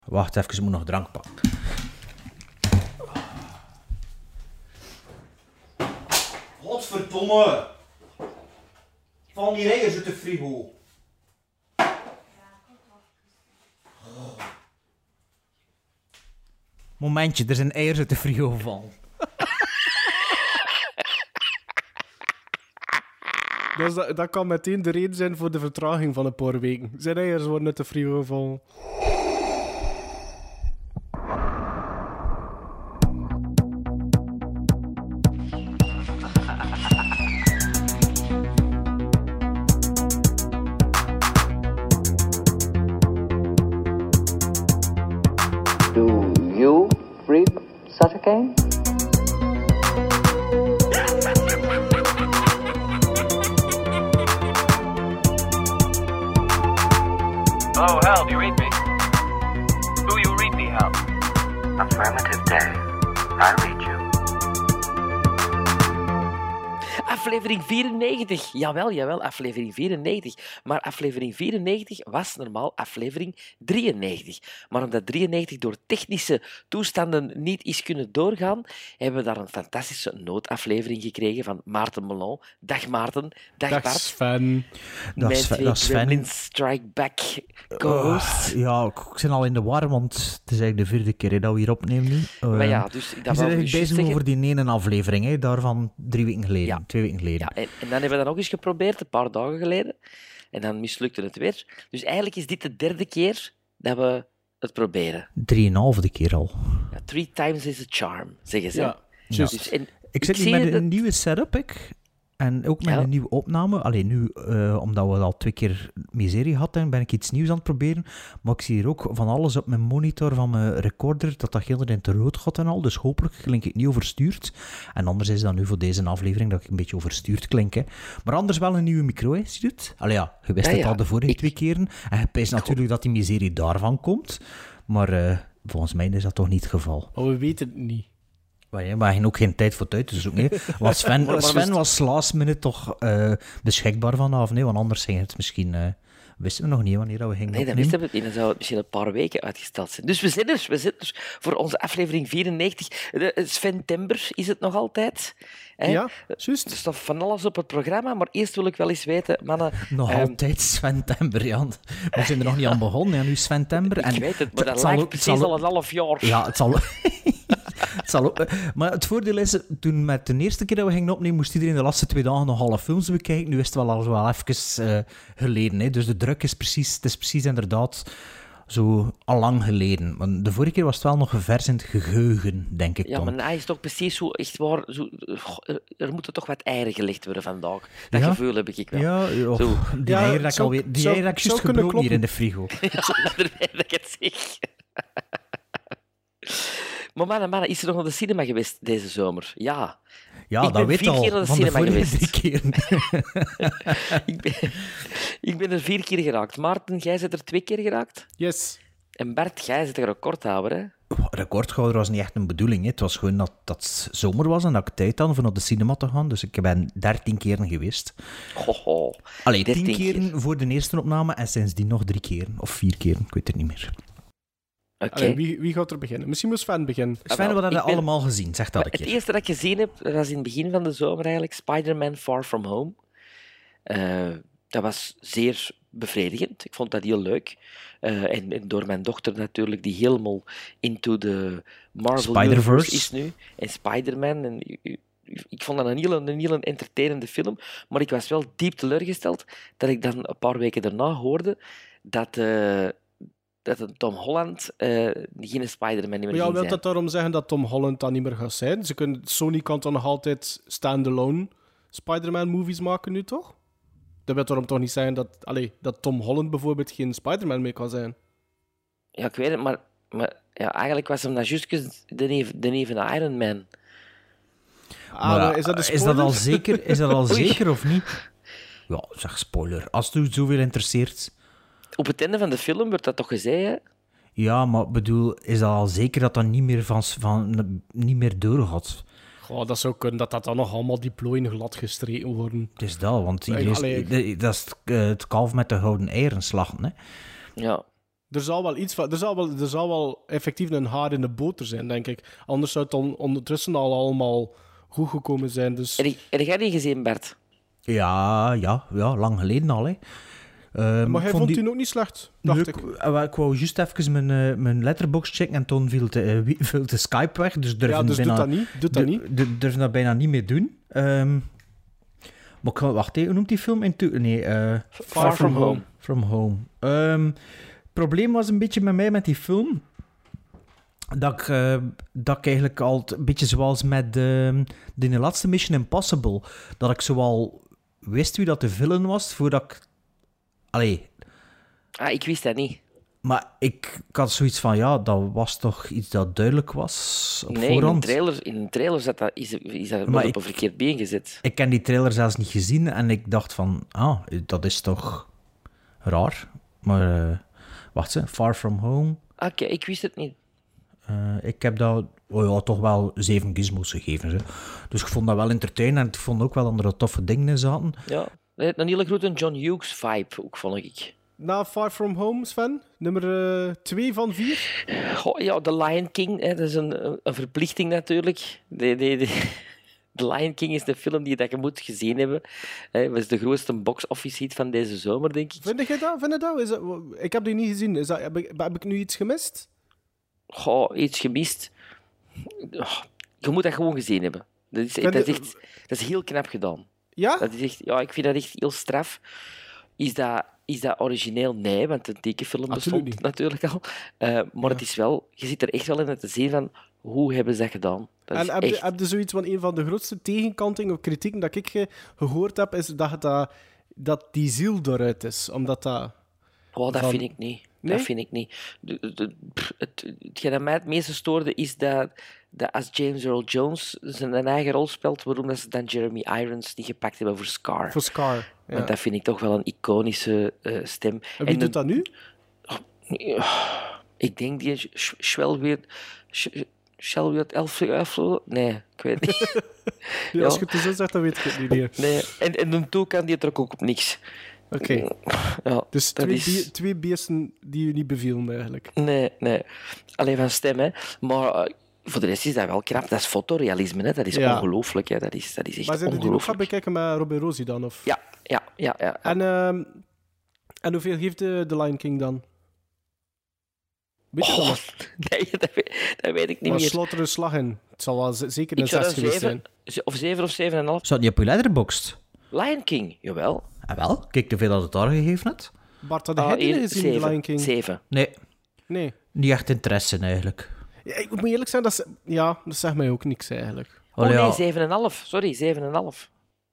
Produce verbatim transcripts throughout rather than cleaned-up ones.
Wacht even, ik moet nog drank pakken. Godverdomme! Van die eiers uit de frigo. Momentje, er zijn eiers uit de frigo gevallen. Dus dat, dat kan meteen de reden zijn voor de vertraging van een paar weken. Zijn eiers worden uit de frigo gevallen. Do you read such a game? Oh, Hal, do you read me? Do you read me, Hal? Affirmative, Dave. I read you. Aflevering vierennegentig. Jawel, jawel, aflevering vierennegentig. Maar aflevering vierennegentig was normaal aflevering drieënnegentig. Maar omdat drieënnegentig door technische toestanden niet is kunnen doorgaan, hebben we daar een fantastische noodaflevering gekregen van Maarten Melon. Dag Maarten. Dag, Dag Bart. Sven. Dag Mijn Sven. twee Dag Sven. Gremlins Strike Back co-hosts. Uh, ja, ik, ik ben al in de war, want het is eigenlijk de vierde keer hè, dat we hier opnemen nu. Uh, maar ja, dus dat we wou zijn ik eigenlijk dus bezig zeggen. over die ene aflevering, hè, daarvan drie weken geleden, Ja. twee weken geleden. Ja, en, en dan hebben we dat nog eens geprobeerd, een paar dagen geleden. En dan mislukte het weer. Dus eigenlijk is dit de derde keer dat we het proberen. Drieënhalve keer al. Ja, three times is a charm, zeggen ze. Ja, juist. Dus, en, Ik zit ik hier met zie een dat- nieuwe setup, ik. En ook met Ja. een nieuwe opname. Alleen nu, uh, omdat we al twee keer miserie hadden, ben ik iets nieuws aan het proberen. Maar ik zie hier ook van alles op mijn monitor van mijn recorder, dat dat heel in te rood gaat en al. Dus hopelijk klink ik niet overstuurd. En anders is dat nu voor deze aflevering dat ik een beetje overstuurd klink. Hè. Maar anders wel een nieuwe micro, hè, zie je het? Allee ja, je wist Ja, het ja. al de vorige Ik- twee keren. En je pijst natuurlijk dat die miserie daarvan komt. Maar uh, volgens mij is dat toch niet het geval. Maar we weten het niet. Maar ja, maar je ook geen tijd voor het uit te zoeken. Hè. Want Sven, Maar- maar Sven we- was last minute toch uh, beschikbaar vanavond. Nee, want anders ging het misschien... Uh, wisten we nog niet wanneer we gingen Nee, dat opnemen. wisten we niet. Dan zou het misschien een paar weken uitgesteld zijn. Dus we zijn er, we zijn er voor onze aflevering vierennegentig. De Sven Tember is het nog altijd. Hè? Ja, Er juist. staat van alles op het programma, maar eerst wil ik wel eens weten, mannen... Nog ehm, altijd Sven Tember, Jan. We zijn er nog niet aan begonnen. Ja, nu Sven Tember. Ik en weet het, maar dat zal lijkt ook- het precies zal al ook- een half jaar. Ja, het zal... het zal ook... Maar het voordeel is, toen met de eerste keer dat we gingen opnemen, moest iedereen de laatste twee dagen nog alle films bekijken. Nu is het wel al wel even uh, geleden. Hè. Dus de druk is precies... Het is precies inderdaad zo al lang geleden. Want de vorige keer was het wel nog vers in het geheugen, denk ik Ja, dan. maar hij is toch precies zo, echt waar, zo, er, er moeten toch wat eieren gelegd worden vandaag. Dat Ja? gevoel heb ik wel. Ja, joh, Zo. die Ja, eieren dat ik zou- alweer... Die zou- eieren dat ik zou juist kunnen gebroken hier in de kloppen. frigo. Ja, daarbij dat ik het zeg. Maar mannen, mannen, is er nog naar de cinema geweest deze zomer? Ja. Ja, Ik dat ben weet vier al. keer naar de Van de cinema vorige geweest. drie keren. ik, ben, ik ben er vier keer geraakt. Maarten, jij bent er twee keer geraakt. Yes. En Bart, jij zit een recordhouder, hè? Recordhouder was niet echt een bedoeling. Hè. Het was gewoon dat dat zomer was en dat ik tijd had om naar de cinema te gaan. Dus ik ben dertien keren geweest. Hoho. Allee, tien dertien keren voor de eerste opname en sindsdien nog drie keren. Of vier keren, ik weet het niet meer. Oké. Allee, wie, wie gaat er beginnen? Misschien moet Sven beginnen. Sven, wel, wat heb je ik ben- allemaal gezien? Zeg dat een Het keer. eerste dat ik gezien heb, dat was in het begin van de zomer eigenlijk, Spider-Man Far From Home. Eh, dat was zeer bevredigend. Ik vond dat heel leuk. Eh, en, en door mijn dochter natuurlijk, die helemaal into de Marvel Spider-Verse. Universe is nu. En Spider-Man. En, u- u- ik vond dat een heel, een heel entertainende film. Maar ik was wel diep teleurgesteld dat ik dan een paar weken daarna hoorde dat... eh, dat een Tom Holland uh, geen Spider-Man meer Maar ging ja, wil zijn. dat daarom zeggen dat Tom Holland dan niet meer gaat zijn? Ze kunnen, Sony kan dan nog altijd standalone Spider-Man-movies maken nu, toch? Dat wil daarom toch niet zeggen dat, allee, dat Tom Holland bijvoorbeeld geen Spider-Man meer kan zijn? Ja, ik weet het, maar, maar ja, eigenlijk was hem dat juist de neef, de neef van Iron Man. Ah, Maar, maar is dat een is dat al spoiler? zeker, is dat al Oei. zeker of niet? Ja, zeg spoiler. Als het u zoveel interesseert... Op het einde van de film wordt dat toch gezegd, hè? Ja, maar bedoel, is dat al zeker dat dat niet meer, van, van, niet meer doorgaat? Goh, dat zou kunnen dat dat dan nog allemaal die plooien glad gestreken worden. Het is dat, want Nee, iedereen- allee. de- dat is het, eh, het kalf met de gouden eieren slachten, hè. Ja. Er zal wel iets van... Er zal wel, er zal wel effectief een haar in de boter zijn, denk ik. Anders zou het dan ondertussen al allemaal goed gekomen zijn. Dus... Heb je- heb jij die gezien, Bert? Ja, ja, ja, lang geleden al, hè. Ehm, maar hij ik vond die- die ook niet slecht, dacht Nee, ik. ik, eh, ik wou juist even mijn, eh, mijn letterbox checken en toen viel de, eh, wie- viel de Skype weg. Dus durf Ja, dus bijna, doe dat niet. Doe dat niet. du- du- durf dat bijna niet meer doen. Ehm, maar ik ga- wacht, hè, hoe noemt die film? Into, nee, eh, Far From Home. From Home. Ehm, het probleem was een beetje met mij met die film... Dat ik, eh, dat ik eigenlijk al een beetje zoals met de, de laatste Mission Impossible, dat ik zoal wist wie dat de villain was, voordat ik... Allee, Ah, ik wist dat niet. maar ik, ik had zoiets van, ja, dat was toch iets dat duidelijk was op Nee, in een voorhand. trailer, in een trailer zat dat, is, is dat Maar op ik- een verkeerd been gezet. Ik ken die trailer zelfs niet gezien en ik dacht van, ah, dat is toch raar. Maar, eh, wacht eens, Far From Home. Oké, ik wist het niet. Eh, ik heb dat oh ja, toch wel zeven gizmos gegeven. Hè. Dus ik vond dat wel entertainend en ik vond ook wel dat er toffen dingen in zaten. Ja. Een hele grote John Hughes vibe, ook, vond ik. Na Far From Home, Sven, nummer twee van vier. Goh, ja, The Lion King, hè, dat is een, een verplichting natuurlijk. De, de, de, The Lion King is de film die dat je moet gezien hebben. Hè, dat is de grootste box-office hit van deze zomer, denk ik. Vind je dat? Vind je dat? Is dat? Ik heb die niet gezien. Is dat, heb, ik, heb ik nu iets gemist? Goh, iets gemist. Oh, je moet dat gewoon gezien hebben. Dat is, Vind dat je- is, echt, dat is heel knap gedaan. Ja? Dat is echt, ja, ik vind dat echt heel straf. Is dat, is dat origineel? Nee, want een tekenfilm Absoluut bestond niet. natuurlijk al. Uh, maar het is wel, je zit er echt wel in te zien van hoe hebben ze dat gedaan. Dat En is heb je, echt... heb je zoiets van een van de grootste tegenkantingen of kritieken dat ik ge- gehoord heb, is dat, het, dat, dat die ziel eruit is. Omdat dat... Oh, dat van- vind ik niet. Nee? Dat vind ik niet. De, de, pff, het, hetgeen dat mij het meeste stoorde is dat, dat als James Earl Jones zijn eigen rol speelt, waarom dat ze dan Jeremy Irons niet gepakt hebben voor Scar. Voor Scar. Ja. Want dat vind ik toch wel een iconische uh, stem. En wie de- doet dat nu? Ik denk die Schwelweert... Shelwiert Elflo? Nee, ik weet niet. Ja, als je het zo zegt, dan weet ik het niet meer. Nee. En, en de toe kan die trok ook op niks. Oké. Ja, Dus dat twee, is... be- twee beesten die je niet bevielen, eigenlijk. Nee, nee. Alleen van stem, hè. Maar uh, voor de rest is dat wel knap. Dat is fotorealisme, hè. Dat is Ja. ongelooflijk, hè. Dat is, dat is echt Maar zijn er die ook gaan ongelooflijk. bekijken met Robin Rosie dan? Of? Ja, ja, ja. ja. En, ehm, en hoeveel geeft de, de Lion King dan? Weet je dat Oh, nog? nee, dat weet, dat weet ik niet Maar meer. slot er een slag in. Het zal wel z- zeker een Ik zou zes een geweest zeven, zijn. of zeven of zeven en een half. Staat niet op je letterboxd? Lion King, jawel. Ah, wel, kijk hoeveel dat het daar gegeven had. Bart, had Ah, jij die hier, gezien, de zeven. Lion King? Zeven. Nee, Nee. niet echt interesse in eigenlijk. Ja, ik moet eerlijk zijn, dat, is- ja, dat zegt mij ook niks eigenlijk. Oh Allee, nee, ja, zeven en een half. Sorry, zeven en een half.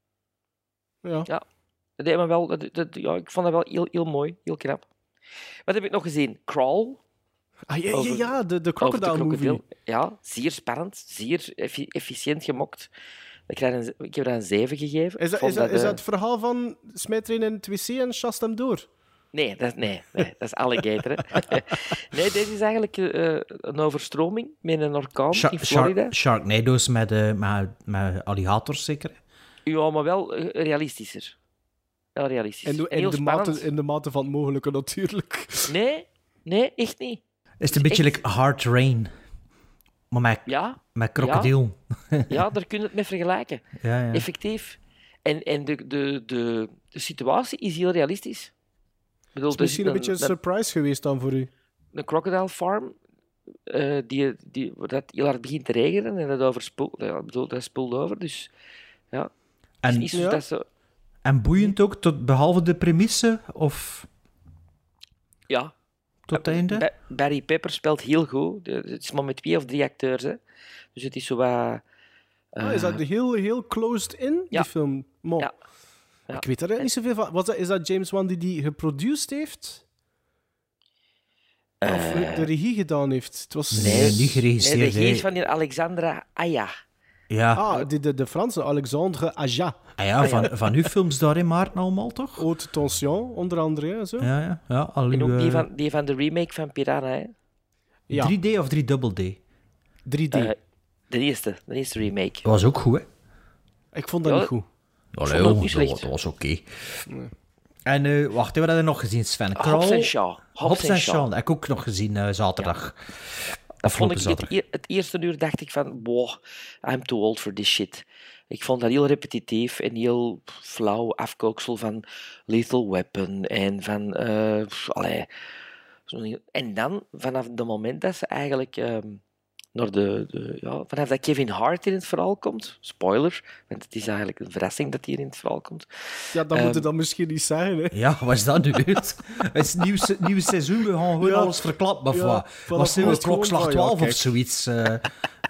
Ja. Ja. Dat deed me wel, dat, dat- ja, ik vond dat wel heel, heel mooi, heel knap. Wat heb ik nog gezien? Crawl. Ah, ja, ja, Over- ja, de, de Over de Crocodile krokodil. movie. Ja, zeer spannend, zeer effi- efficiënt gemokt. Ik, krijg een, ik heb daar een zeven gegeven. Is dat, Ik vond is, dat, is eh, dat het verhaal van smijt er in het wc en chast hem door? Nee, dat, nee, nee, dat is alligator. Hè. Nee, dit is eigenlijk eh, een overstroming met een orkaan Sha- in Florida. Shark- Sharknado's met, eh, met, met alligators zeker. Ja, maar wel eh, realistischer. Wel realistisch. In de, Heel in, de mate, spannend. in de mate van het mogelijke, natuurlijk. Nee, nee, echt niet. Is het een beetje echt- like Hard Rain, maar met, Ja, met krokodil. ja, daar kun je het mee vergelijken. Ja, ja. Effectief. En, en de, de, de, de situatie is heel realistisch. Ik bedoel, Het is misschien een beetje een surprise geweest dan voor u. een crocodile farm eh, die, die, waar dat heel hard begint te regenen en dat overspoelt. Ja, ik bedoel, dat spoelt over, dus ja. Het is En, niet zo Ja. dat ze... en boeiend ook, tot, behalve de premisse, of Ja. tot het einde? Ba- Barry Pepper speelt heel goed. De- Het is maar met twee of drie acteurs, hè. Dus het is zo wat... Ah, is dat heel, heel closed in, Ja. die film? Mo. Ja. Ja. Ik weet er eigenlijk niet zoveel van. Was dat, is dat James Wan die die geproduceerd heeft? Of Eh, de regie gedaan heeft? Het was... Nee, niet Nee, geregisseerd. de regie is hè. van die Alexandra Aya. Ja, Ah, de, de, de Franse Alexandre Aja. ah, ja van, van uw films daar in maart allemaal, toch? Haute Tension, onder andere. Hè, zo. Ja, ja. ja al En uw, ook die eh, van, die van de remake van Piranha, hè. Ja, drie D of drie dubbel D? drie D. Eh, de eerste, de eerste remake. Dat was ook goed, hè? Ik vond dat Ja, niet goed. Allee, vond het joh, niet dat, slecht. dat was oké. En En uh, wacht, hebben we dat nog gezien, Sven? Hobbs en Shaw. Hobbs, Hobbs en Shaw. Dat heb ik ook nog gezien uh, zaterdag. Ja. Dat vond ik het, e- het eerste uur dacht ik van, wow, I'm too old for this shit. Ik vond dat heel repetitief en heel flauw afkooksel van Lethal Weapon en van... Uh, allee, en dan, vanaf het moment dat ze eigenlijk... Um, naar de, de, ja, vanaf dat Kevin Hart in het verhaal komt, spoiler, want het is eigenlijk een verrassing dat hij in het verhaal komt. Ja, dat um, moet het dan misschien niet zijn, hè? Ja, wat is dat nu? Het is nieuw, nieuw seizoen, we gaan gewoon ja. alles verklappen, of ja, wat? Was het nu klokslag twaalf ja, of zoiets? Uh, we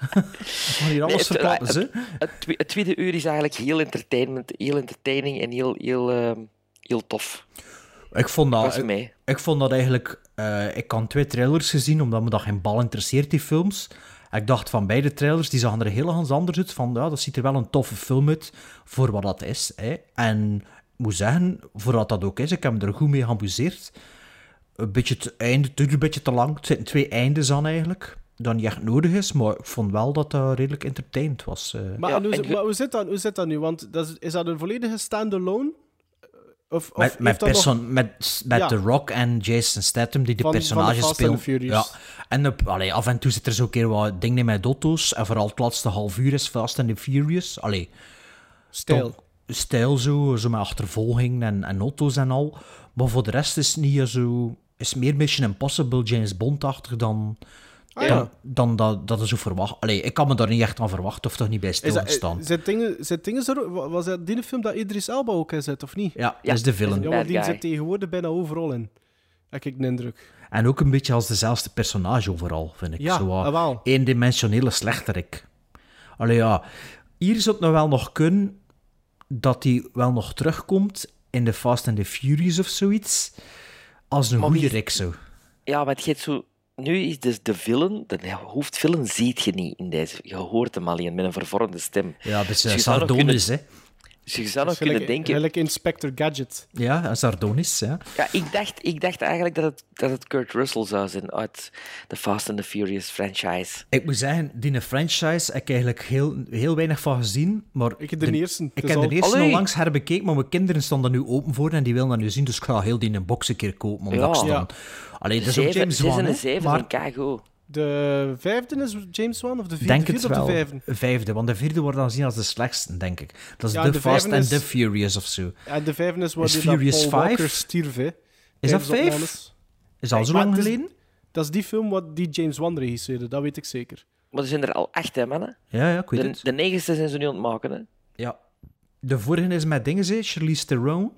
gaan hier alles nee, verklappen, het, hè? Het, het, het tweede uur is eigenlijk heel entertainment, heel entertaining en heel, heel, uh, heel tof. Ik vond dat, ik, ik vond dat eigenlijk... Uh, ik had twee trailers gezien, omdat me dat geen bal interesseert, die films. Ik dacht van beide trailers, die zagen er heel anders uit. Van, ja, dat ziet er wel een toffe film uit, voor wat dat is. Hè. En ik moet zeggen, voor wat dat ook is, ik heb me er goed mee geamuseerd. Een beetje het einde, het duurt een beetje te lang. Het zitten twee eindes aan eigenlijk, dat niet echt nodig is. Maar ik vond wel dat dat redelijk entertainend was. Uh. Maar, ja, hoe, en... maar hoe, zit dat, hoe zit dat nu? Want dat is, is dat een volledige standalone? Of, of met met, perso- nog... met, met ja. The Rock en Jason Statham, die de van, personages van spelen. And ja. En op, allee, af en toe zit er zo'n keer wat dingen met auto's. En vooral het laatste half uur is Fast and the Furious. Allee, stijl. Stijl zo, zo met achtervolging en, en auto's en al. Maar voor de rest is het niet zo... Is meer Mission Impossible, James Bond-achtig dan... Ah, ja. Dan, dan dat, dat is zo verwacht. Allee, ik kan me daar niet echt aan verwachten of toch niet bij stilstaan. Zijn dingen, zijn dingen zo, was dat die film dat Idris Elba ook in zit, of niet? Ja, ja, dat is de villain. Ja, maar die zit tegenwoordig bijna overal in. Heb ik de indruk. En ook een beetje als dezelfde personage overal, vind ik. Ja, zo wat wel. eendimensionele slechterik. Allee, ja. Hier zou het nou wel nog kunnen dat hij wel nog terugkomt in de Fast and the Furious of zoiets. Als een goede rik zo. Ja, maar het gaat zo... Nu is dus de villain, de hoofdvillain, ziet je niet in deze. Je hoort hem alleen met een vervormde stem. Ja, dus uh, sardonisch, hè. Dus je zou nog kunnen gelijk, denken... Gelijk Inspector Gadget. Ja, sardonisch, ja. Ja, ik dacht, ik dacht eigenlijk dat het, dat het Kurt Russell zou zijn uit de Fast and the Furious franchise. Ik moet zeggen, die franchise heb ik eigenlijk heel, heel weinig van gezien. Maar ik heb de, de eerste. Ik heb de eerste al langs herbekeken, maar mijn kinderen stonden er nu open voor en die willen dat nu zien. Dus ik ga heel die in een box een keer kopen. Omdat ja. ik ja. Allee, dat is ook James Wan, en zeven maar... Keigoed. De vijfde is James Wan, of de vierde, denk vierde het wel. of de vijfde? Vijfde, want de vierde wordt dan gezien als de slechtste, denk ik. Dat is ja, The de Fast and is... the Furious of zo. En de vijfde is waar is die Furious dat Paul vijf? Walker stierf, hè. Is dat vijf? Is dat al zo lang geleden? Is, dat is die film wat die James Wan regisseerde, dat weet ik zeker. Maar er zijn er al acht, hè, mannen? Ja, ja, ik weet de, het. De negende zijn ze nu aan het maken, hè? Ja. De vorige is met dingen, hè? Charlize Theron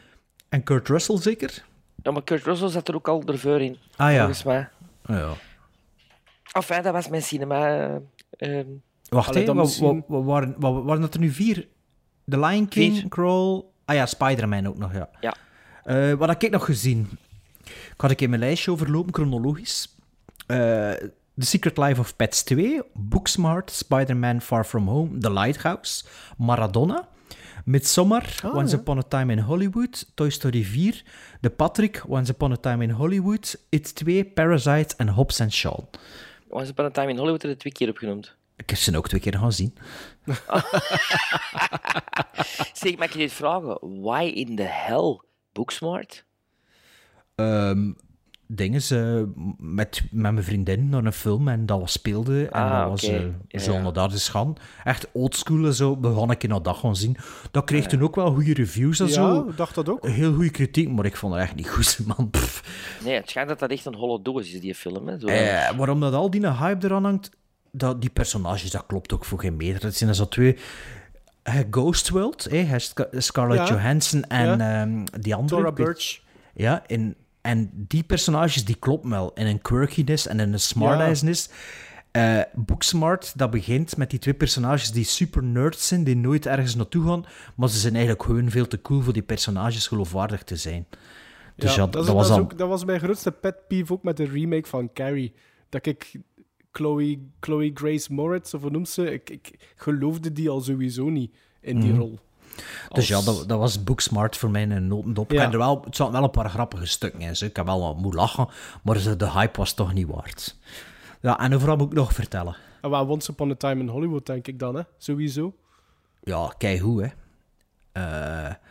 en Kurt Russell, zeker? Ja, maar Kurt Russell zat er ook al ervoor in. Ah ja. Volgens mij. Oh, ja. Enfin, dat was mijn cinema... Uh, uh, Wacht, hé, wat, misschien... wat, wat, waren, wat waren dat er nu vier? The Lion King, vier. Crawl... Ah ja, Spider-Man ook nog, ja. Ja. Uh, wat heb ik nog gezien? Ik had ik in mijn lijstje overlopen, chronologisch. Uh, The Secret Life of Pets twee, Booksmart, Spider-Man Far From Home, The Lighthouse, Maradona, Midsommar, oh, Once ja. Upon a Time in Hollywood, Toy Story vier, The Patrick, Once Upon a Time in Hollywood, It twee, Parasite en Hobbs and Shaw. Once Upon a Time in Hollywood heb je twee keer opgenoemd. Ik heb ze ook twee keer gaan zien. Zeg, mag ik je dit vragen? Why in the hell Booksmart? Um, dingen ze met, met mijn vriendin naar een film en dat was speelde. En ah, dat was okay. uh, ja, zo ja. naar daar dus gaan. Echt oldschool en zo. We gaan een keer naar dat gaan zien. Dat kreeg ja. toen ook wel goede reviews en ja, zo. Ja, dacht dat ook. Heel goede kritiek, maar ik vond het echt niet goed, man. Pff. Nee, het schijnt dat dat echt een holle doos is, die film. Hè? Zo, eh, waarom dat al die hype eraan hangt, dat, die personages, dat klopt ook voor geen meter. Dat zijn zo twee... Uh, Ghost World, eh, Scarlett ja. Johansson en ja. um, die andere... Thora Birch. Ja, in... En die personages, die kloppen wel. In een quirkiness en in een smartassness. Ja. Uh, Booksmart, dat begint met die twee personages die super nerds zijn, die nooit ergens naartoe gaan, maar ze zijn eigenlijk gewoon veel te cool voor die personages geloofwaardig te zijn. Dus ja, ja dat, dat, was dat, al... ook, dat was mijn grootste pet peeve ook met de remake van Carrie. Dat ik Chloe, Chloe Grace Moretz, of hoe noemt ze, ik, ik geloofde die al sowieso niet in die mm. rol. Dus Als... ja, dat, dat was Booksmart voor mij een notendop. Ja. En er wel, het zaten wel een paar grappige stukken in. Ik heb wel wat moeten lachen, maar de hype was toch niet waard. Ja, en overal moet ik nog vertellen. En wel Once Upon a Time in Hollywood, denk ik dan, hè? Sowieso. Ja, keigoed, hè. Uh,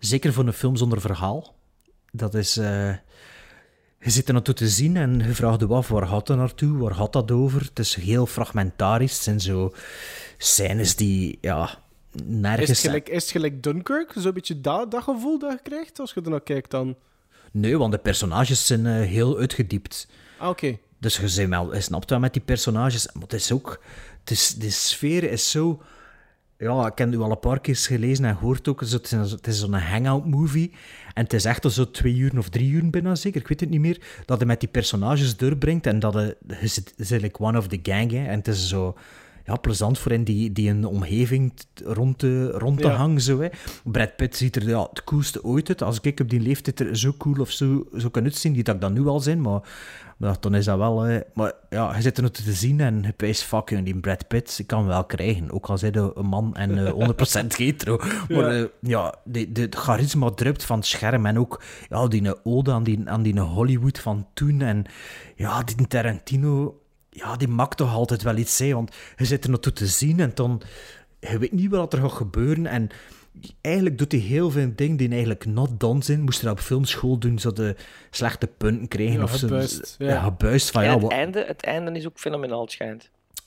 Zeker voor een film zonder verhaal. Dat is... Uh, je zit er naartoe te zien en je vraagt je af, waar gaat dat naartoe? Waar gaat dat over? Het is heel fragmentarisch. Het zijn zo scènes die, ja, nergens... Is het gelijk, is het gelijk Dunkirk? Zo'n beetje dat, dat gevoel dat je krijgt als je er naar kijkt dan? Nee, want de personages zijn uh, heel uitgediept. Ah, oké. Okay. Dus je, zijn wel, je snapt wel met die personages. Maar het is ook... Het is, de sfeer is zo... Ja, ik heb het al een paar keer gelezen en gehoord ook. Het is, het is zo'n hangout movie. En het is echt al zo twee uur of drie uur bijna zeker, ik weet het niet meer, dat hij met die personages doorbrengt en dat hij, hij zit, is like one of the gang. Hè, en het is zo... Ja, plezant voor hen die, die een omgeving rond te, rond te ja. hangen. Zo, hè. Brad Pitt ziet er ja, het coolste ooit uit. Als ik op die leeftijd er zo cool of zo, zo kan uitzien, die dat ik dat nu al zijn, maar, maar dan is dat wel... Hè. Maar ja, je zit er nog te zien en je wijst, fuck you, die Brad Pitt, ik kan hem wel krijgen. Ook al zijn een man en uh, honderd procent hetero. Maar ja, uh, ja de, de, het charisma druipt van het scherm en ook ja, die ode aan die, aan die Hollywood van toen. En ja, die Tarantino... Ja, die maakt toch altijd wel iets, hè, want je zit er naartoe te zien en dan... Je weet niet wat er gaat gebeuren en eigenlijk doet hij heel veel dingen die eigenlijk not done zijn. Moest hij op filmschool doen, zo de slechte punten krijgen. Ja, of gebuist. Zo, ja, gebuist van, en ja, het, wat... einde, het einde is ook fenomenaal, het schijnt.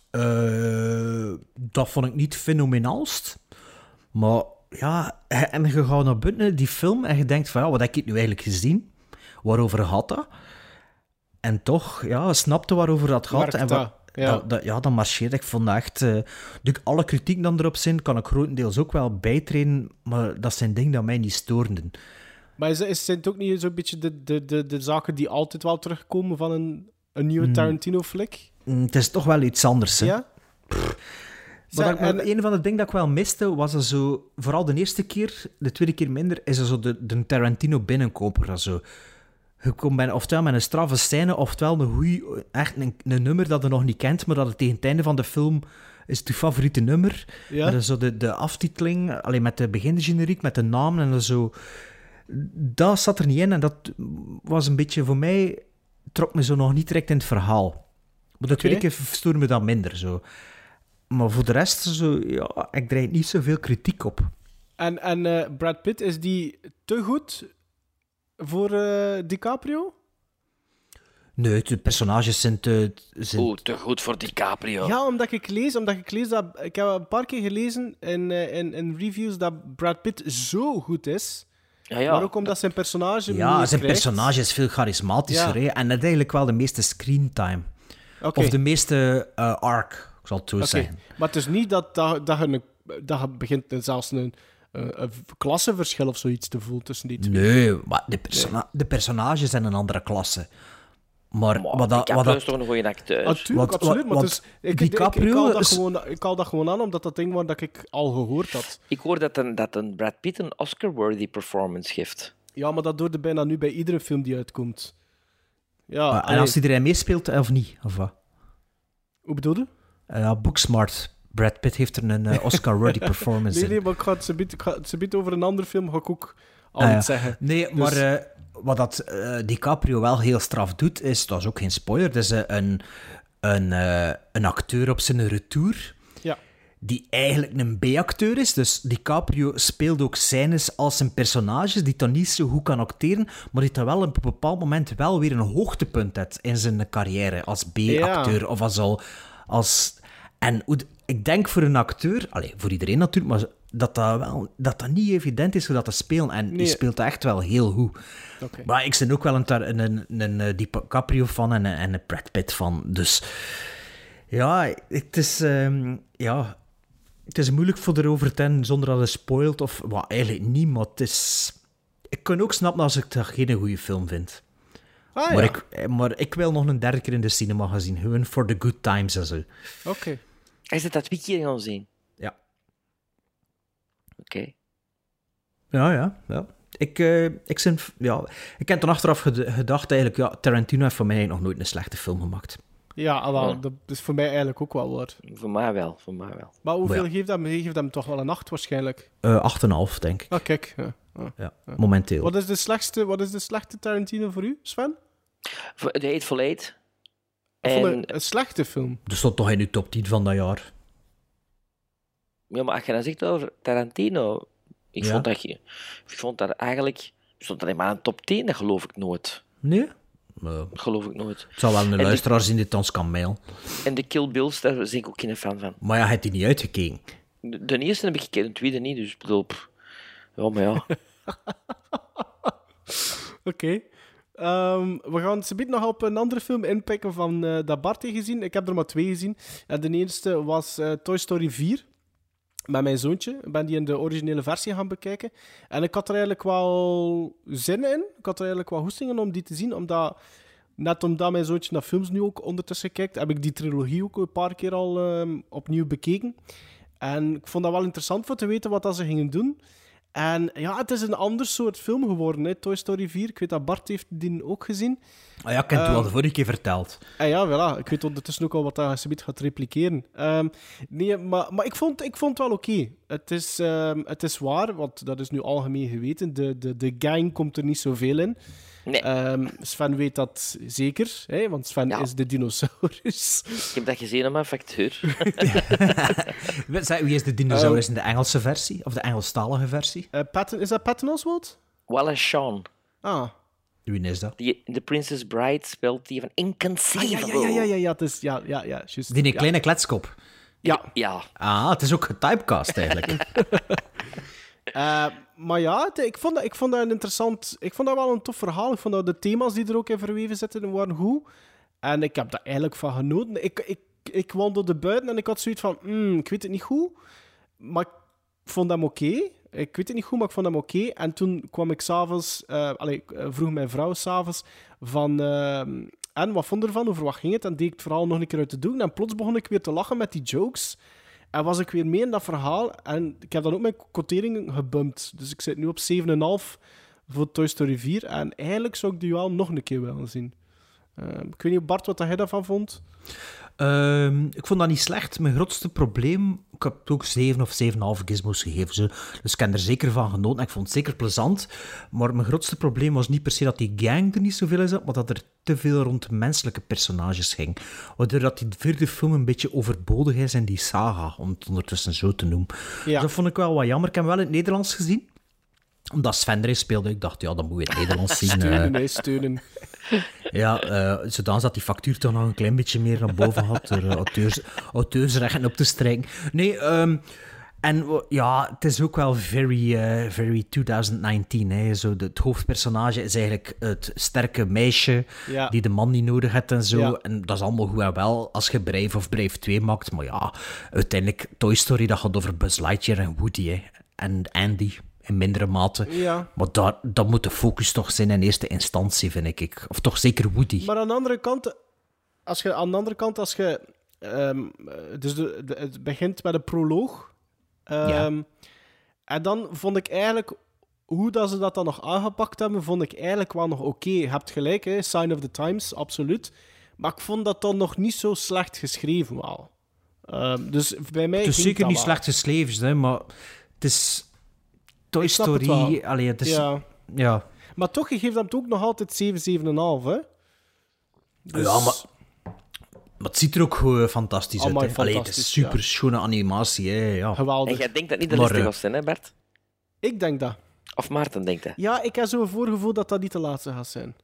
Uh, dat vond ik niet fenomenaalst. Maar ja, en je gaat naar buiten die film en je denkt van, ja, wat heb ik nu eigenlijk gezien? Waarover gaat dat? En toch, ja, snapte waarover dat gaat. En wat, ja. Dat, dat, ja, dan marcheerde ik vandaag. Uh, dus alle kritiek dan erop zijn, kan ik grotendeels ook wel bijtreden, maar dat zijn dingen die mij niet stoorden. Maar is, is, zijn het ook niet zo'n beetje de, de, de, de zaken die altijd wel terugkomen van een, een nieuwe Tarantino-flik? Mm, het is toch wel iets anders, hè? Ja? Maar dat, en... Een van de dingen dat ik wel miste, was er zo... Vooral de eerste keer, de tweede keer minder, is er zo de, de Tarantino binnenkoper. Zo. Je komt bij, oftewel met een straffe scène, oftewel een goeie, echt een, een nummer dat je nog niet kent, maar dat het tegen het einde van de film is het je favoriete nummer. Ja? Dat is zo de, de aftiteling, alleen met de begingeneriek, met de naam en zo. Dat zat er niet in en dat was een beetje voor mij, trok me zo nog niet direct in het verhaal. Maar de tweede okay. keer verstoorde me dat minder. Zo. Maar voor de rest, zo, ja, ik draai niet zoveel kritiek op. En, en uh, Brad Pitt, is die te goed voor uh, DiCaprio? Nee, de personages zijn te... Zijn... Oeh, te goed voor DiCaprio. Ja, omdat ik lees, omdat ik lees dat... Ik heb een paar keer gelezen in, uh, in, in reviews dat Brad Pitt zo goed is. Ja, ja. Maar ook omdat zijn personage Ja, zijn krijgt. personage is veel charismatischer. Ja. En net eigenlijk wel de meeste screentime. Okay. Of de meeste uh, arc, ik zal het zo okay. zeggen. Maar het is niet dat, dat, dat, je, een, dat je begint zelfs een... Uh, een klassenverschil of zoiets te voelen tussen die twee. Nee, maar de, persona- nee. de personages zijn een andere klasse. Maar, maar wat dat... Wat dat... is toch een goede acteur? Natuurlijk, wat, absoluut. Maar wat, dus, ik, DiCaprio ik, ik, haal dat is... gewoon, ik haal dat gewoon aan, omdat dat ding was dat ik al gehoord had. Ik hoor dat een, dat een Brad Pitt een Oscar-worthy performance geeft. Ja, maar dat doet bijna nu bij iedere film die uitkomt. Ja, maar, en als iedereen meespeelt, of niet? Of wat? Hoe bedoel je? Uh, ja, Booksmart. Brad Pitt heeft er een uh, Oscar-worthy performance nee, nee, in. maar ik ga het biedt, ik ga het biedt over een andere film, ga ik ook al ah, iets ja. zeggen. Nee, dus... maar uh, wat dat uh, DiCaprio wel heel straf doet, is, dat is ook geen spoiler, dat is uh, een, een, uh, een acteur op zijn retour, ja. die eigenlijk een B-acteur is. Dus DiCaprio speelt ook scènes als zijn personages, die dan niet zo goed kan acteren, maar die dan wel op een bepaald moment wel weer een hoogtepunt heeft in zijn carrière als B-acteur ja. of als al... Als, en ik denk voor een acteur, allez, voor iedereen natuurlijk, maar dat dat, wel, dat dat niet evident is hoe dat te spelen. En nee. die speelt echt wel heel goed. Okay. Maar ik ben ook wel een, een, een, een DiCaprio-fan en een, en een Brad Pitt-fan. Dus ja, het is, um, ja, het is moeilijk voor erover te hebben zonder dat het spoilt. Of well, eigenlijk niet, maar het is... Ik kan ook snappen als ik dat geen goede film vind. Ah, maar, ja. ik, maar ik wil nog een derde keer in de cinema gaan zien. Gewoon for the good times en zo. Oké. Okay. Is het dat weekend gaan zien? Ja. Oké. Okay. Ja, ja, ja. Ik, uh, ik, zijn, ja, ik heb toen achteraf gedacht, eigenlijk, ja, Tarantino heeft voor mij nog nooit een slechte film gemaakt. Ja, wel, ja. dat is voor mij eigenlijk ook wel waar. Voor mij wel, voor mij wel. Maar hoeveel ja. geeft hem? Geeft hem toch wel een acht waarschijnlijk? Uh, acht komma vijf, denk ik. Ah, kijk. Ja. Ah, ja, ja. momenteel. Wat is de slechtste, wat is de slechte Tarantino voor u, Sven? The Hateful Eight. En... Een, een slechte film? Dat stond toch in uw top tien van dat jaar? Ja, maar als je dan zegt over Tarantino... Ik, Ja. vond, dat, ge- ik vond dat eigenlijk... Stond dat maar een top tien? Dat geloof ik nooit. Nee? Maar Dat geloof ik nooit. het zal wel een de- luisteraar zien die het ons kan mailen. En de Kill Bills, daar ben ik ook geen fan van. Maar ja, hij heeft die niet uitgekeken. De, de eerste heb ik gekeken, de tweede niet, dus ik bedoel... pff. Ja, maar ja. Oké. Ehm, we gaan subiet nog op een andere film inpikken van eh dat Bart heeft gezien. Ik heb er maar twee gezien. En de eerste was eh, Toy Story vier. Met mijn zoontje. Ik ben die in de originele versie gaan bekijken. En ik had er eigenlijk wel zin in. Ik had er eigenlijk wel hoestingen om die te zien. Omdat, net omdat mijn zoontje naar films nu ook ondertussen kijkt, heb ik die trilogie ook een paar keer al ehm, opnieuw bekeken. En ik vond dat wel interessant voor te weten wat dat ze gingen doen. En ja, het is een ander soort film geworden, hè, Toy Story vier. Ik weet dat Bart heeft die ook gezien. Ah ja, ik heb het Ehm, wel de vorige keer verteld. En ja, voilà. Ik weet ondertussen ook al wat dat subiet gaat repliceren. Ehm, nee, maar, maar ik, vond, ik vond het wel oké. Het, is, ehm, het is waar, want dat is nu algemeen geweten. De, de, de gang komt er niet zoveel in. Nee, Ehm, Sven weet dat zeker, hè, want Sven Ja. is de dinosaurus. ik heb dat gezien aan mijn factuur. Zeg, wie is de dinosaurus in de Engelse versie? Of de Engelstalige versie? Eh, Patton, is dat Patton Oswalt? Wallace Shawn. Ah. Wie is dat? Die in The Princess Bride speelt die van Ah, ja, Inconceivable. ja, ja, ja, ja, het is, ja, ja, ja, juist. Die een ja. kleine kletskop. Ja, Ja, Ah, het is ook getypecast eigenlijk. Eh, maar ja, het- ik vond, dat, ik vond dat een interessant... Ik vond dat wel een tof verhaal. Ik vond dat de thema's die er ook in verweven zitten waren goed. En ik heb daar eigenlijk van genoten. Ik, ik, ik wandelde buiten en ik had zoiets van... hmm, ik weet het niet goed, maar ik vond hem oké. Ik weet het niet goed, maar ik vond hem oké. En toen kwam ik s'avonds... Uh, vroeg mijn vrouw s'avonds van... eh, en, wat vond je ervan? Over wat ging het? En deed ik het verhaal nog een keer uit te doen. En plots begon ik weer te lachen met die jokes. En was ik weer mee in dat verhaal. En ik heb dan ook mijn quotering gebumpt. Dus ik zit nu op zeven komma vijf voor Toy Story vier. En eigenlijk zou ik die wel nog een keer willen zien. Uh, ik weet niet, Bart, wat hij daarvan vond. Um, ik vond dat niet slecht. Mijn grootste probleem... Ik heb ook zeven of zeven komma vijf gizmos gegeven. Zo. Dus ik heb er zeker van genoten. Ik vond het zeker plezant. Maar mijn grootste probleem was niet per se dat die gang er niet zoveel in zat, maar dat er te veel rond menselijke personages ging. Waardoor dat die vierde film een beetje overbodig is in die saga, om het ondertussen zo te noemen. Ja. Dus dat vond ik wel wat jammer. Ik heb hem wel in het Nederlands gezien. Omdat Sven erin speelde. Ik dacht, ja, dan moet je het Nederlands zien. Steunen, Uh, nee, steunen. ja, uh, zodanig dat die factuur toch nog een klein beetje meer naar boven had. Door uh, auteurs, auteursrechten op te strijken. Nee, um, en uh, ja, het is ook wel very, uh, very twintig negentien. Hè. Zo, de, het hoofdpersonage is eigenlijk het sterke meisje Ja. die de man niet nodig heeft en zo. Ja. En dat is allemaal goed en wel als je Brave of Brave twee maakt. Maar ja, uiteindelijk Toy Story, dat gaat over Buzz Lightyear en Woody. Hè. En Andy. In mindere mate. Ja. Maar daar, dat moet de focus toch zijn in eerste instantie, vind ik. Of toch zeker Woody. Maar aan de andere kant, als je, aan de andere kant, als je... Um, dus de, de, het begint met een proloog. Um, Ja. En dan vond ik eigenlijk... Hoe dat ze dat dan nog aangepakt hebben, vond ik eigenlijk wel nog oké. Je hebt gelijk, hè? Sign of the Times, absoluut. Maar ik vond dat dan nog niet zo slecht geschreven wel. Um, dus bij mij Het is ging zeker dat niet wel. slecht geschreven, hè, maar het is... Toy Ik snap het Story... wel. Allee, het is... Ja. Ja. Ja. Maar toch, je geeft hem ook nog altijd zeven, zeven komma vijf, hè? Dus- Ja, maar... Maar het ziet er ook gewoon fantastisch uit. Amai, Hè. Allee, het is fantastisch, super ja. schone animatie. Hè. Ja. En Geweldig. jij denkt dat niet de Maar, laatste eh, was zijn, hè Bert? Ik denk dat. Of Maarten denkt dat? Ja, ik heb zo'n voorgevoel dat dat niet de laatste gaat zijn.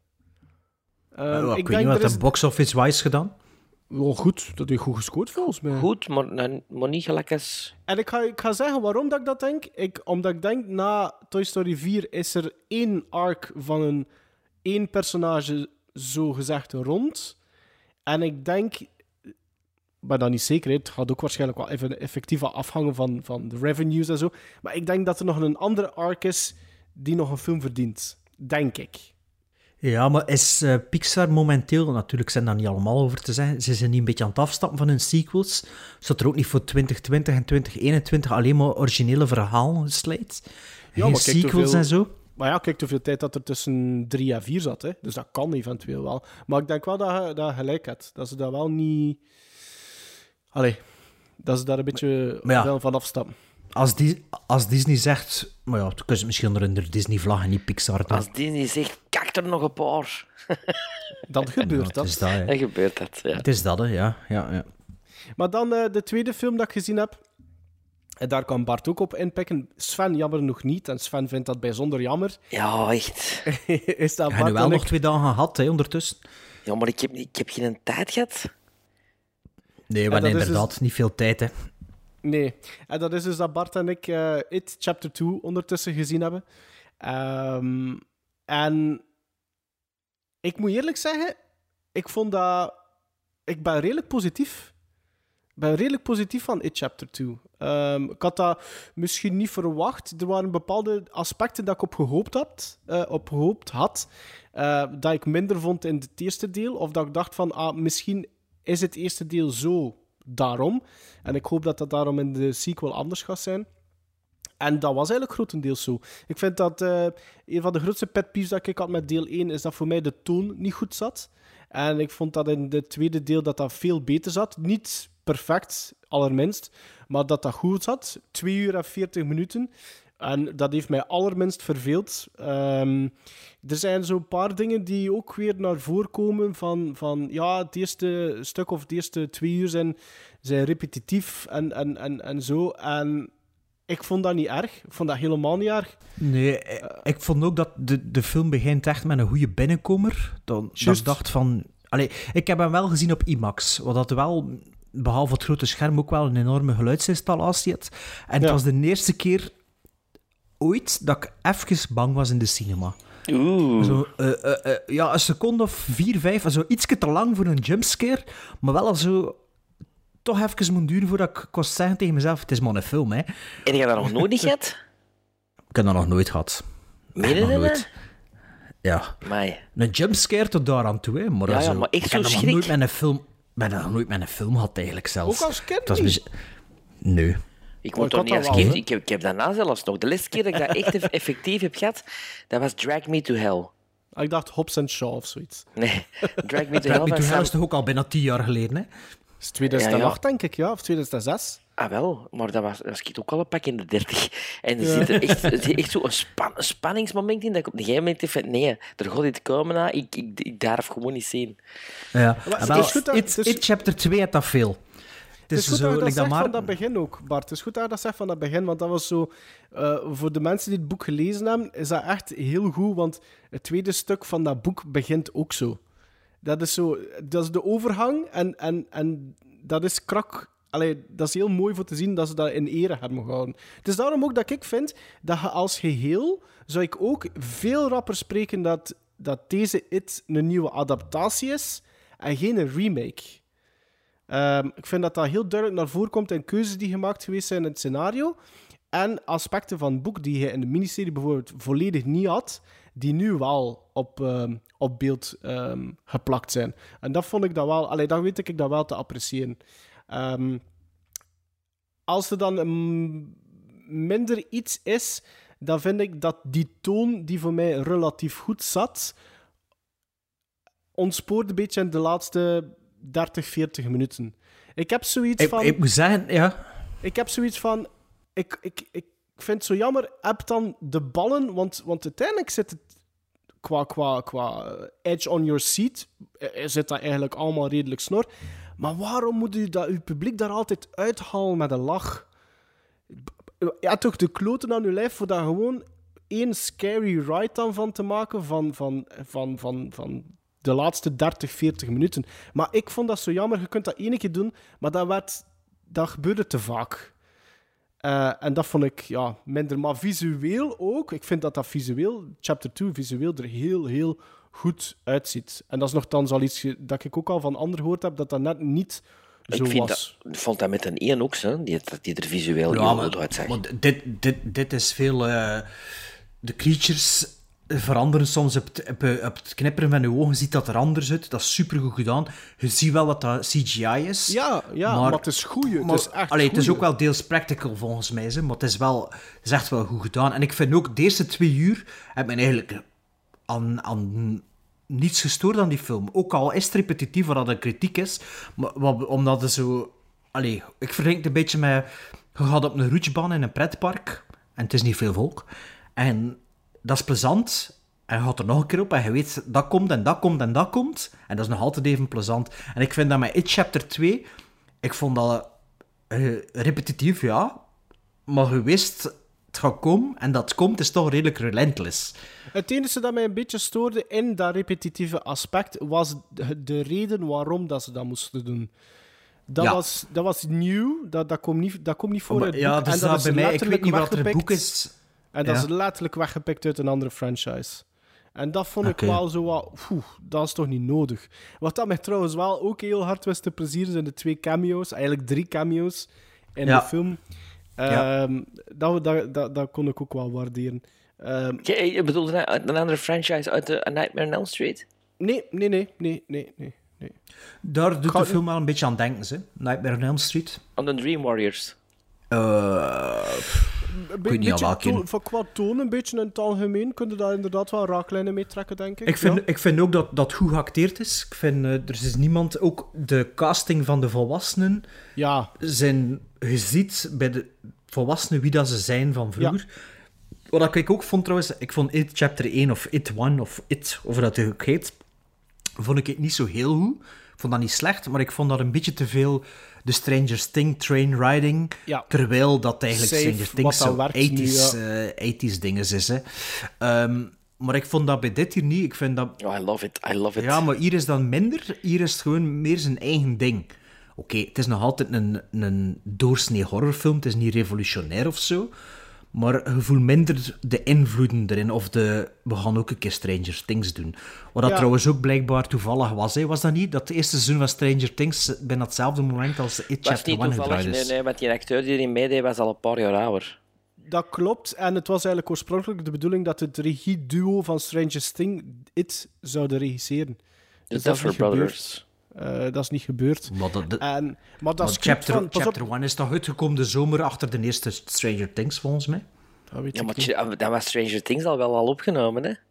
Um, Uh, ik ik weet denk niet wat er is... de box office wise gedaan. Wel goed, dat heeft goed gescoord volgens mij. Goed, maar, nou, maar niet gelijk als... En ik ga, ik ga zeggen waarom dat ik dat denk. Ik, omdat ik denk, na Toy Story vier is er één arc van een één personage zo gezegd rond. En ik denk, maar dan niet zeker, het gaat ook waarschijnlijk wel even effectief afhangen van, van de revenues en zo. Maar ik denk dat er nog een andere arc is die nog een film verdient. Denk ik. Ja, maar is uh, Pixar momenteel... Natuurlijk zijn daar niet allemaal over te zeggen. Ze zijn niet een beetje aan het afstappen van hun sequels. Zodat er ook niet voor twintig twintig en twintig eenentwintig alleen maar originele verhalen slijt. Ja, Geen maar kijk sequels hoeveel- en zo. Maar ja, kijk hoeveel tijd dat er tussen drie en vier zat. Hè. Dus dat kan eventueel wel. Maar ik denk wel dat je, dat je gelijk hebt. Dat ze daar wel niet... Allee, dat ze daar een beetje maar ja. wel van afstappen. Als, die, als Disney zegt... Maar ja, dan kunnen ze misschien onder een Disney-vlag en niet Pixar doen. Als Disney zegt, kak er nog een paar. Dan gebeurt Ja, dat. Het is dat, hè. Dan gebeurt dat, ja. Het is dat, hè. Ja, ja, ja. Maar dan uh, de tweede film dat ik gezien heb. En daar kan Bart ook op inpikken. Sven jammer genoeg niet. En Sven vindt dat bijzonder jammer. Ja, echt. Is dat Ik Bart heb nu wel en nog ik... twee dagen gehad, hè, ondertussen. Ja, maar ik heb, ik heb geen tijd gehad. Nee, we dat hebben is inderdaad dus- niet veel tijd, hè. Nee. En dat is dus dat Bart en ik uh, It Chapter twee ondertussen gezien hebben. Um, en ik moet eerlijk zeggen, ik vond dat... Ik ben redelijk positief. Ik ben redelijk positief van It Chapter twee. Um, ik had dat misschien niet verwacht. Er waren bepaalde aspecten dat ik op gehoopt had, uh, op gehoopt had uh, dat ik minder vond in het eerste deel. Of dat ik dacht van, ah, misschien is het eerste deel zo daarom. En ik hoop dat dat daarom in de sequel anders gaat zijn. En dat was eigenlijk grotendeels zo. Ik vind dat uh, een van de grootste pet peeves dat ik had met deel één is dat voor mij de toon niet goed zat. En ik vond dat in het tweede deel dat dat veel beter zat. Niet perfect, allerminst, maar dat dat goed zat. twee uur en veertig minuten. En dat heeft mij allerminst verveeld. Um, er zijn zo'n paar dingen die ook weer naar voren komen van, van ja, het eerste stuk of het eerste twee uur zijn, zijn repetitief en, en, en, en zo. En ik vond dat niet erg. Ik vond dat helemaal niet erg. Nee, ik vond ook dat de, de film begint echt met een goede binnenkomer. Dan, dat ik dacht van... Allee, ik heb hem wel gezien op IMAX, wat dat wel, behalve het grote scherm, ook wel een enorme geluidsinstallatie had. En ja. Het was de eerste keer ooit dat ik even bang was in de cinema. Oeh. Zo, uh, uh, uh, ja, een seconde of vier, vijf, zo iets te lang voor een jumpscare, maar wel zo... toch even moet duren voordat ik kon zeggen tegen mezelf, het is maar een film, hè. En je dat nog nooit niet gehad? Ik heb dat nog nooit gehad. Meen je dat? Ja. Amai. Een jumpscare tot daar aan toe, hè. Maar, ja, zo, ja, maar echt ik zo heb dat nog schrik. nooit met een film... Ik ben dat nog nooit met een film gehad, eigenlijk, zelfs. Ook als kind dat is niet? mis... Nee. Ik moet toch niet als kind... Ik heb, ik heb daarna zelfs nog... De laatste keer dat ik dat echt effectief heb gehad, dat was Drag Me to Hell. Ik dacht Hobbs and Shaw of zoiets. Nee, Drag Me to Drag Hell... Me to Sam... Hell is toch ook al bijna tien jaar geleden, hè? Dat is tweeduizend acht, ja, ja. denk ik, ja. Of tweeduizend zes. Ah, wel. Maar dat was, dat was ook al een pak in de dertig. En er ja. zit er echt, er zit echt zo'n span, een spanningsmoment in dat ik op een gegeven moment even... Nee, er gaat iets komen na. Ik, ik, ik darf gewoon niet zien. Ja. Maar, wel, het is goed dat, It, het is, It Chapter twee had dat veel. Het is, het is zo, goed dat je dat zegt maar... van dat begin ook, Bart. Het is goed dat je dat zegt van dat begin, want dat was zo... Uh, voor de mensen die het boek gelezen hebben, is dat echt heel goed, want het tweede stuk van dat boek begint ook zo. Dat is zo... Dat is de overgang en, en, en dat is krak... Allee, dat is heel mooi voor te zien dat ze dat in ere hebben gehouden. Het is daarom ook dat ik vind dat je als geheel... Zou ik ook veel rapper spreken dat, dat deze It een nieuwe adaptatie is en geen een remake. Um, ik vind dat dat heel duidelijk naar voren komt in keuzes die gemaakt geweest zijn in het scenario en aspecten van het boek die je in de miniserie bijvoorbeeld volledig niet had, die nu wel op, um, op beeld um, geplakt zijn. En dat vond ik dat wel... Allee, dat weet ik dat wel te appreciëren. Um, als er dan um, minder iets is, dan vind ik dat die toon die voor mij relatief goed zat, ontspoort een beetje in de laatste dertig, veertig minuten. Ik heb zoiets ik, van... Ik moet zeggen, ja... Ik heb zoiets van... Ik, ik, ik vind het zo jammer, heb dan de ballen, want, want uiteindelijk zit het qua, qua, qua edge on your seat, zit dat eigenlijk allemaal redelijk snor. Maar waarom moet u dat uw publiek daar altijd uithalen met een lach? Ja, toch de kloten aan uw lijf voor daar gewoon één scary ride dan van te maken van, van, van, van, van de laatste dertig, veertig minuten. Maar ik vond dat zo jammer. Je kunt dat één keer doen, maar dat, werd, dat gebeurde te vaak. Uh, en dat vond ik ja, minder. Maar visueel ook. Ik vind dat dat visueel, chapter twee, visueel er heel, heel goed uitziet. En dat is nogthans al iets dat ik ook al van anderen gehoord heb, dat dat net niet zo ik vind was. Dat, ik vond dat met een één ook zo, die, die er visueel ja, heel maar, goed uitzag. Maar dit, dit, dit is veel... Uh, de creatures veranderen soms op het, op, op het knipperen van je ogen. Je ziet dat er anders uit. Dat is supergoed gedaan. Je ziet wel wat dat C G I is. Ja, ja maar, maar het is goed. Het is echt allee, goeie. Het is ook wel deels practical volgens mij. Hè, maar het is, wel, het is echt wel goed gedaan. En ik vind ook, de eerste twee uur heb ik eigenlijk aan... aan niets gestoord aan die film. Ook al is het repetitief, wat dat een kritiek is. Maar, wat, omdat het zo... Allee, ik vergelijk het een beetje met... Je gaat op een roetsbaan in een pretpark. En het is niet veel volk. En dat is plezant. En je gaat er nog een keer op. En je weet, dat komt en dat komt en dat komt. En dat is nog altijd even plezant. En ik vind dat met It Chapter twee... Ik vond dat... Uh, repetitief, ja. maar je wist, het gaat komen, en dat komt is toch redelijk relentless. Het enige dat mij een beetje stoorde in dat repetitieve aspect was de, de reden waarom dat ze dat moesten doen. Dat, Ja. was, dat was nieuw, dat, dat komt niet, dat komt niet voor Maar het boek. ja, en dus dat dat is bij mij, ik letterlijk weet niet wat er het weggepikt. boek is. En dat Ja. is letterlijk weggepikt uit een andere franchise. En dat vond Oké. ik wel zo wat... Oeh, dat is toch niet nodig. Wat dat mij trouwens wel ook heel hard wist te plezieren zijn de twee cameo's. Eigenlijk drie cameo's in Ja. de film. Ja. Ehm, dat, dat, dat, dat kon ik ook wel waarderen. Ehm, Je, je bedoelt een, een andere franchise uit de A Nightmare on Elm Street? nee, nee, nee, nee, nee, nee. nee. Daar doet Ga- de film wel een beetje aan denken, hè. Nightmare on Elm Street. On the Dream Warriors. Eh, Een weet niet beetje aan welke. to- van qua toon, een beetje in het algemeen, kun je daar inderdaad wel raaklijnen mee trekken, denk ik. Ik vind, Ja. ik vind ook dat dat goed geacteerd is. Ik vind, eh, er is niemand... Ook de casting van de volwassenen Ja, zijn... Je ziet bij de volwassenen wie dat ze zijn van vroeger. Wat ik ook vond trouwens... Ik vond It Chapter één of It one of It, of dat het ook heet, vond ik het niet zo heel goed. Ik vond dat niet slecht, maar ik vond dat een beetje te veel de Stranger Things train riding, ja. terwijl dat eigenlijk Safe, Stranger Things wat dat zo werkt nu, eighties, ja. eh, eighties dinges is. Hè. Ehm, maar ik vond dat bij dit hier niet. Ik vind dat... Oh, I love it. I love it. Ja, maar hier is dan minder. Hier is het gewoon meer zijn eigen ding. Oké, het is nog altijd een, een doorsnee horrorfilm. Het is niet revolutionair of zo. Maar je voelt minder de invloeden erin. Of de... We gaan ook een keer Stranger Things doen. Wat dat Ja. trouwens ook blijkbaar toevallig was. Hè? Was dat niet? Dat het eerste seizoen van Stranger Things bijna hetzelfde moment als It was Chapter niet one toevallig, gedraaid nee, is. nee, want die acteur die erin meedeed was al een paar jaar ouder. Dat klopt. En het was eigenlijk oorspronkelijk de bedoeling dat het regieduo van Stranger Things It zouden regisseren. De Dus dat is Duffer niet gebeurd. Brothers. Eh, dat is niet gebeurd. Maar dat, de- En, maar dat maar script chapter, van... Pas chapter op. one is toch uitgekomen de zomer achter de eerste Stranger Things, volgens mij? Dat weet Ja, ik maar niet. tje- dan was Stranger Things al wel al opgenomen, hè?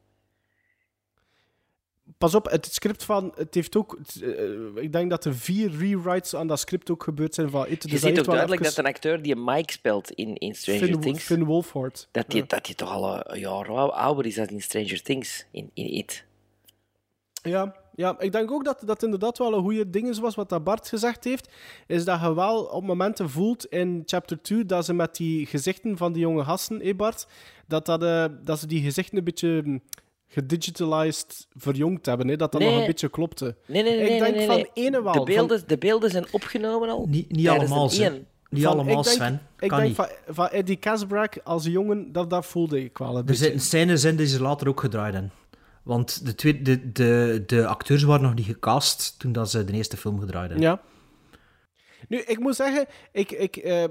Pas op, het script van... Het heeft ook... het, eh, ik denk dat er vier rewrites aan dat script ook gebeurd zijn van It. Je Dus dat ziet heeft ook wel duidelijk even- dat een acteur die Mike speelt in, in Stranger Finn, Things, Finn Wolfhard. dat die, Ja. dat die toch al een jaar ou- ouder is dan in Stranger Things, in, in It. Ja, ja, ik denk ook dat dat inderdaad wel een goede ding is, was wat dat Bart gezegd heeft, is dat je wel op momenten voelt in chapter twee dat ze met die gezichten van die jonge gasten, eh Bart, dat, dat, eh, dat ze die gezichten een beetje hm, gedigitalized verjongd hebben, hè, dat dat Nee. nog een beetje klopte. Nee, nee, nee. Ik nee, denk nee, van nee. ene wel, De van- beelden, de beelden zijn opgenomen al. Niet, niet tijdens allemaal, de Sven. één. Niet Van- allemaal, ik denk, Sven. Ik Kan denk niet. van, van Eddie Casbrack als jongen, dat, dat voelde ik wel een Er beetje. zitten scènes in die ze later ook gedraaid hebben. Want de, twee, de, de, de acteurs waren nog niet gecast toen dat ze de eerste film gedraaid hebben. Ja. Nu, ik moet zeggen, ik, ik, eh,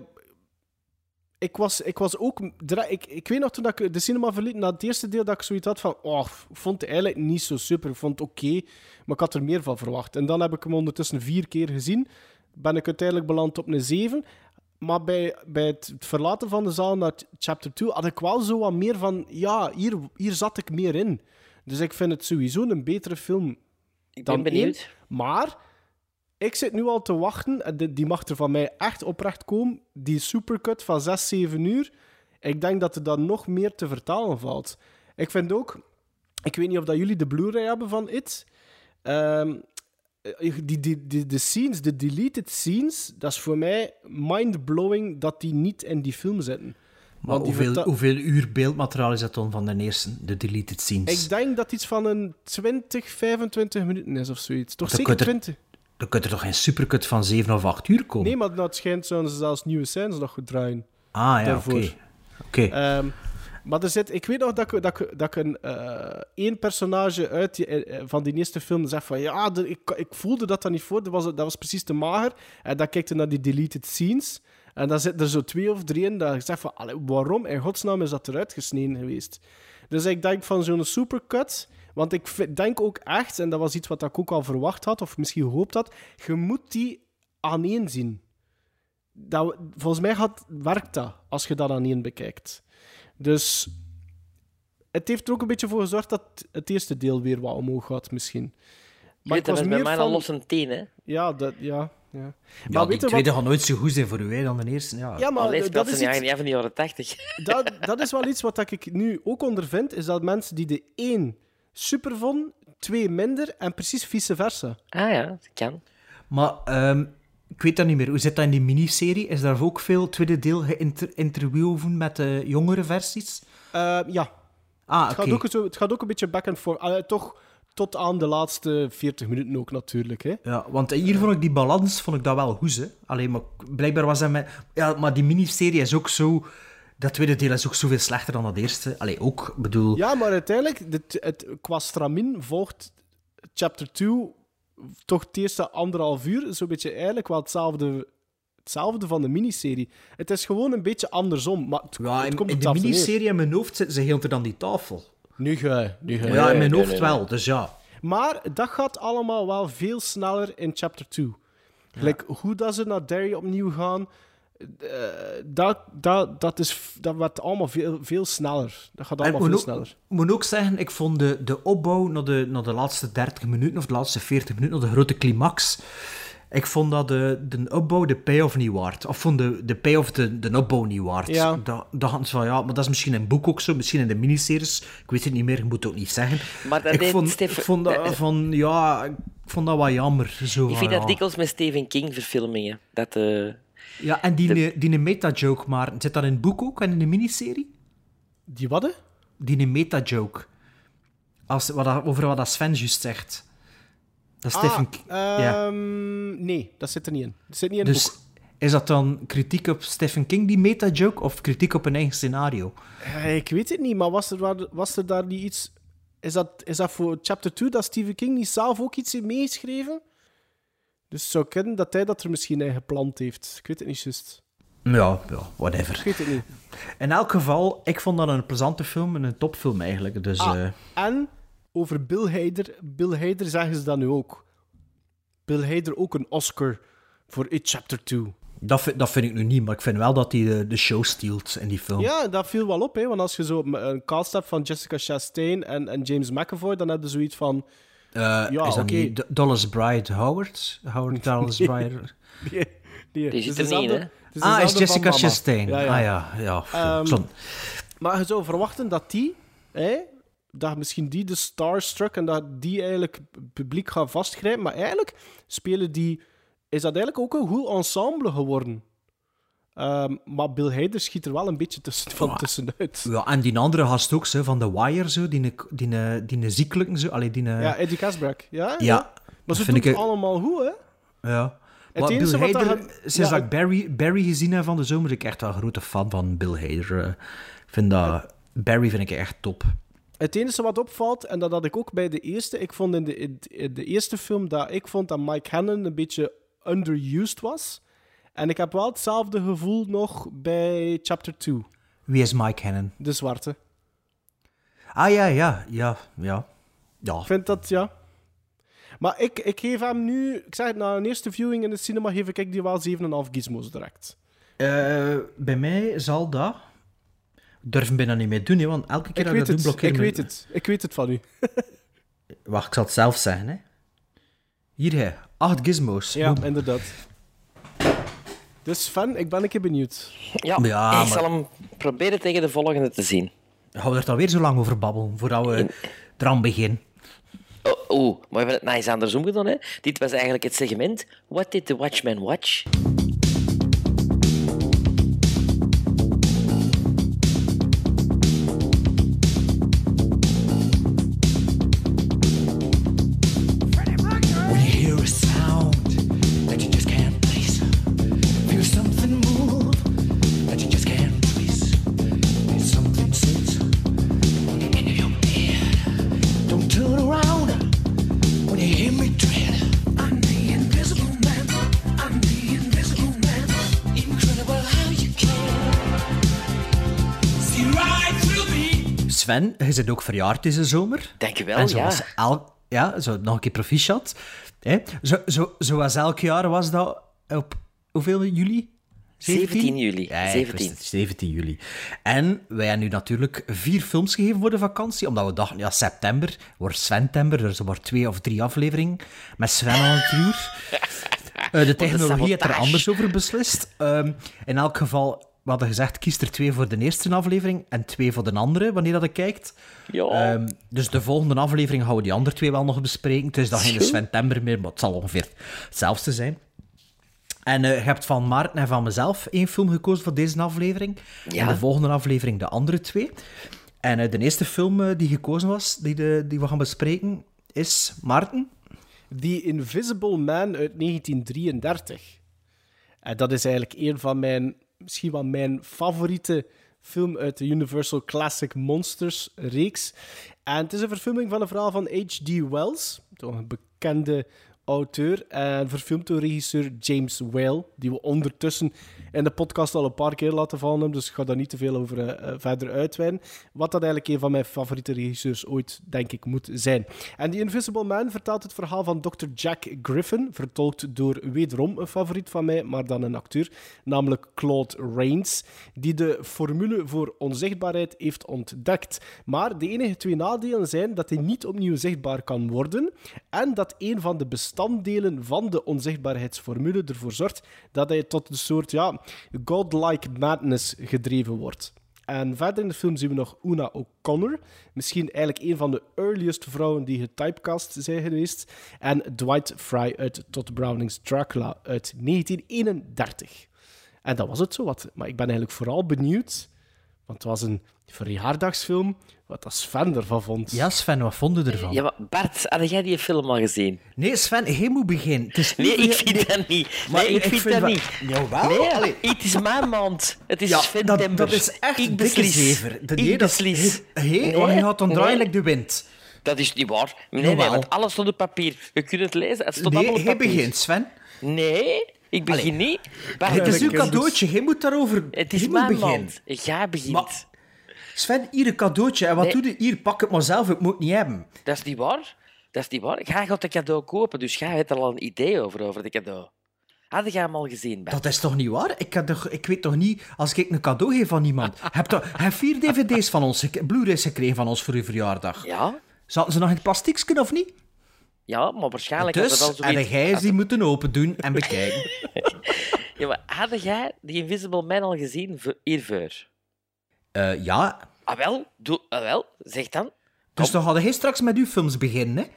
ik, was, ik was ook... dra- Ik, ik weet nog toen dat ik de cinema verliet, na het eerste deel, dat ik zoiets had van... Oh, ik vond het eigenlijk niet zo super. Ik vond het oké, maar ik had er meer van verwacht. En dan heb ik hem ondertussen vier keer gezien. Ben ik uiteindelijk beland op een zeven. Maar bij, bij het verlaten van de zaal naar chapter twee had ik wel zo wat meer van... Ja, hier, hier zat ik meer in. Dus ik vind het sowieso een betere film Ik dan ben benieuwd. één. Maar ik zit nu al te wachten, en die, die mag er van mij echt oprecht komen, die supercut van zes, zeven uur. Ik denk dat er dan nog meer te vertalen valt. Ik vind ook... Ik weet niet of dat jullie de Blu-ray hebben van It. Ehm, die, die, die, de scenes, de deleted scenes, dat is voor mij mind-blowing dat die niet in die film zitten. Maar Want die hoeveel, verta- hoeveel uur beeldmateriaal is dat dan van de eerste, de deleted scenes? Ik denk dat iets van een twintig, vijfentwintig minuten is of zoiets. Toch Dan zeker kun je er- twintig? Dan kan er toch geen supercut van zeven of acht uur komen? Nee, maar naar het schijnt zouden ze zelfs nieuwe scènes nog goed draaien. ah, ja, oké. daarvoor. Oké. Ehm, maar er zit, ik weet nog dat ik, dat ik, dat ik een eh, één personage uit die, eh, van die eerste film zegt van ja, de- ik, ik voelde dat dat niet voor, dat was, dat was precies te mager. En dan kijkt hij naar die deleted scenes en dan zitten er zo twee of drie in dat ik zeg van allee, waarom in godsnaam is dat eruit gesneden geweest? Dus ik denk van zo'n supercut, want ik vind- denk ook echt, en dat was iets wat ik ook al verwacht had of misschien gehoopt had, je moet die aaneen zien. Dat, volgens mij gaat, werkt dat als je dat aaneen bekijkt. Dus het heeft er ook een beetje voor gezorgd dat het eerste deel weer wat omhoog gaat, misschien. Maar Weet, dat is bij mij al los een tien, hè. Ja, dat, ja, ja. ja, maar die weet je tweede gaat nooit zo goed zijn voor u hè, dan de eerste. Ja. Ja, maar Allee, dat speelt is, ze niet iets, eigenlijk van de jaren tachtig. dat, dat is wel iets wat ik nu ook ondervind, is dat mensen die de één super vonden, twee minder, en precies vice versa. Ah ja, dat kan. Maar ehm, Ik weet dat niet meer. Hoe zit dat in die miniserie? Is daar ook veel tweede deel geïnterviewen met de jongere versies? Uh, ja. Ah, het, oké. gaat ook zo, het gaat ook een beetje back and forth. Uh, toch tot aan de laatste veertig minuten ook natuurlijk. Hè? Ja, want hier vond ik die balans vond ik dat wel goed. Hè? Alleen, maar blijkbaar was dat met... Ja, maar die miniserie is ook zo... Dat tweede deel is ook zoveel slechter dan dat eerste. Allee, ook, bedoel... Ja, maar uiteindelijk, dit, het, qua stramien volgt chapter twee toch het eerste anderhalf uur zo'n beetje eigenlijk wel hetzelfde, hetzelfde van de miniserie. Het is gewoon een beetje andersom, maar het, Ja, het in, komt in op de hetzelfde miniserie in mijn hoofd zitten ze heel te aan die tafel. neer. Nu ga je, nu ga je. Ja, in mijn nee, hoofd nee, wel, dus ja. Maar dat gaat allemaal wel veel sneller in chapter twee. Ja. Like, hoe dat ze naar Derry opnieuw gaan, uh, dat, dat, dat, is, dat wordt allemaal veel, veel sneller. Dat gaat allemaal En veel moet sneller. Ik moet ook zeggen, ik vond de, de opbouw naar de, naar de laatste dertig minuten of de laatste veertig minuten, naar de grote climax, ik vond dat de, de opbouw de payoff niet waard. Of vond de, de payoff de, de opbouw niet waard. Ja. Dat, dat hadden ze van, ja, maar dat is misschien in het boek ook zo, misschien in de miniseries. Ik weet het niet meer, ik moet het ook niet zeggen. Maar dat ik, deed vond, Stef- ik vond dat van, ja, ik vond dat wat jammer. Zo Ik van, vind ja. dat dikwijls met Stephen King verfilmingen. Dat, uh... Ja, en die, die, die meta-joke, maar zit dat in het boek ook en in de miniserie? Die wat, hè? Die meta-joke. Als, wat dat, over wat dat Sven juist zegt. Dat is Ah, Stephen King. Ja. um, nee, dat zit er niet in. Dat zit niet in het Dus boek. is dat dan kritiek op Stephen King, die meta-joke, of kritiek op een eigen scenario? Uh, ik weet het niet, maar was er, waar- was er daar niet iets... Is dat, is dat voor chapter twee dat Stephen King niet zelf ook iets heeft meegeschreven? Dus het zou kunnen dat hij dat er misschien in gepland heeft. Ik weet het niet juist. Ja, ja, whatever. Ik weet het niet. In elk geval, ik vond dat een plezante film en een topfilm eigenlijk. Dus, Ah. eh, En over Bill Hader. Bill Hader zeggen ze dat nu ook. Bill Hader ook een Oscar voor It Chapter twee. dat, vind, dat vind ik nu niet, maar ik vind wel dat hij de, de show steelt in die film. Ja, dat viel wel op, hè. Want als je zo een cast hebt van Jessica Chastain en, en James McAvoy, dan heb je zoiets van... Eh, Ja, is dat oké. niet D- Dallas Bride Howard? Howard Dallas Bride? Nee, nee, Die het zit is er niet, dezelfde- hè? het is Ah, is dezelfde van Jessica Mama. Chastain. Ja, ja. Ah ja, ja. Ehm, Zo. Maar je zou verwachten dat die, hè, dat misschien die de starstruck en dat die eigenlijk het publiek gaat vastgrijpen. Maar eigenlijk spelen die, is dat eigenlijk ook een goed ensemble geworden. Ehm, maar Bill Hader schiet er wel een beetje tussen, van Ja. tussenuit. Ja, en die andere gast ook, zo, van The Wire, zo, die, die, die, die ziekelijke, zo, allee, die... Ja, Eddie Casbrack. Ja, ja, maar ze vind doen ik- het allemaal goed, hè? ja. Het Maar enige Bill wat Hader, dat je- sinds ja, dat ik Barry, Barry gezien heb van de zomer, ben ik echt wel een grote fan van Bill Hader. eh. Ik vind dat... Barry vind ik echt top. Het enige wat opvalt, en dat had ik ook bij de eerste, ik vond in de, in de eerste film dat ik vond dat Mike Hannon een beetje underused was. En ik heb wel hetzelfde gevoel nog bij Chapter twee, Wie is Mike Hannon? de zwarte. Ah ja, ja, ja, ja. Ja, Ik vind dat, ja. Maar ik, ik geef hem nu, ik zeg het, na een eerste viewing in de cinema geef ik die wel zeven komma vijf gizmos direct. Eh, bij mij zal dat... Ik durf hem bijna niet meer doen, hè, want elke keer Ik dat ik weet dat doe, het, blokkeer ik me- weet het. Ik weet het van u. Wacht, ik zal het zelf zeggen, hè. Hier, hè. Acht gizmos. Ja, Boem. inderdaad. Dus fan, ik ben een keer benieuwd. Ja, Ja, ik maar- zal hem proberen tegen de volgende te zien. Gaan we er dan weer zo lang over babbelen, voordat we eraan beginnen? Oh, oeh, maar we hebben het nou eens andersom gedaan, hè? Dit was eigenlijk het segment What Did the Watchman Watch? When you hear a sound that you just can't place, feel something move that you just can't trace. There's something sits in your head. Don't turn around when you hear me tread. I'm the invisible man. I'm the invisible man. Incredible how you can see right through me. Sven, je bent ook verjaard deze zomer. Dankjewel, En ja. zoals el- ja, zo nog een keer proficiat. Hè? Zo, zo, zoals elk jaar was dat op hoeveel juli? zeventien juli. Ja, ja, zeventien. ik wist het, zeventien juli. En wij hebben nu natuurlijk vier films gegeven voor de vakantie, omdat we dachten, ja, september wordt Sven-tember, dus er wordt twee of drie afleveringen met Sven aan het uur. Eh, de technologie heeft er sabotage. anders over beslist. Ehm, in elk geval, we hadden gezegd, kies er twee voor de eerste aflevering en twee voor de andere, wanneer dat je kijkt. Ja. Ehm, dus de volgende aflevering gaan we die andere twee wel nog bespreken. Het is dan geen Goed. Sven-tember meer, maar het zal ongeveer hetzelfde zijn. En uh, je hebt van Maarten en van mezelf één film gekozen voor deze aflevering. Ja. En de volgende aflevering de andere twee. En uh, de eerste film uh, die gekozen was, die, de, die we gaan bespreken, is Maarten. The Invisible Man uit negentien drieëndertig. En dat is eigenlijk een van mijn, misschien wel mijn favoriete film uit de Universal Classic Monsters reeks. En het is een verfilming van een verhaal van H G Wells, toch een bekende auteur, en verfilmd door regisseur James Whale, die we ondertussen in de podcast al een paar keer laten vallen hebben, dus ik ga daar niet te veel over uh, verder uitweiden. Wat dat eigenlijk een van mijn favoriete regisseurs ooit, denk ik, moet zijn. En The Invisible Man vertelt het verhaal van dokter Jack Griffin, vertolkt door wederom een favoriet van mij, maar dan een acteur, namelijk Claude Rains, die de formule voor onzichtbaarheid heeft ontdekt. Maar de enige twee nadelen zijn dat hij niet opnieuw zichtbaar kan worden en dat een van de bestanddelen van de onzichtbaarheidsformule ervoor zorgt dat hij tot een soort, ja, godlike madness gedreven wordt. En verder in de film zien we nog Una O'Connor, misschien eigenlijk een van de earliest vrouwen die getypecast zijn geweest, en Dwight Fry uit Todd Browning's Dracula uit negentien eenendertig. En dat was het zo wat. Maar ik ben eigenlijk vooral benieuwd, want het was een verjaardagsfilm, wat dat Sven ervan vond. Ja, Sven, wat vond je ervan? Ja, maar Bart, had jij die film al gezien? Nee, Sven, jij moet beginnen. Het is Nee, niet ik voor- vind nee. dat niet. Maar Nee, ik, ik vind, vind dat wel- niet. Jawel, Nee, allee. het is mijn maand. Het is Ja, september. dat, dat is echt ik een dikke beslis. zever. De- Ik nee, dat- beslis. Hé, hey, Nee, want je gaat dan nee. draaien like de wind. Dat is niet waar. Nee, nee, Jawel. want alles stond op papier. Je kunt het lezen, het stond Nee, allemaal op jij papier. begint, Sven. Nee, ik begin niet. Bart, Het is uw ik heb cadeautje, jij moet daarover het is jij moet mijn beginnen. maand. Jij begint. Maar- Sven, hier een cadeautje. En wat Nee. doe je? Hier, pak het maar zelf, ik moet het niet hebben. Dat is niet waar. Dat is niet waar. Jij gaat een cadeau kopen, dus jij hebt er al een idee over, over de cadeau. Had jij hem al gezien, Bart? Dat is toch niet waar? Ik, kan toch, ik weet toch niet, als ik een cadeau geef aan iemand... Heb toch, heb vier dvd's van ons, gek- Blu-rays gekregen van ons voor uw verjaardag. Ja, Zaten ze nog in het plastiekje of niet? ja, maar waarschijnlijk had Dus het al zoiets... hadden jij ze die moeten open doen en bekijken. Ja, maar had jij die Invisible Man al gezien v- hiervoor? Eh, ja, Ah wel, doe, ah, wel, zeg dan. dus dan hadden jij straks met uw films beginnen, hè?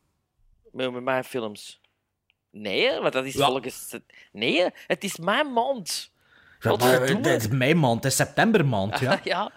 Met, met mijn films. Nee, hè, want dat is Ja. volgens... Nee, hè, het is mijn maand. Ja, Wat maar, verdomme. het is mei maand, het is septembermaand, ja. ja.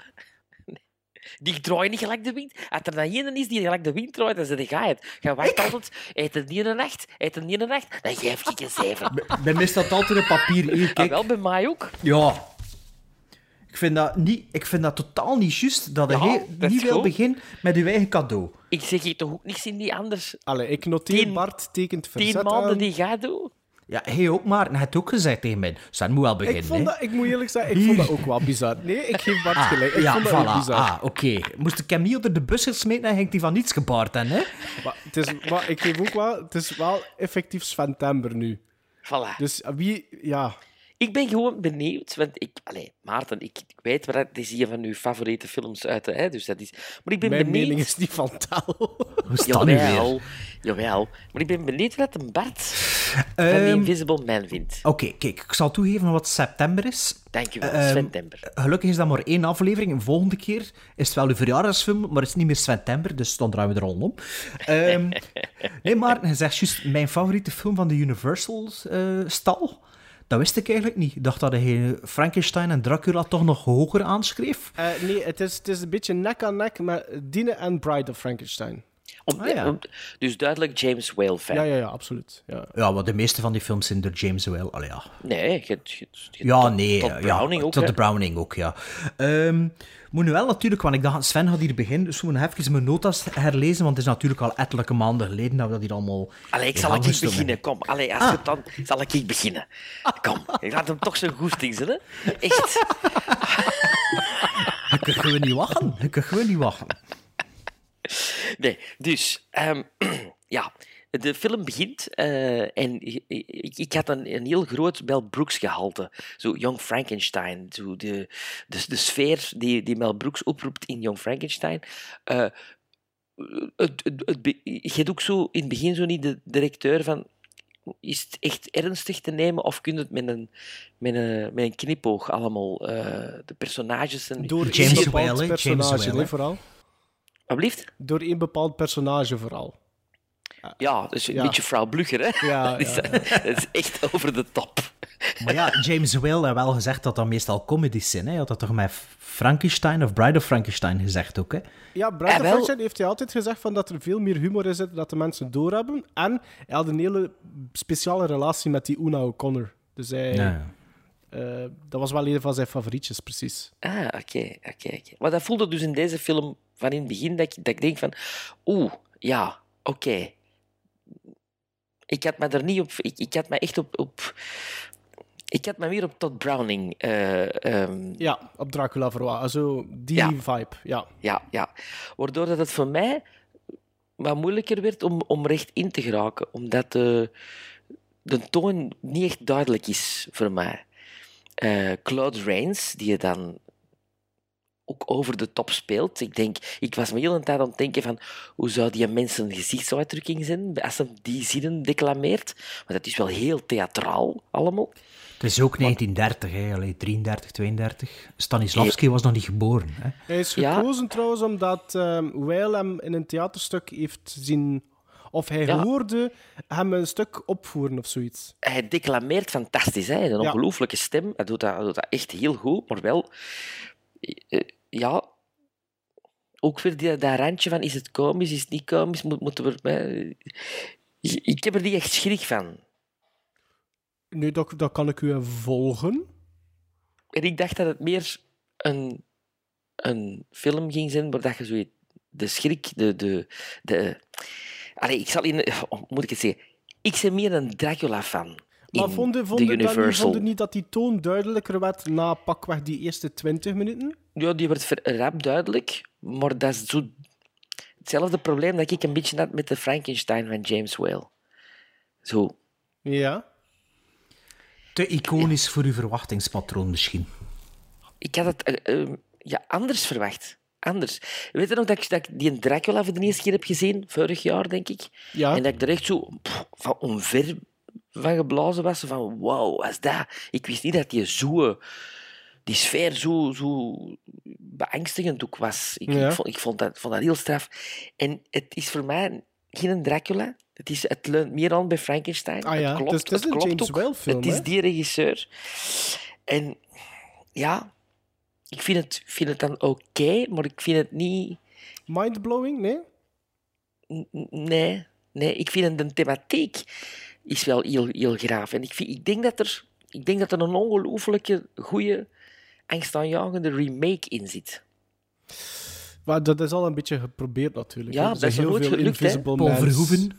Die draait niet gelijk de wind. Als er dan één is die gelijk de wind draait, dan zit hij het. Je wacht altijd, eet het niet in de nacht, eet het niet in de nacht, dan geef ik een zeven. Bij mij staat altijd op papier. Hier, Ah, kijk. wel, bij mij ook. Ja. Ik vind dat, niet, ik vind dat totaal niet juist dat Ja, je dat is niet wil goed. beginnen met je eigen cadeau. Ik zeg hier toch ook niks in die anders. Allee, ik noteer Tien- Bart tekent Tien verzet maanden aan. die gaat doen. Ja, hij ook maar. En hij heeft ook gezegd tegen mij. Sven moet wel beginnen, Ik, vond hè. dat, ik moet eerlijk zeggen, ik vond dat ook wel bizar. Nee, ik geef Bart Ah, gelijk. Ik ja, vond dat voilà. ook bizar. Ah, oké. Moest ik hem niet onder de bus gesmeten, dan ging hij van niets gebaard, hè? Maar, het is, maar ik geef ook wel... Het is wel effectief Sventember nu. Voilà. Dus wie... Ja... Ik ben gewoon benieuwd, want ik... Allee, Maarten, ik, ik weet waar het is een van uw favoriete films uit, hè, dus dat is... Maar ik ben Mijn benieuwd... mening is die van taal. Hoe is dat nu weer? Jawel, jawel. Maar ik ben benieuwd wat een Bart van die Ehm, Invisible Man vindt. Oké, kijk. Ik zal toegeven wat september is. Dank je wel, Ehm, September. Gelukkig is dat maar één aflevering. De volgende keer is het wel uw verjaardagsfilm, maar het is niet meer september, dus dan draaien we er al om. Ehm, nee, maar je zegt juist mijn favoriete film van de Universal-stal. Dat wist ik eigenlijk niet. Ik dacht dat hij Frankenstein en Dracula toch nog hoger aanschreef. Eh, nee, het is, het is een beetje nek aan nek met Dine en Bride of Frankenstein. Om, ah, ja. om- dus duidelijk James Whale fan. Ja, ja, ja, absoluut. Ja. Ja, maar de meeste van die films zijn door James Whale. Allee, ja. Nee, je, je, je, Ja, tot- nee. tot ja, Browning ook, tot hè. de Browning ook, ja. Ehm, moet nu wel natuurlijk, want ik dacht, Sven gaat hier beginnen, dus we moeten even mijn notas herlezen, want het is natuurlijk al ettelijke maanden geleden dat we dat hier allemaal... Allee, ik in zal gang ik gestoken beginnen. Kom, allee, als Ah. je het dan zal ik beginnen. Kom, ik laat hem toch zijn goesting zijn, hè? Echt. Je kunt gewoon niet wachten. Je kunt gewoon niet wachten. Nee, dus, ehm, ja, de film begint eh, en ik, ik had een, een heel groot Mel Brooks gehalte. Zo Young Frankenstein, zo de, de, de sfeer die, die Mel Brooks oproept in Young Frankenstein. Eh, het, het, het, be- je hebt ook zo in het begin zo niet de directeur van... Is het echt ernstig te nemen of kun je het met een, met een, met een knipoog allemaal uh, de personages... En, Door James één bepaald Whale, hè? personage, James Whale, hè, hè. vooral. Alsjeblieft? Door één bepaald personage vooral. Ja, dus een Ja. beetje vrouw Blugger, hè? Ja, Dus ja. dat, dat is echt over de top. Maar ja, James Whale had wel gezegd dat dat meestal comedies zijn. Hè? Hij had dat toch met Frankenstein of Bride of Frankenstein gezegd ook, hè? Ja, Bride Ah, of wel. Frankenstein heeft hij altijd gezegd van dat er veel meer humor in zit dat de mensen doorhebben. En hij had een hele speciale relatie met die Una O'Connor. Dus hij, Ja. eh, dat was wel een van zijn favorietjes, precies. Ah, oké, oké, oké. Maar dat voelde dus in deze film van in het begin dat ik, dat ik denk van... Oeh, ja, oké. Ik had me er niet op... Ik, ik had me echt op... op ik had me weer op Todd Browning... eh, ehm, Ja, op Dracula verwacht. Also, die Ja. vibe, ja. ja, ja. Waardoor dat het voor mij wat moeilijker werd om, om recht in te geraken. Omdat de, de toon niet echt duidelijk is voor mij. Eh, Claude Rains, die je dan ook over de top speelt. Ik denk, ik was me heel een tijd aan het denken van hoe zou die mensen gezichtsuitdrukking zijn als hij die zinnen declameert. Maar dat is wel heel theatraal allemaal. Het is ook negentien dertig, hè? Allee, drieëndertig, tweeëndertig. Stanislavski was nog niet geboren. Hè? Hij is Ja. gekozen trouwens omdat um, Weil hem in een theaterstuk heeft zien... Of hij Ja. hoorde hem een stuk opvoeren of zoiets. Hij declameert fantastisch. Hè? Hij heeft een Ja. ongelooflijke stem. Hij doet, dat, hij doet dat echt heel goed. Maar wel... eh, ja... Ook weer die, dat randje van is het komisch, is het niet komisch, moet, moeten we... eh, ik heb er niet echt schrik van. Nu, dat, dat kan ik u volgen. En ik dacht dat het meer een, een film ging zijn waar dat je zo de schrik, de... de, de allee, ik zal in... Hoe moet ik het zeggen? Ik ben meer een Dracula-fan. Maar in vonden de vonden dan niet, Universal. vonden niet dat die toon duidelijker werd na pakweg die eerste twintig minuten? Ja, die werd ver- rap duidelijk, maar dat is zo... hetzelfde probleem dat ik een beetje had met de Frankenstein van James Whale. Zo. Ja. Te iconisch voor uw verwachtingspatroon misschien. Ik had het eh, eh, ja, anders verwacht. Anders. Weet je nog dat ik, dat ik die Dracula voor de eerste keer heb gezien? Vorig jaar, denk ik. Ja. En dat ik er echt zo pff, van omver van geblazen was. Van, wauw, wat is dat? Ik wist niet dat die zo... Die sfeer zo, zo beangstigend ook was. Ik, Ja. ik, vond, ik vond, dat, vond dat heel straf. En het is voor mij geen Dracula. Het, is, het leunt meer aan bij Frankenstein. Ah ja, het klopt, het is- het is een klopt James ook. Whale film, Het is hè? die regisseur. En ja, ik vind het, vind het dan oké, maar ik vind het niet... Mindblowing, nee? n- n- Nee, nee, ik vind de thematiek is wel heel, heel graaf. En ik, vind, ik, denk dat er, ik denk dat er een ongelooflijke, goede, angstaanjagende remake in zit. Maar dat is al een beetje geprobeerd natuurlijk. Ja, hè. Er dat zijn is nog heel nooit veel gelukt, hè. Invisible Paul Mans. Verhoeven.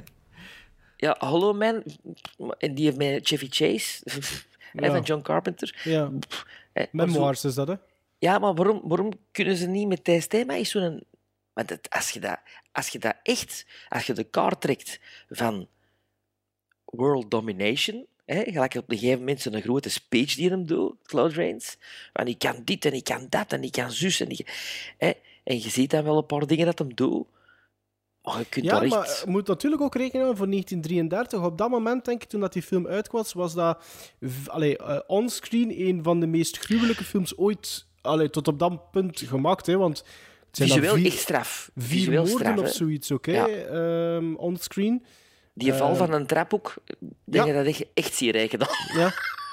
Ja, Hollow Man, en die heeft met Chevy Chase, hè, Ja. van John Carpenter. Ja, Hè, maar zo- Memoirs is dat, hè? Ja, maar waarom, waarom kunnen ze niet met deze thema is zo'n... Want het, als, je dat, als je dat echt... Als je de kaart trekt van world domination... Hè, gelijk op een gegeven moment zo'n grote speech die hem doet, Claude Rains. Van ik kan dit en ik kan dat en ik kan zus. En, ik, hè, en je ziet dan wel een paar dingen dat hem doet. Maar je kunt Ja, daar echt... maar je moet natuurlijk ook rekenen houden voor negentien drieëndertig. Op dat moment, denk ik, toen dat die film uitkwam, was dat v- allee, eh, onscreen een van de meest gruwelijke films ooit allee, tot op dat punt gemaakt. Hè, want het zijn dan Visueel vier, echt straf. vier Visueel moorden straf, of hè. zoiets, oké, Ja. ehm, onscreen. Die val Eh, van een trap ook, denk ja. je dat echt, echt zie rijken dan. Ja.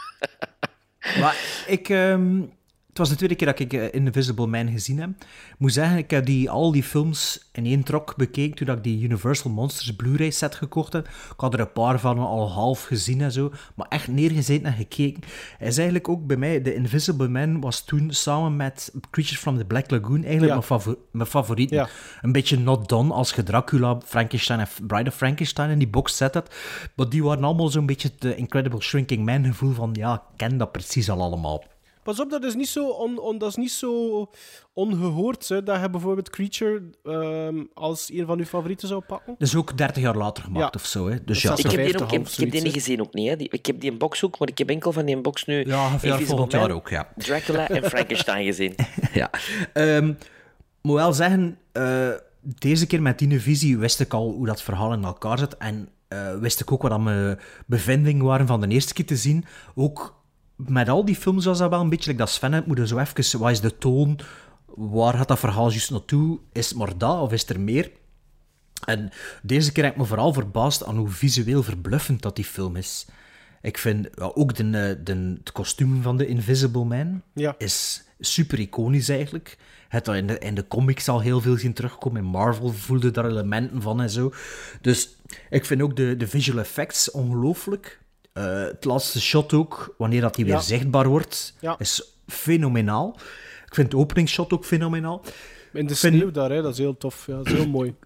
Maar ik... ehm, het was de tweede keer dat ik eh, Invisible Man gezien heb. Ik moet zeggen, ik heb die, al die films in één trok bekeken toen ik die Universal Monsters Blu-ray set gekocht heb. Ik had er een paar van al half gezien en zo, maar echt neergezeten en gekeken. Hij is eigenlijk ook bij mij, de Invisible Man was toen samen met Creatures from the Black Lagoon eigenlijk Ja. mijn, favo- mijn favorieten. Ja. Een beetje not done als je Dracula, Frankenstein en Bride of Frankenstein in die box zet had. Maar die waren allemaal zo'n beetje het eh, Incredible Shrinking Man gevoel van, ja, ik ken dat precies al allemaal. Pas op, dat is niet zo, on, on- dat is niet zo ongehoord, hè, dat je bijvoorbeeld Creature ehm, als een van uw favorieten zou pakken. Dat is ook dertig jaar later gemaakt Ja. of zo. Hè? Dus Dat ja, is Ik heb, die vijftig ook, ik, heb, of ik heb die zoiets, niet hè. gezien ook niet. Hè. Die- ik heb die in box ook, maar ik heb enkel van die box nu ja verjaardag Invisible volgend Man, jaar ook, ja. Dracula en Frankenstein gezien. ja. Ehm, moet wel zeggen, eh, deze keer met die visie wist ik al hoe dat verhaal in elkaar zit. En eh, wist ik ook wat aan mijn bevindingen waren van de eerste keer te zien. Ook met al die films was dat wel een beetje, like dat Sven het moet zo even, wat is de toon? Waar gaat dat verhaal juist naartoe? Is het maar dat of is er meer? En deze keer heb ik me vooral verbaasd aan hoe visueel verbluffend dat die film is. Ik vind ja, ook de, eh, de, het kostuum van de Invisible Man Ja. is super iconisch eigenlijk. Je hebt dat in de, in de comics al heel veel zien terugkomen. In Marvel voelde daar elementen van en zo. Dus ik vind ook de, de visual effects ongelooflijk. Eh, het laatste shot ook, wanneer dat die weer Ja. zichtbaar wordt, Ja. is fenomenaal. Ik vind de openingsshot ook fenomenaal. In de vind- sneeuw daar, hè, dat is heel tof. Ja, dat is heel mooi.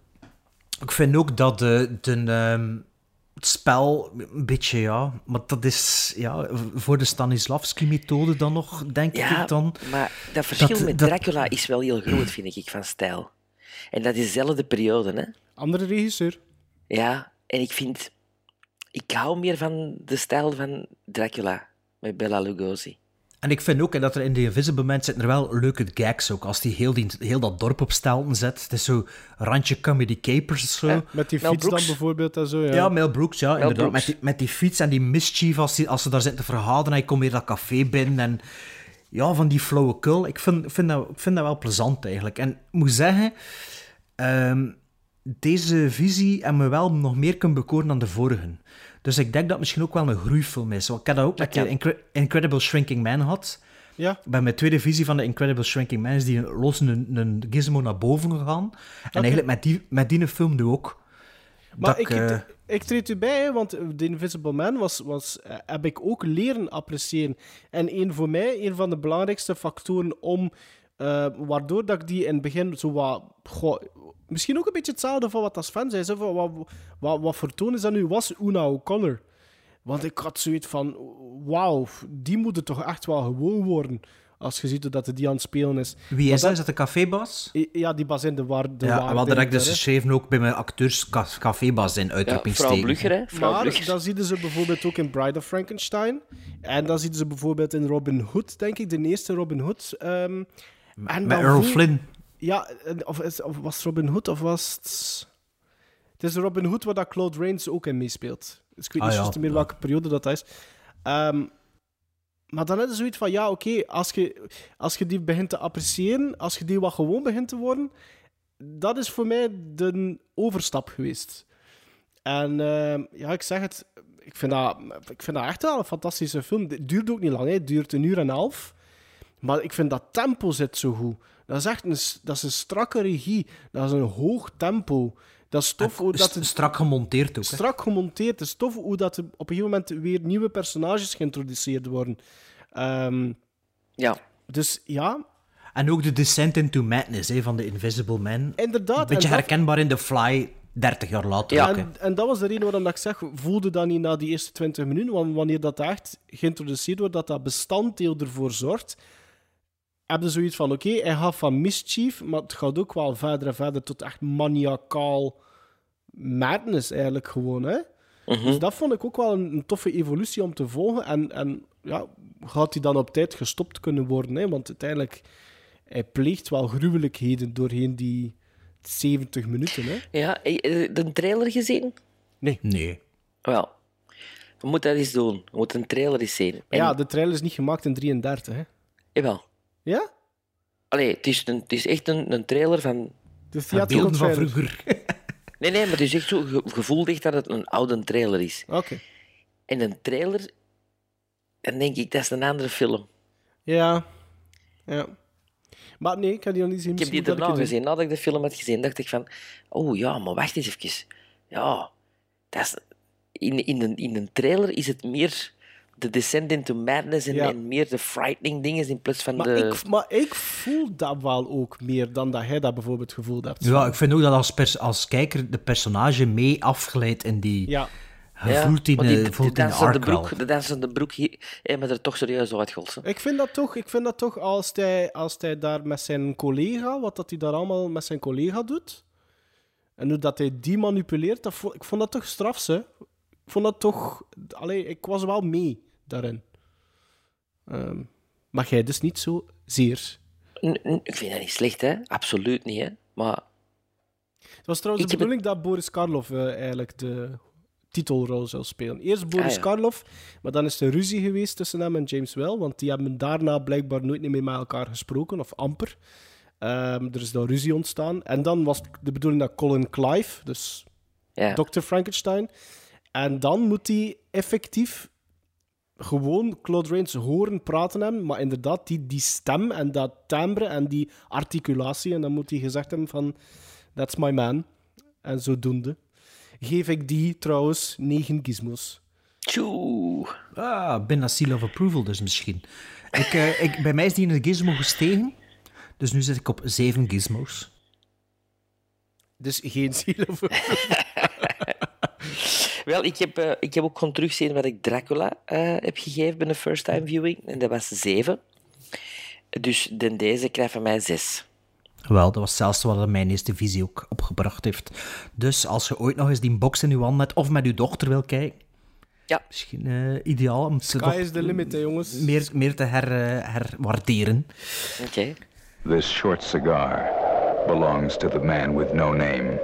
Ik vind ook dat de, de, ehm, het spel een beetje, ja... Maar dat is ja, voor de Stanislavski-methode dan nog, denk Ja, ik dan. maar dat verschil Dat- met dat- Dracula is wel heel groot, vind ik, van stijl. En dat is dezelfde periode, hè. Andere regisseur. Ja, en ik vind... Ik hou meer van de stijl van Dracula, met Bela Lugosi. En ik vind ook hè, dat er in The Invisible Man zitten er wel leuke gags ook. Als die heel, die, heel dat dorp op stelten zet. Het is zo randje comedy capers of zo. Ja. Ja, Met die Mel fiets Brooks. dan bijvoorbeeld en zo. Ja, Mel Brooks, ja, inderdaad. Brooks. Met, die, met die fiets en die mischief als, die, als ze daar zitten te verhouden. En je komt weer dat café binnen. En ja, van die flauwekul. Ik vind, vind, dat, ik vind dat wel plezant eigenlijk. En ik moet zeggen... ehm, deze visie hebben we wel nog meer kunnen bekoren dan de vorige. Dus ik denk dat het misschien ook wel een groeifilm is. Want ik had dat ook Dat met de kan. Incre- Incredible Shrinking Man had. ja. Bij mijn tweede visie van de Incredible Shrinking Man is die los een, een gizmo naar boven gegaan. En eigenlijk met die, met die film nu ook. Maar Dat ik, eh, ik, ik treed u bij, hè, want The Invisible Man was, was, eh, heb ik ook leren appreciëren. En een voor mij, een van de belangrijkste factoren om, eh, waardoor dat ik die in het begin zo wat... Goh, misschien ook een beetje hetzelfde van wat als fan zei. Zo van, wat, wat, wat voor toon is dat nu? Was Una O'Connor. Want ik had zoiets van, wauw, die moeten toch echt wel gewoon worden. Als je ziet dat hij die aan het spelen is. wie is Maar dat? Is dat de cafébas? Ja, die bas in de war. De Ja, waar en wat direct dus hè. geschreven ook bij mijn acteurs ca- cafébas in Ja, uitroepingsteken. vrouw Blugger, hè. Vrouw Maar Blugger. dan zien ze bijvoorbeeld ook in Bride of Frankenstein. En dan zien ze bijvoorbeeld in Robin Hood, denk ik, de eerste Robin Hood. ehm, en Met dan Earl voel- Flynn. Ja, en- of, is, of was het Robin Hood of was het... Het is de Robin Hood waar dat Claude Rains ook in meespeelt. Dus ik weet Ah, niet ja, juist meer ja. welke periode dat is. Ehm, maar dan is het zoiets van, ja, oké, als, je, als je die begint te appreciëren, als je die wat gewoon begint te worden, dat is voor mij de overstap geweest. En ehm, ja, ik zeg het, ik vind, dat, ik vind dat echt wel een fantastische film. Het duurt ook niet lang, hè. Het duurt een uur en een half. Maar ik vind dat tempo zit zo goed. Dat is echt een, dat is een strakke regie. Dat is een hoog tempo. Dat is tof hoe dat St- het Strak gemonteerd ook. Hè. strak gemonteerd is. Tof hoe dat er op een gegeven moment weer nieuwe personages geïntroduceerd worden. Ehm, Ja. dus ja, En ook de Descent into Madness hè, van de Invisible Man. inderdaad. Een beetje en dat- herkenbaar in The Fly, dertig jaar later Ja. ook. Hè. En, en dat was de reden waarom dat ik zeg, voelde dat niet na die eerste twintig minuten, want wanneer dat echt geïntroduceerd wordt, dat dat bestanddeel ervoor zorgt, heb je zoiets van, oké, hij gaat van mischief, maar het gaat ook wel verder en verder tot echt maniacaal madness eigenlijk gewoon, hè. Mhm. Dus dat vond ik ook wel een, een toffe evolutie om te volgen. En, en ja, gaat hij dan op tijd gestopt kunnen worden, hè? Want uiteindelijk, hij pleegt wel gruwelijkheden doorheen die zeventig minuten, hè. Ja, heb je de trailer gezien? Nee. Wel, we moeten dat eens doen. We moeten een trailer eens zien. En, Ja, de trailer is niet gemaakt in drieëndertig, hè. Jawel. Ja? Allee, het is, een, het is echt een, een trailer van... De Van theatrical beelden van trailer. vroeger. Nee, nee, maar het is echt zo ge- gevoeld echt dat het een oude trailer is. Oké. En een trailer, dan denk ik, dat is een andere film. Ja. Ja. Maar nee, ik heb die nog niet gezien. Ik heb die Misschien moet daarna ik het gezien. Nadat ik de film had gezien, dacht ik van... Oh ja, maar wacht eens even. Ja, dat is... In, in, een, in een trailer is het meer de Descent into Madness en, Ja. en meer de frightening dingen in plaats van doen. de... Maar, ik, maar ik voel dat wel ook meer dan dat hij dat bijvoorbeeld gevoeld hebt. Ja, ik vind ook dat als, pers- als kijker de personage mee afglijdt in die... Ja. Je voelt die, want die, eh, de, voelt de die dansende arc wel. broek, de dansende broek hier, hebben me er toch serieus uitgeholsen. Ik vind dat toch, ik vind dat toch als, hij, als hij daar met zijn collega, wat dat hij daar allemaal met zijn collega doet, en hoe dat hij die manipuleert, dat vond, ik vond dat toch straf, hè. Ik vond dat toch... Allee, ik was wel mee daarin. Ehm, maar jij dus niet zo zeer. N- n- Ik vind dat niet slecht, hè? Absoluut niet, hè? Maar Het was trouwens Ik de heb bedoeling dat Boris Karloff eh, eigenlijk de titelrol zou spelen. Eerst Boris Ah, ja. Karloff, maar dan is er ruzie geweest tussen hem en James Whale, want die hebben daarna blijkbaar nooit meer met elkaar gesproken, of amper. Um, er is dan ruzie ontstaan. En dan was de bedoeling dat Colin Clive, dus Ja. dokter Frankenstein, en dan moet hij effectief gewoon Claude Rains horen praten hebben, maar inderdaad, die, die stem en dat timbre en die articulatie, en dan moet hij gezegd hebben van, that's my man. En zodoende geef ik die trouwens negen gizmos. Tjoe. Ah, bijna seal of approval dus misschien. Ik, uh, ik, bij mij is die in de gizmo gestegen, dus nu zit ik op zeven gizmos. Dus geen ziel of... Wel, ik heb, uh, ik heb ook gewoon terugzien wat ik Dracula uh, heb gegeven bij een first time viewing. En dat was zeven. Dus den deze krijgt van mij zes. Wel, dat was zelfs wat mijn eerste visie ook opgebracht heeft. Dus als je ooit nog eens die box in je hand hebt, of met je dochter wil kijken, Ja. misschien uh, ideaal om ze toch Sky is the limit, hè, jongens. meer, meer te her, uh, herwaarderen. Oké. Okay. This short cigar belongs to the man with no name.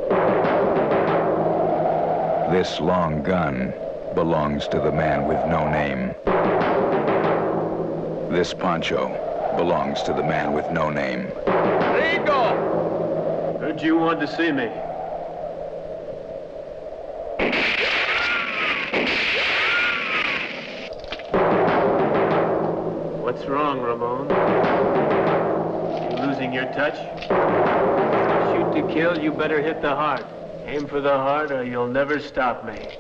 This long gun belongs to the man with no name. This poncho belongs to the man with no name. Rico! Heard you want to see me. What's wrong, Ramon? You losing your touch? Shoot to kill, you better hit the heart. Aim for the heart or you'll never stop me.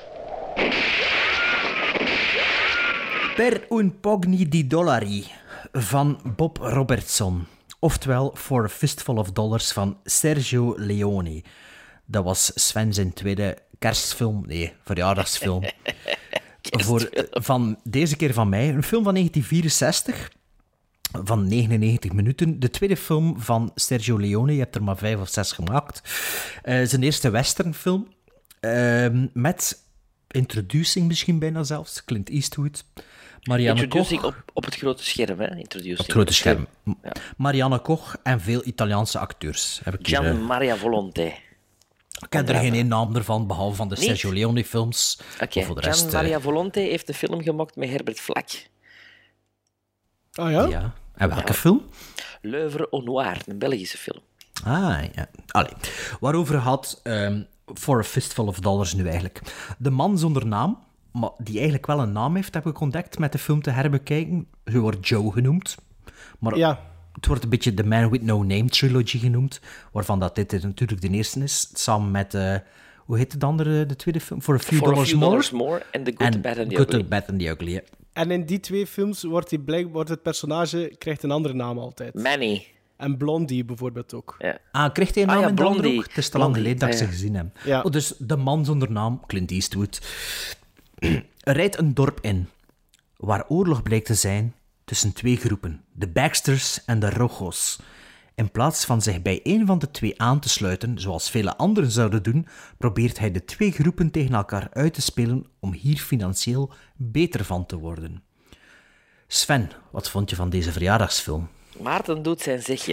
Per un pogni di dollari van Bob Robertson. Oftewel For a Fistful of Dollars van Sergio Leone. Dat was Sven zijn tweede kerstfilm. Nee, verjaardagsfilm. Voor, van, deze keer van mij. Een film van negentien vierenzestig. Van negenennegentig minuten. De tweede film van Sergio Leone. Je hebt er maar vijf of zes gemaakt. Uh, zijn eerste westernfilm. Uh, met Introducing misschien bijna zelfs. Clint Eastwood. Marianne Introducing Koch. op, op het grote scherm, hè? Introducing. Op het grote scherm. Ja. Marianne Koch en veel Italiaanse acteurs. Heb ik hier, Gian uh, Maria Volonté. ik ken er geen één naam ervan, behalve van de Niet? Sergio Leone-films. Oké, Voor de Gian rest... uh, Maria Volonté heeft een film gemaakt met Herbert Vlak. Ah ja? ja. En welke film? L'Oeuvre au Noir, een Belgische film. Ah, ja. Allee. Waarover had um, For a Fistful of Dollars nu eigenlijk? De man zonder naam, maar die eigenlijk wel een naam heeft, heb ik ontdekt met de film te herbekijken. Hij wordt Joe genoemd. Maar Ja. het wordt een beetje de Man with No Name trilogy genoemd, waarvan dat dit natuurlijk de eerste is, samen met... Uh, hoe heet de andere, de tweede film? For a Few, For a dollars, few More. Dollars More en The Good, En The Bad and The Good, Ugly. The Bad and The Ugly, ja. En in die twee films wordt, die blijk, wordt het personage krijgt een andere naam altijd. Manny. En Blondie bijvoorbeeld ook. Ja. Ah, kreeg hij een Ah, naam ja, in de andere Blondie. ook? Het is te lang Blondie, geleden dat ik ah, ze ja. gezien heb. Ja. Oh, dus de man zonder naam, Clint Eastwood, rijdt een dorp in waar oorlog blijkt te zijn tussen twee groepen, de Baxters en de Rojos. In plaats van zich bij één van de twee aan te sluiten, zoals vele anderen zouden doen, probeert hij de twee groepen tegen elkaar uit te spelen om hier financieel beter van te worden. Sven, wat vond je van deze verjaardagsfilm? Maarten doet zijn zegje.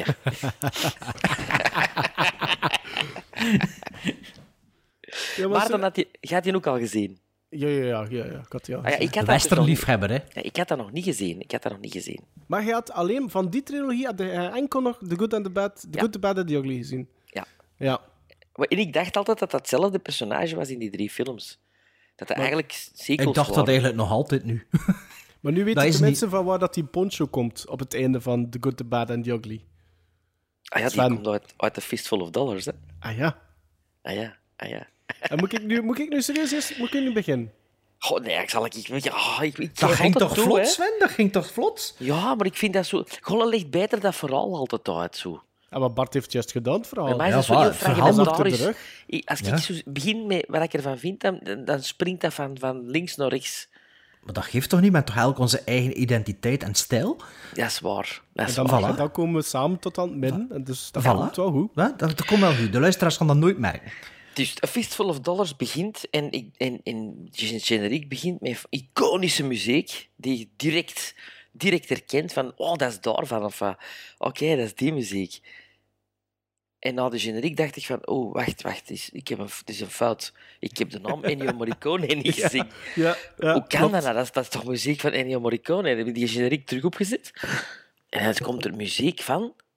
Ja, maar Maarten ze- had die, had die ook al gezien. ja, ja, ja, ja, ja, ik had die al Ah, ja, gezien. ik had dat dus nog niet- Westernliefhebber, hè? ja, ik had dat nog niet gezien. Ik had dat nog niet gezien. Maar je had alleen van die trilogie had je enkel nog The Good and the Bad, The Ja. Good, The Bad and The Ugly gezien. Ja. Ja. Maar en ik dacht altijd dat dat hetzelfde personage was in die drie films. Dat dat eigenlijk sequels Ik dacht dat waren. eigenlijk nog altijd nu. Maar nu Dat weten is de mensen van waar dat die poncho komt op het einde van The Good, The Bad and The Ugly. Ah ja, die Sven. komt uit, uit The Fistful of Dollars, hè. Ah ja. Ah ja, ah ja. En moet ik nu, moet ik nu serieus eens, moet ik nu beginnen? Goh, nee, ik zal ik... ik, ja, ik, ik Dat geef ging altijd toch toe, vlot, hè. Sven? Dat ging toch vlot? Ja, maar ik vind dat zo... Golle legt beter dat verhaal altijd uit, zo. Ja, maar Bart heeft juist gedaan, het verhaal. Bij mij is ja, dat zo waar, heel het verhaal ligt fragmentarisch. achter de rug. Ik- Als ik Ja. zo begin met wat ik ervan vind, dan, dan springt dat van, van links naar rechts. Maar dat geeft toch niet? Met toch eigenlijk onze eigen identiteit en stijl? Dat is waar. Dat is En dan, waar. Voilà. en dan komen we samen tot aan het midden. En dus dat Voilà. komt wel goed. Ja, dat, dat komt wel goed. De luisteraars gaan dat nooit merken. Dus A Fistful of Dollars begint en, ik- en, en de generiek begint met iconische muziek die je direct, direct herkent van oh, dat is daarvan. Of van, oké, dat is die muziek. En na de generiek dacht ik van oh, wacht, wacht, het is, ik heb een, het is een fout. Ik heb de naam Ennio Morricone niet gezien. Ja, ja, Hoe kan klopt. dat nou? Dat is, dat is toch muziek van Ennio Morricone? En dan heb ik die generiek terug opgezet. En dan komt er muziek van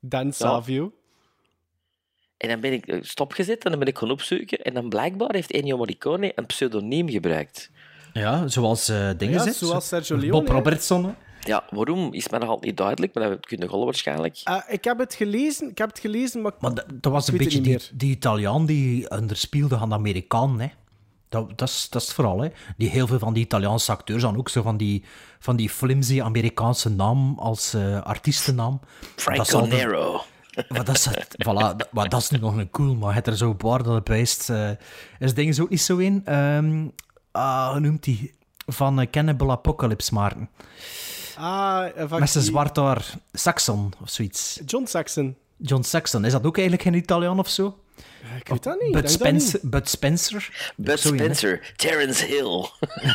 Dan Savio. En dan ben ik eh, stopgezet en dan ben ik gaan opzoeken. En dan blijkbaar heeft Ennio Morricone een pseudoniem gebruikt. Ja, zoals uh, dingen Ja, zit. zoals Sergio Leone. Bob Robertson. Hè. Ja, waarom is mij nog altijd niet duidelijk, maar dat kun je wel waarschijnlijk. Uh, ik heb het gelezen, ik heb het gelezen, maar... Maar dat, dat was een Ik weet beetje het die, niet meer. die Italiaan die underspeelde aan de Amerikaan, hè. Dat, dat, is, dat is het vooral, hè. Die heel veel van die Italiaanse acteurs dan ook zo van die, van die flimsy Amerikaanse naam als uh, artiestennaam. Franco Dat zal de- Nero. Maar dat is, het, voilà, dat, maar dat is nu nog een cool, maar het er zo een paar dat het wijst. Uh, is dingen zo ook niet zo in. Um, ah, hoe noemt hij? Van uh, Cannibal Apocalypse, Maarten. Ah, uh, van Met zijn die- zwart haar. Saxon of zoiets. John Saxon. John Saxon, is dat ook eigenlijk geen Italiaan of zo? Ik weet dat niet. ik Bud denk dat Spencer. niet. Bud Spencer. Bud Zo in, hè. Spencer, Terence Hill.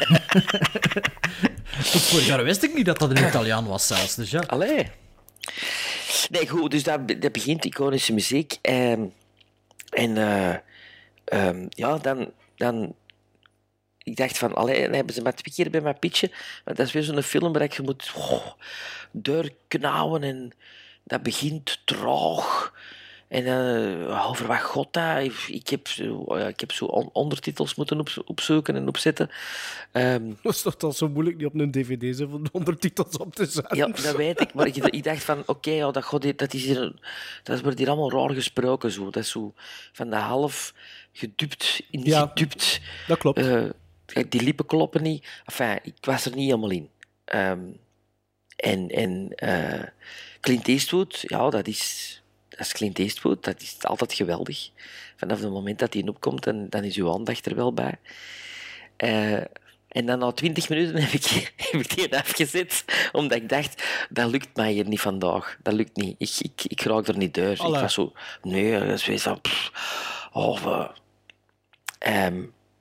Tot vorig jaar wist ik niet dat dat een Italiaan was zelfs. Dus ja. Allee. Nee, goed, dus dat, dat begint iconische muziek. ehm, en eh, ehm, ja, dan, dan... Ik dacht van, allee, dan hebben ze maar twee keer bij mij pitchen. Maar dat is weer zo'n film waar je moet oh, doorknauwen en dat begint traag. En uh, over wat god dat? Ik heb, zo- ja, ik heb zo on- ondertitels moeten op, opzoeken en opzetten. Ehm, Dat is toch al zo moeilijk niet op een dvd zoveel ondertitels op te zetten. Ja, dat weet ik. Maar ik, ik dacht van, oké, ja, dat, god, dat, is hier, dat wordt hier allemaal raar gesproken. Zo. Dat is zo van de half gedupt, niet Ja. gedupt. Dat klopt. Eh, die lippen kloppen niet. Enfin, ik was er niet helemaal in. Ehm, en en eh, Clint Eastwood, ja, dat is, dat is Clint Eastwood. Dat is altijd geweldig. Vanaf het moment dat hij opkomt, dan, dan is uw aandacht er wel bij. Eh, en dan na twintig minuten heb ik, heb ik die afgezet, omdat ik dacht, dat lukt mij hier niet vandaag. Dat lukt niet. Ik, ik, ik raak er niet door. Allee. Ik was zo, nee, dat is weer zo... pff, oh, uh, ehm,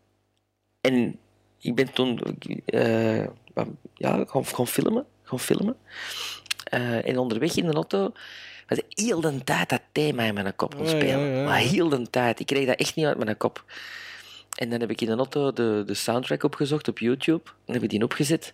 en ik ben toen uh, ja, gaan, gaan filmen. Gaan filmen. Uh, en onderweg in de auto was heel de tijd dat thema in mijn kop kon Ja, spelen. ja, ja, ja. Maar heel de tijd. Ik kreeg dat echt niet uit mijn kop. En dan heb ik in de auto de, de soundtrack opgezocht op YouTube. En heb ik die opgezet.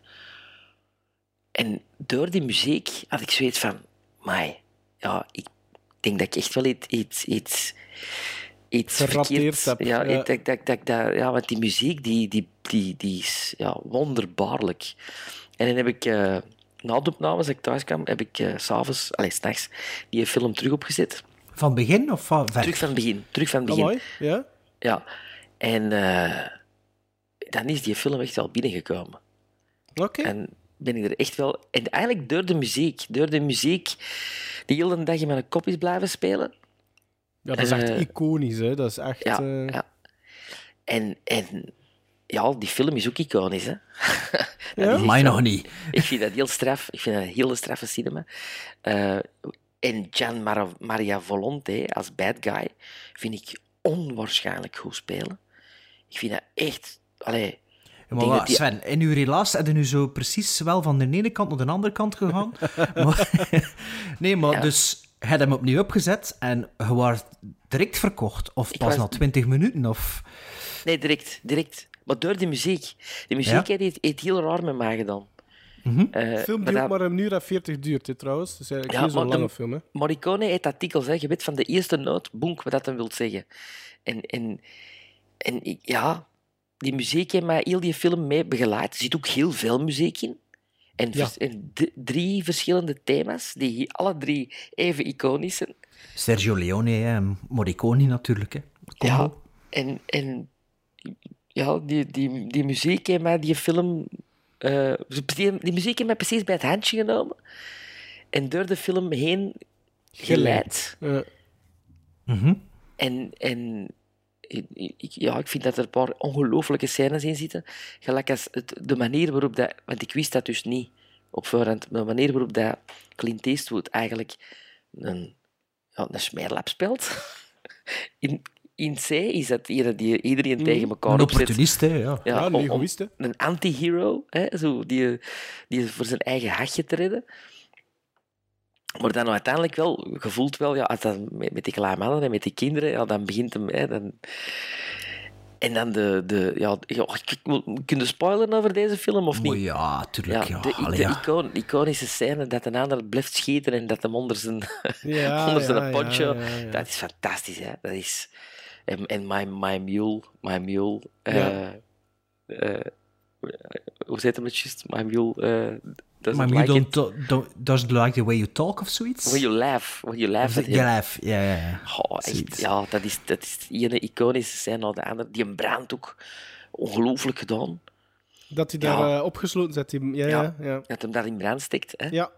En door die muziek had ik zoiets van... Mai, ja, ik denk dat ik echt wel iets... iets, iets iets Gerateerd verkeerd... heb, Ja, ja. ik denk dat, dat, dat, ja, want die muziek die, die, die, die is ja, wonderbaarlijk. En dan heb ik... Uh, na de opnames, als ik thuis kwam, heb ik uh, s'avonds, allee, s'nachts, die film terug opgezet. Van het begin of van ver? Terug van het begin. Terug van het begin. Amai, ja? Ja. En uh, dan is die film echt wel binnengekomen. Oké. En ben ik er echt wel... En eigenlijk door de muziek. Door de muziek die heel de dag in mijn kop is blijven spelen. Ja, dat is echt eh, iconisch, hè. Dat is echt... Ja, eh, ja. En, en ja, die film is ook iconisch, hè. Dat Ja? is echt Mij wel- nog niet. Ik vind dat heel straf. Ik vind dat een hele straffe cinema. Eh, en Gian Mar- Maria Volonté als bad guy vind ik onwaarschijnlijk goed spelen. Ik vind dat echt... Allee, Ja, ik maar denk wat, dat die- Sven, in uw relaas heb je nu zo precies wel van de ene kant naar de andere kant gegaan. maar, nee, maar Ja. dus je hebt hem opnieuw opgezet en je was direct verkocht. Of Ik pas was- na twintig minuten, of... Nee, direct, direct. Maar door die muziek. De muziek Ja? heeft, heeft heel raar met mij gedaan. Mhm. Eh, film maar die ook dat- maar een uur en veertig duurt, hè, trouwens. Dus eigenlijk Ja, niet zo'n maar de- lange film, hè. Morricone heeft artikels, hè. Je weet van de eerste noot, bonk, wat dat dan wil zeggen. En, en, en ik- ja, die muziek heeft mij heel die film mee begeleid. Er zit ook heel veel muziek in. En, Ja. vers- en d- drie verschillende thema's, die hier alle drie even iconisch zijn. Sergio Leone hè, en Morricone natuurlijk. Hè. Ja, Combo. en, en ja, die, die, die muziek heeft mij die film... eh, die, die muziek heeft mij precies bij het handje genomen. En door de film heen geleid. Ja. Mhm. En, en ik, ik- ja, ik vind dat er een paar ongelooflijke scènes in zitten. Gelijk als het, de manier waarop dat... Want ik wist dat dus niet op voorhand. De manier waarop dat Clint Eastwood eigenlijk een, ja, een smeerlap speelt. In, in C is dat hier die iedereen tegen elkaar Een opzet. opportunist, hè, ja. Ja, een om- om- egoïst, hè. Een anti-hero, hè, zo, die, die voor zijn eigen hachje te redden. Maar dan uiteindelijk wel, gevoeld wel, ja, als dat met, met die kleine mannen en met die kinderen, ja, dan begint hem... Hè, dan... En dan de... de ja, ja, ik- ik- kun je spoilen over deze film of niet? Oh ja, tuurlijk. Ja, de, Allee, de ja. icoon, iconische scène dat een ander blijft schieten en dat hem onder zijn, Ja, onder zijn ja, poncho... ja, ja, ja. Dat is fantastisch, hè. Dat is... En, en My, my Mule... My Mule... eh, Ja. eh, hoe heet hem het juist? My Mule... eh, doesn't Maar you like don't, it. don't, doesn't like the way you talk of zoiets? When you laugh. When you laugh at him. Ja, laugh. Ja, ja, ja. Oh, echt, Zoiets. ja, dat is, dat is de ene iconische scène naar de andere. Die brandt ook ongelooflijk gedaan. Dat hij daar Ja. eh, opgesloten zit. die- Ja, ja. Ja. ja, Dat hem dat in brand steekt. Hè. ja.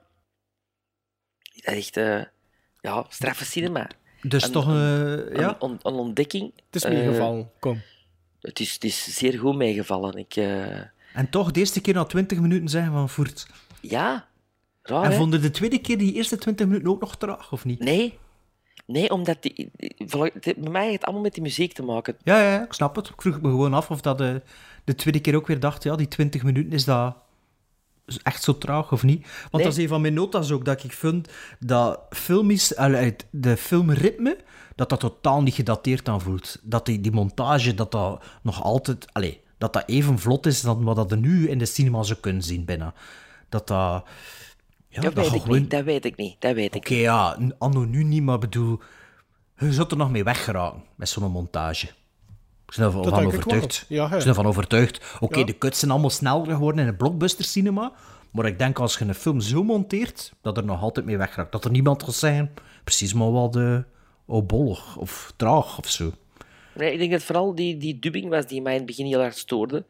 Dat is echt... eh, ja, straffe cinema. Dus Een- toch, eh, Een, ja. een, een ontdekking. Het is Eh, meegevallen. Kom. Het is, het is zeer goed meegevallen. Ik, eh, En toch de eerste keer na twintig minuten zeggen van voert. ja, raar, En hè? vonden de tweede keer die eerste twintig minuten ook nog traag, of niet? Nee. Nee, omdat... Die, die- vol- die- bij mij heeft het allemaal met die muziek te maken. Ja, ja, ik snap het. Ik vroeg me gewoon af of dat de, de tweede keer ook weer dacht, ja, die twintig minuten, is dat echt zo traag of niet? Want Nee. dat is een van mijn notas ook, dat ik vind dat filmisch, uit de filmritme, dat dat totaal niet gedateerd aanvoelt. Dat die, die montage, dat dat nog altijd... Allez, dat dat even vlot is dan wat dat er nu in de cinema zou kunnen zien binnen. Dat dat... Ja, dat, dat weet je ik gewoon- niet, dat weet ik niet. Dat weet ik Oké, ja, anno nu niet, maar bedoel... Je zult er nog mee weggeraken met zo'n montage. Ik ben ervan Dat denk ik overtuigd. wel. Ja, ja. Ik ben ervan overtuigd. Oké, Ja. de cuts zijn allemaal sneller geworden in het blockbuster cinema, maar ik denk als je een film zo monteert, dat er nog altijd mee weggeraakt. Dat er niemand gaat zeggen, precies maar wat uh, obollig of traag of zo. Nee, ik denk dat vooral die, die dubbing was die mij in het begin heel hard stoorde.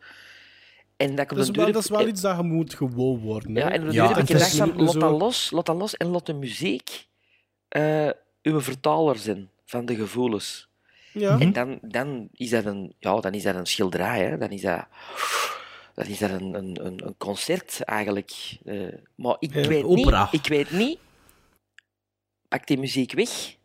En dat ik op Dat is, den wel, duur- dat is wel iets dat je moet gewoon worden. Ja, hè. en op de Ja, duur heb ik en het gedacht is van, niet lot zo- dat los, lot dat los en lot de muziek eh uw vertaler zijn van de gevoelens. Ja. En dan, dan, is dat een, ja, dan is dat een schilderij, hè. Dan is dat, dan is dat een, een, een een concert eigenlijk. Eh, maar ik, Ja, weet opera. niet, ik weet niet, pak die muziek weg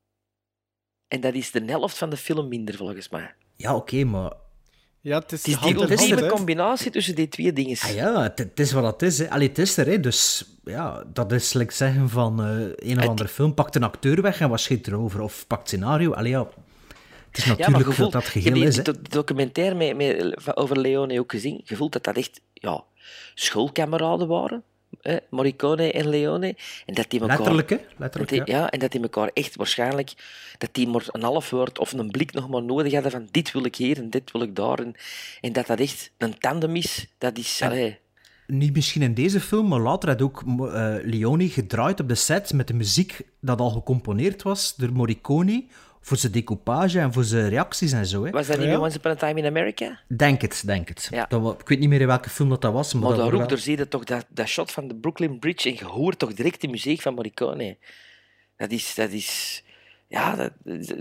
en dat is de helft van de film minder volgens mij. Ja, oké, maar... Ja, het is, Het is hand die in hand, ultieme hè. combinatie tussen die twee dingen. Ah ja, het, het is wat het is. Hè. Allee, het is er, hè. Dus ja, dat is like zeggen van eh, een of Het- andere film, pakt een acteur weg en wat schiet erover? Of pakt scenario. Allee, ja... Het is Ja, maar natuurlijk je voelt, dat dat ik heb geheel die is, hè. do- documentaire met, met, van- over Leone ook gezien. Je voelt dat dat echt ja, schoolkameraden waren. Hè? Morricone en Leone. En dat die elkaar, Letterlijk, hè. dat Letterlijk, die, ja. ja, en dat die elkaar echt waarschijnlijk... Dat die maar een half woord of een blik nog maar nodig hadden van dit wil ik hier en dit wil ik daar. En, en dat dat echt een tandem is. Dat is... allee, Niet misschien in deze film, maar later had ook eh Leone gedraaid op de set met de muziek dat al gecomponeerd was door Morricone voor zijn decoupage en voor zijn reacties en zo. Hè. was dat niet Ja. bij Once Upon a Time in America? Denk het, denk het. Ja. Dat wa- ik weet niet meer in welke film dat, dat was, maar, Maar dat daar waren ook, wel- daar zie je toch dat, dat shot van de Brooklyn Bridge en je hoort toch direct de muziek van Morricone. Dat is... Dat is ja, dat,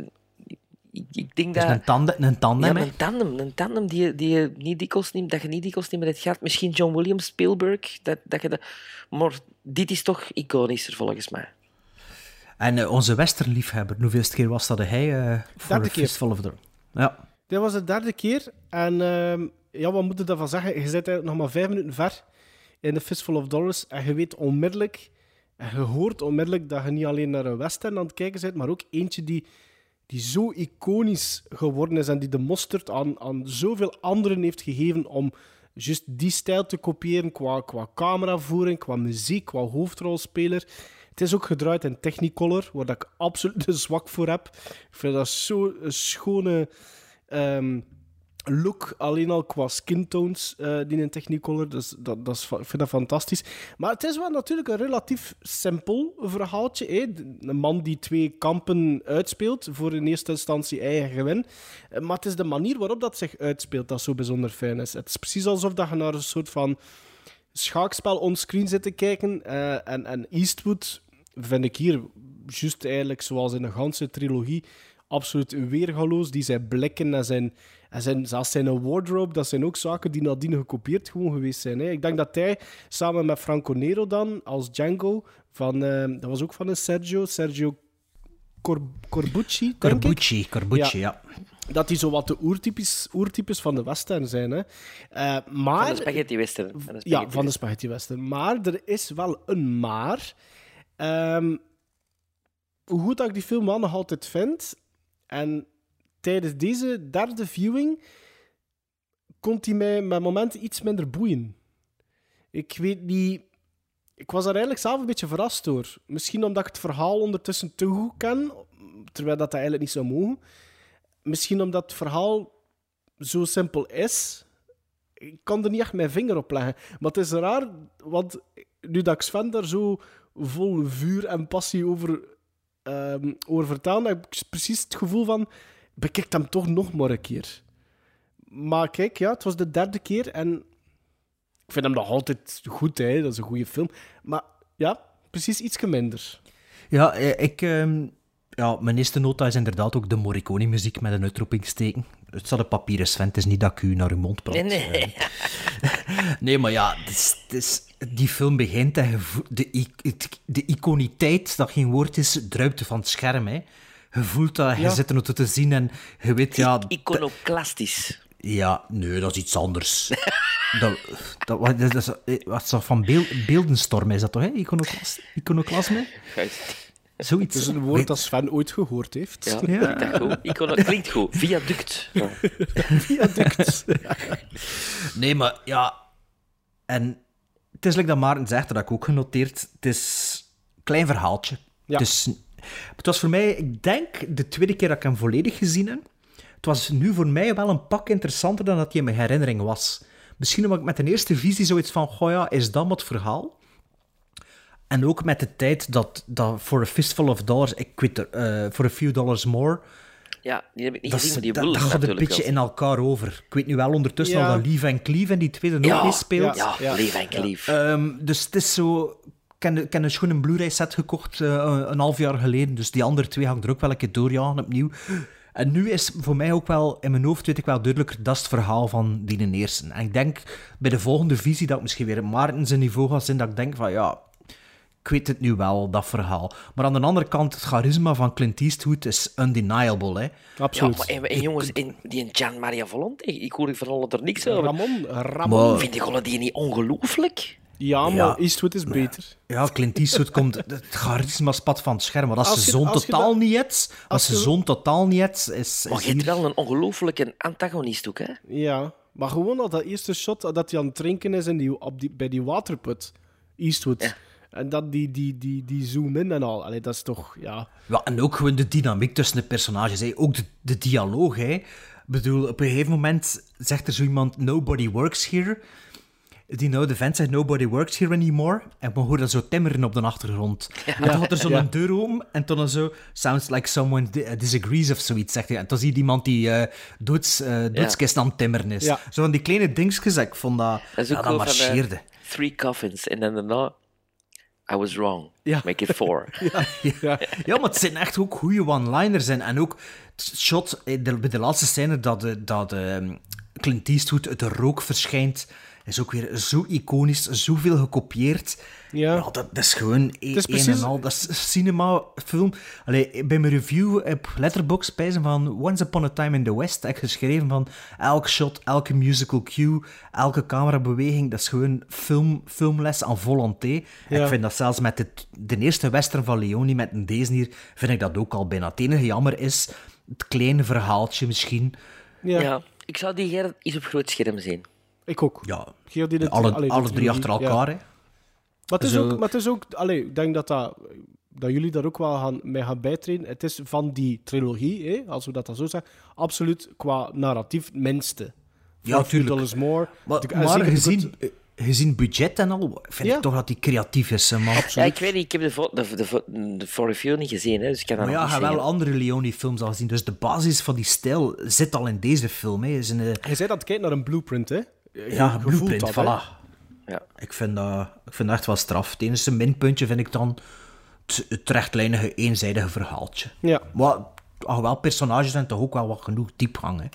ik, ik denk Het is dat... een tandem, een tandem Ja, hè. een tandem, een tandem die, die je niet dikwijls neemt, dat je niet dikwijls niet meer hebt gehad. Misschien John Williams, Spielberg, dat, dat je dat... Maar dit is toch iconischer, volgens mij. En eh, onze westernliefhebber, hoeveelste keer was dat hij eh voor Derde de keer. Fistful of the... Ja. Dit was de derde keer. En ehm, ja, wat moet je daarvan zeggen? Je zit eigenlijk nog maar vijf minuten ver in de Fistful of Dollars. En je weet onmiddellijk, en je hoort onmiddellijk dat je niet alleen naar een western aan het kijken bent, maar ook eentje die, die zo iconisch geworden is en die de mosterd aan, aan zoveel anderen heeft gegeven om juist die stijl te kopiëren qua, qua cameravoering, qua muziek, qua hoofdrolspeler. Het is ook gedraaid in Technicolor, waar dat ik absoluut een zwak voor heb. Ik vind dat zo'n schone ehm, look, alleen al qua skin tones, eh, die in Technicolor. Dus dat, dat is, fa- ik vind dat fantastisch. Maar het is wel natuurlijk een relatief simpel verhaaltje. Hè? Een man die twee kampen uitspeelt voor in eerste instantie eigen gewin. Eh, Maar het is de manier waarop dat zich uitspeelt dat zo bijzonder fijn is. Het is precies alsof dat je naar een soort van schaakspel onscreen zit te kijken. eh, en, en Eastwood vind ik hier, juist eigenlijk zoals in de ganse trilogie, absoluut weergaloos. Die zijn blikken en zijn, en zijn, zelfs zijn wardrobe, dat zijn ook zaken die nadien gekopieerd gewoon geweest zijn. Hè. Ik denk dat hij samen met Franco Nero dan, als Django, van, eh, dat was ook van een Sergio, Sergio Cor- Corbucci, denk ik. Corbucci, Corbucci, ja. Dat die zo wat de oertypes, oertypes van de western zijn. Hè. Eh, Van maar... de spaghetti western. Van de Ja, spaghetti van de spaghetti western. Maar er is wel een maar. Ehm, hoe goed dat ik die film wel nog altijd vind, en tijdens deze derde viewing kon hij mij met momenten iets minder boeien. Ik weet niet... Ik was daar eigenlijk zelf een beetje verrast door. Misschien omdat ik het verhaal ondertussen te goed ken, terwijl dat, dat eigenlijk niet zou mogen. Misschien omdat het verhaal zo simpel is. Ik kan er niet echt mijn vinger op leggen. Maar het is raar, want nu dat ik Sven daar zo vol vuur en passie over, um, over vertelde, heb ik precies het gevoel van, bekijk hem toch nog maar een keer. Maar kijk, ja, het was de derde keer en ik vind hem nog altijd goed, hè. Dat is een goede film. Maar ja, precies ietsje minder. Ja, ik... ehm, Ja, mijn eerste nota is inderdaad ook de Morricone-muziek met een uitroepingsteken. Het staat op papier, Sven. Het is niet dat ik u naar uw mond praat. Nee, nee. Nee, maar ja, het is, het is, die film begint en je voelt- de, i- het- de iconiteit, dat geen woord is, druipt van het scherm. Hè. Je voelt dat, je Ja. zit er nog te zien en je weet, ja... I- Iconoclastisch. Ja, nee, dat is iets anders. dat, dat, wat, dat is, wat is dat van beel, beeldenstorm is dat toch, hè? Iconoclas, iconoclasme? Juist. Zoiets. Het is een woord dat Sven ooit gehoord heeft. Ja, Ja. klinkt dat goed? Icono- klinkt goed. Viaduct. Ja. Viaduct. Nee, maar ja... En het is like dat Maarten zegt, dat heb ik ook genoteerd. Het is een klein verhaaltje. Ja. Het, is, het was voor mij, ik denk, de tweede keer dat ik hem volledig gezien heb. Het was nu voor mij wel een pak interessanter dan dat hij in mijn herinnering was. Misschien omdat ik met de eerste visie zoiets van, goh ja, is dat wat verhaal? En ook met de tijd dat, dat For a Fistful of Dollars, ik weet er, eh, For a Few Dollars More... Ja, die heb ik niet Dat, gezien, is- maar die dat, bedoel dat ik gaat een natuurlijk beetje wel. in elkaar over. Ik weet nu wel ondertussen Ja. al dat Lief en Cleave en die tweede ook Ja, meespeelt. ja, Ja. Lief en Klief. Ehm, dus het is zo... Ik heb, ik heb een schoon een Blu-ray-set gekocht eh, een, een half jaar geleden. Dus die andere twee ga ik er ook wel een keer doorjagen opnieuw. En nu is voor mij ook wel... In mijn hoofd weet ik wel duidelijker, dat is het verhaal van die eerste. En ik denk bij de volgende visie dat ik misschien weer Maarten zijn niveau ga zijn, dat ik denk van ja... Ik weet het nu wel, dat verhaal. Maar aan de andere kant, het charisma van Clint Eastwood is undeniable, hè. Ja, Absoluut. maar en, en jongens, in, die Gian Maria Volonté, ik hoor van alles er niks over. Ramon, Ramon. Maar- Vind ik die niet ongelooflijk? Ja, maar Ja. Eastwood is beter. Ja, Clint Eastwood komt... Het charisma spat van het scherm. Maar als, Als ze je- zo'n als je totaal dat- niet hebt... Als, als ze je- zo'n totaal niet hebt, is... Maar is je hebt hier- wel een ongelooflijke antagonist ook, hè? Ja, maar gewoon al dat eerste shot dat hij aan het drinken is in die, op die, bij die waterput. Eastwood. Ja. En dan die, die, die, die zoom-in en al. Allee, dat is toch... Ja. Ja, en ook gewoon de dynamiek tussen de personages. Hè. Ook de, de dialoog. Hè. Ik bedoel, op een gegeven moment zegt er zo iemand... Nobody works here. Die nou de vent zegt... Nobody works here anymore. En we horen dat zo timmeren op de achtergrond. En dan gaat er zo'n Ja. deur open. En dan zo... Sounds like someone di- disagrees of zoiets, zegt hij. En dan zie je iemand die eh doods, eh doodskist aan het timmeren is. Ja. Zo van die kleine dingetjes. Ik vond dat... Dat is Ja, ook dat gewoon van, eh, marcheerde. Three coffins. En dan daarna... I was wrong. Ja. Make it four. Ja. Ja, maar het zijn echt ook goede one-liners. En, en ook het shot eh, de, bij de laatste scène dat, de, dat ehm, Clint Eastwood uit de rook verschijnt, is ook weer zo iconisch, zoveel gekopieerd. Ja. Ja, dat, dat is gewoon een, is precies- een en al. Dat is cinema-film. Allee, bij mijn review op Letterboxd spijzen van Once Upon a Time in the West heb ik geschreven van elk shot, elke musical cue, elke camerabeweging, dat is gewoon film, filmles aan volonté. En Ja. ik vind dat zelfs met het, de eerste western van Leone, met een deze hier, vind ik dat ook al bijna. Het enige jammer is het kleine verhaaltje misschien. Ja. Ja. Ik zou die Gerrit eens op groot scherm zien. Ik ook. Ja, Heel die de- alle, allee, de alle drie trilogie, achter ja. elkaar, hè. Maar het is Zo- ook... Maar het is ook allee, ik denk dat, dat, dat jullie daar ook wel gaan, mee gaan bijtreden. Het is van die trilogie, hè, als we dat dan zo zeggen, absoluut qua narratief het minste. Ja, For a Few tuurlijk. Dollars More. Maar, De- en maar zeker de gezien, good- eh, gezien budget en al, vind Ja. ik toch dat die creatief is, hè, man. Ja, ik weet niet, ik heb de, vo- de, de, de For a Few niet gezien, hè, dus ik kan dat Maar ja, nog je niet hebt wel zeggen. andere Leone-films al gezien. Dus de basis van die stijl zit al in deze film. Hè. Is een, eh, Je zei dat het kijkt naar een blueprint, hè? Je- ja, je voelt blueprint, dat, hè. voilà. Ja. Ik vind, dat, ik vind dat echt wel straf. Het enige minpuntje vind ik dan het, het rechtlijnige, eenzijdige verhaaltje. Ja. Maar alhoewel, personages zijn toch ook wel wat genoeg diepgang. Hè.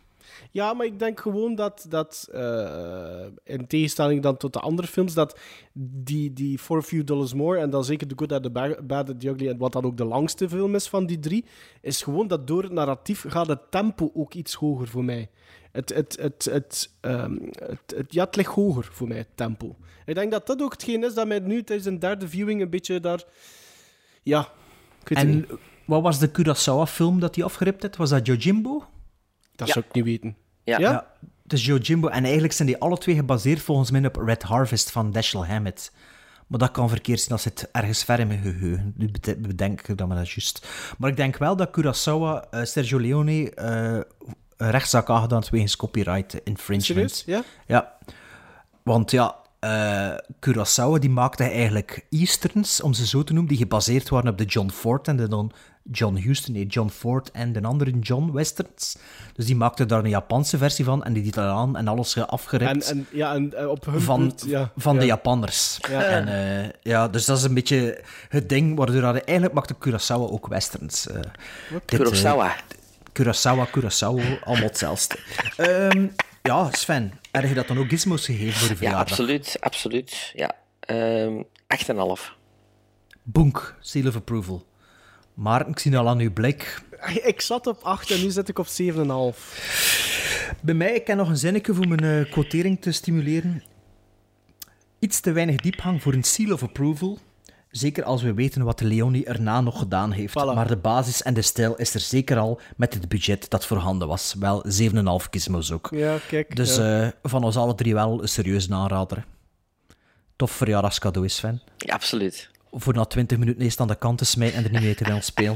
Ja, maar ik denk gewoon dat, dat eh, in tegenstelling dan tot de andere films, dat die, die For a Few Dollars More, en dan zeker The Good, and the Ba- Bad, and the Ugly, en wat dan ook de langste film is van die drie, is gewoon dat door het narratief gaat het tempo ook iets hoger voor mij. Het, het, het, het, ehm, het, het, ja, het ligt hoger voor mij, het tempo. Ik denk dat dat ook hetgeen is dat mij nu tijdens een derde viewing een beetje daar... Ja, ik weet het En niet. Wat was de Kurosawa-film dat hij afgeript heeft? Was dat Yojimbo? Dat Ja. zou ik niet weten. Ja. Ja? Ja, het is Yojimbo. En eigenlijk zijn die alle twee gebaseerd volgens mij op Red Harvest van Dashiell Hammett. Maar dat kan verkeerd zijn als het ergens ver in mijn geheugen. Nu bede- bedenk ik dat, maar dat is juist. Maar ik denk wel dat Kurosawa uh, Sergio Leone uh, een rechtszaak aangedaan heeft wegens copyright infringement. Serieus? Ja? Ja, want ja, uh, Kurosawa die maakte eigenlijk Easterns, om ze zo te noemen, die gebaseerd waren op de John Ford en de dan John Huston, nee, John Ford en de andere John Westerns. Dus die maakte daar een Japanse versie van en die deed dat aan en alles afgeript En, en, ja, en uh, op hun van, beurt, ja. van ja. de Japanners. Ja. En, uh, ja, dus dat is een beetje het ding, waardoor hij eigenlijk maakte Kurosawa ook Westerns. Uh, dit, uh, Kurosawa. Kurosawa, Kurosawa, allemaal hetzelfde. um, ja, Sven, heb je dat dan ook gizmos gegeven voor de Ja, verjaardag? absoluut. absoluut. Ja. Um, acht komma vijf. Boenk, seal of approval. Maar ik zie al aan uw blik. Ik zat op acht en nu zit ik op zeven komma vijf. Bij mij, ik heb nog een zinnetje voor mijn uh, quotering te stimuleren. Iets te weinig diepgang voor een seal of approval. Zeker als we weten wat Leone erna nog gedaan heeft. Voilà. Maar de basis en de stijl is er zeker al met het budget dat voorhanden was. Wel zeven komma vijf gizmos ook. Ja, kijk. Dus ja. uh, van ons alle drie wel een serieuze aanrader. Tof verjaardagscadeau is, Sven. Ja, absoluut. Voor na twintig minuten eerst aan de kant te smijten en er niet mee te willen spelen.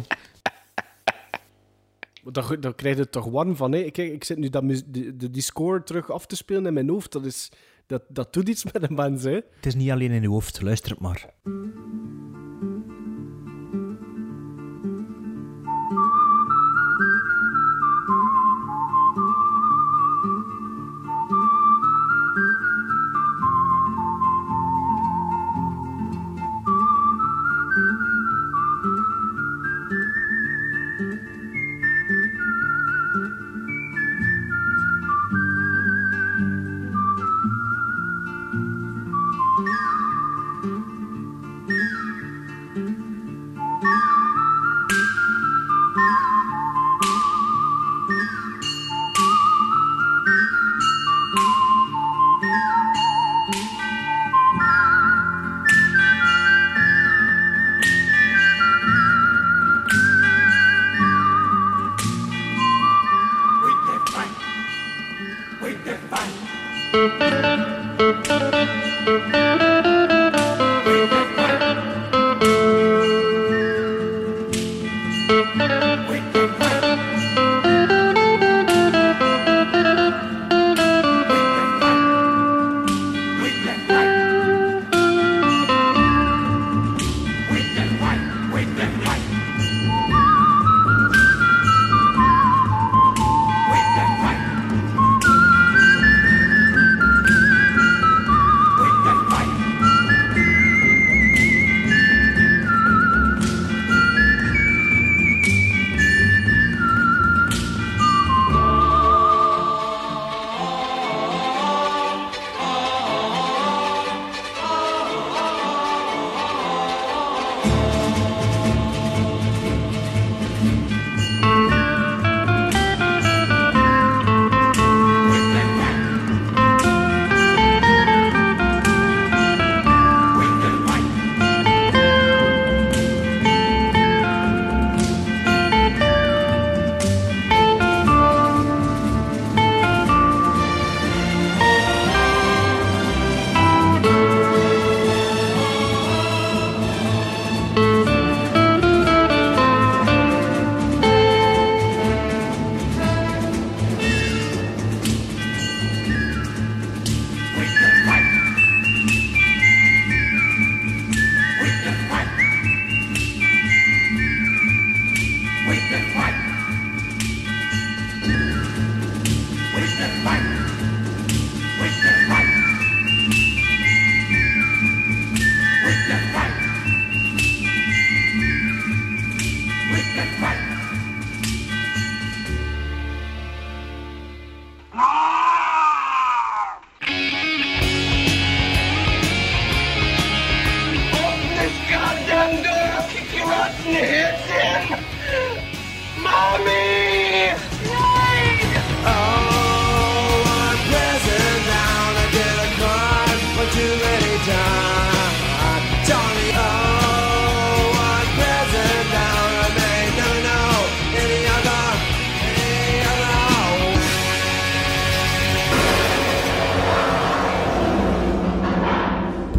Daar, daar krijg je er toch warm van. Hè? Kijk, ik zit nu dat, mu- die, die, die score terug af te spelen in mijn hoofd. Dat, is, dat, dat doet iets met een mens. Hè? Het is niet alleen in uw hoofd, luister het maar. Johnny, oh, one present now remain.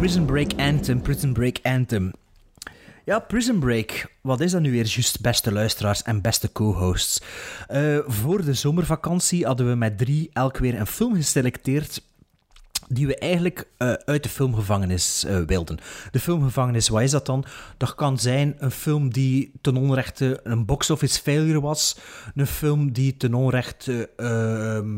Prison Break Anthem, Prison Break Anthem. Ja, Prison Break. Wat is dat nu weer juist, beste luisteraars en beste co-hosts? Uh, voor de zomervakantie hadden we met drie elk weer een film geselecteerd die we eigenlijk uh, uit de filmgevangenis uh, wilden. De filmgevangenis, wat is dat dan? Dat kan zijn een film die ten onrechte een box-office failure was. Een film die ten onrechte uh,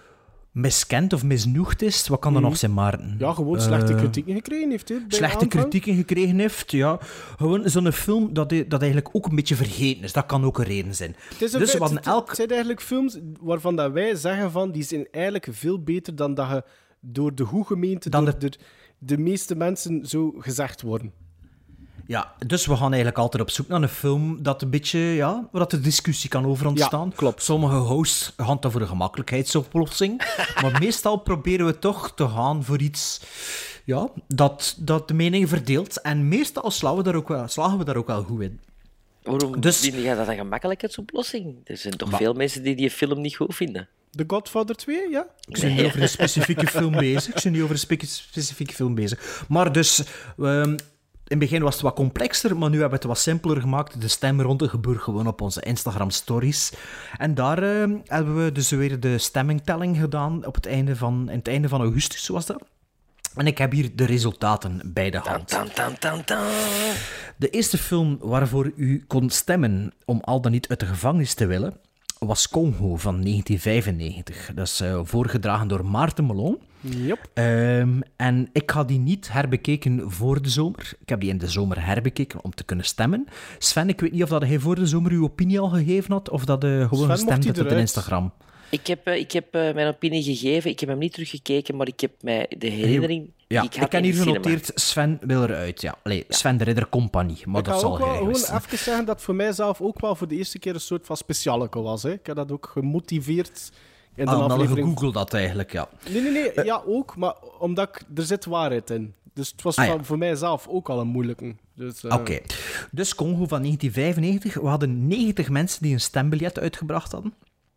miskend of misnoegd is. Wat kan dat mm. nog zijn, Maarten? Ja, gewoon slechte uh, kritieken gekregen heeft. He, slechte aanvang. kritieken gekregen heeft, ja. Gewoon zo'n film dat, dat eigenlijk ook een beetje vergeten is. Dat kan ook een reden zijn. Het, is een dus het, het, het, elk... het zijn eigenlijk films waarvan dat wij zeggen van, die zijn eigenlijk veel beter dan dat je door de goede gemeente, dan door de... De, de meeste mensen zo gezegd worden. Ja, dus we gaan eigenlijk altijd op zoek naar een film dat een beetje, ja, waar de discussie kan over ontstaan. Ja, klopt. Sommige hosts gaan dan voor een gemakkelijkheidsoplossing, maar meestal proberen we toch te gaan voor iets, ja, dat, dat de mening verdeelt. En meestal slagen we daar ook wel, slagen we daar ook wel goed in. Waarom dus... vind jij dat een gemakkelijkheidsoplossing? Er zijn toch maar... veel mensen die die film niet goed vinden. The Godfather twee, ja? Ik ben niet over een specifieke film bezig. Ik ben niet over een spe- specifieke film bezig. Maar dus, um, in het begin was het wat complexer, maar nu hebben we het wat simpeler gemaakt. De stemronde gebeurt gewoon op onze Instagram-stories. En daar uh, hebben we dus weer de stemmingtelling gedaan op het einde van, in het einde van augustus, was dat. En ik heb hier de resultaten bij de hand. Tan, tan, tan, tan. De eerste film waarvoor u kon stemmen om al dan niet uit de gevangenis te willen, was Congo van negentien vijfennegentig. Dat is uh, voorgedragen door Maarten Melon. Yep. Um, en ik had die niet herbekeken voor de zomer. Ik heb die in de zomer herbekeken om te kunnen stemmen. Sven, ik weet niet of dat hij voor de zomer uw opinie al gegeven had, of dat hij gewoon Sven, gestemd had op eruit? Instagram. Ik heb, uh, ik heb uh, mijn opinie gegeven. Ik heb hem niet teruggekeken, maar ik heb mij de herinnering... Ja, die ik, ik, had heb in hier de cinema. genoteerd, Sven wil eruit. Ja. Allee, Sven de Ridder Compagnie, maar Ik dat ga zal ook wel hij gewoon wisten. even zeggen dat voor mijzelf ook wel voor de eerste keer een soort van specialeke was. Hè. Ik heb dat ook gemotiveerd in de Ah, dan aflevering. gegoogeld dat eigenlijk, ja. Nee, nee, nee. Ja, ook, maar omdat ik, er zit waarheid in. Dus het was Ah, ja. van, voor mijzelf ook al een moeilijke. Dus, uh... Oké. Okay. Dus Congo van negentien vijfennegentig. We hadden negentig mensen die een stembiljet uitgebracht hadden.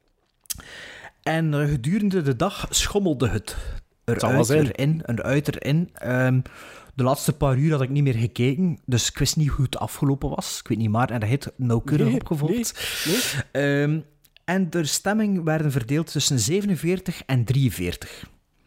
En uh, gedurende de dag schommelde het eruit, erin, eruit, erin. Um, de laatste paar uur had ik niet meer gekeken, dus ik wist niet hoe het afgelopen was. Ik weet niet maar, en dat heeft nauwkeurig nee, opgevolgd. Nee, nee. Um, en de stemmingen werden verdeeld tussen zevenenveertig en drieënveertig.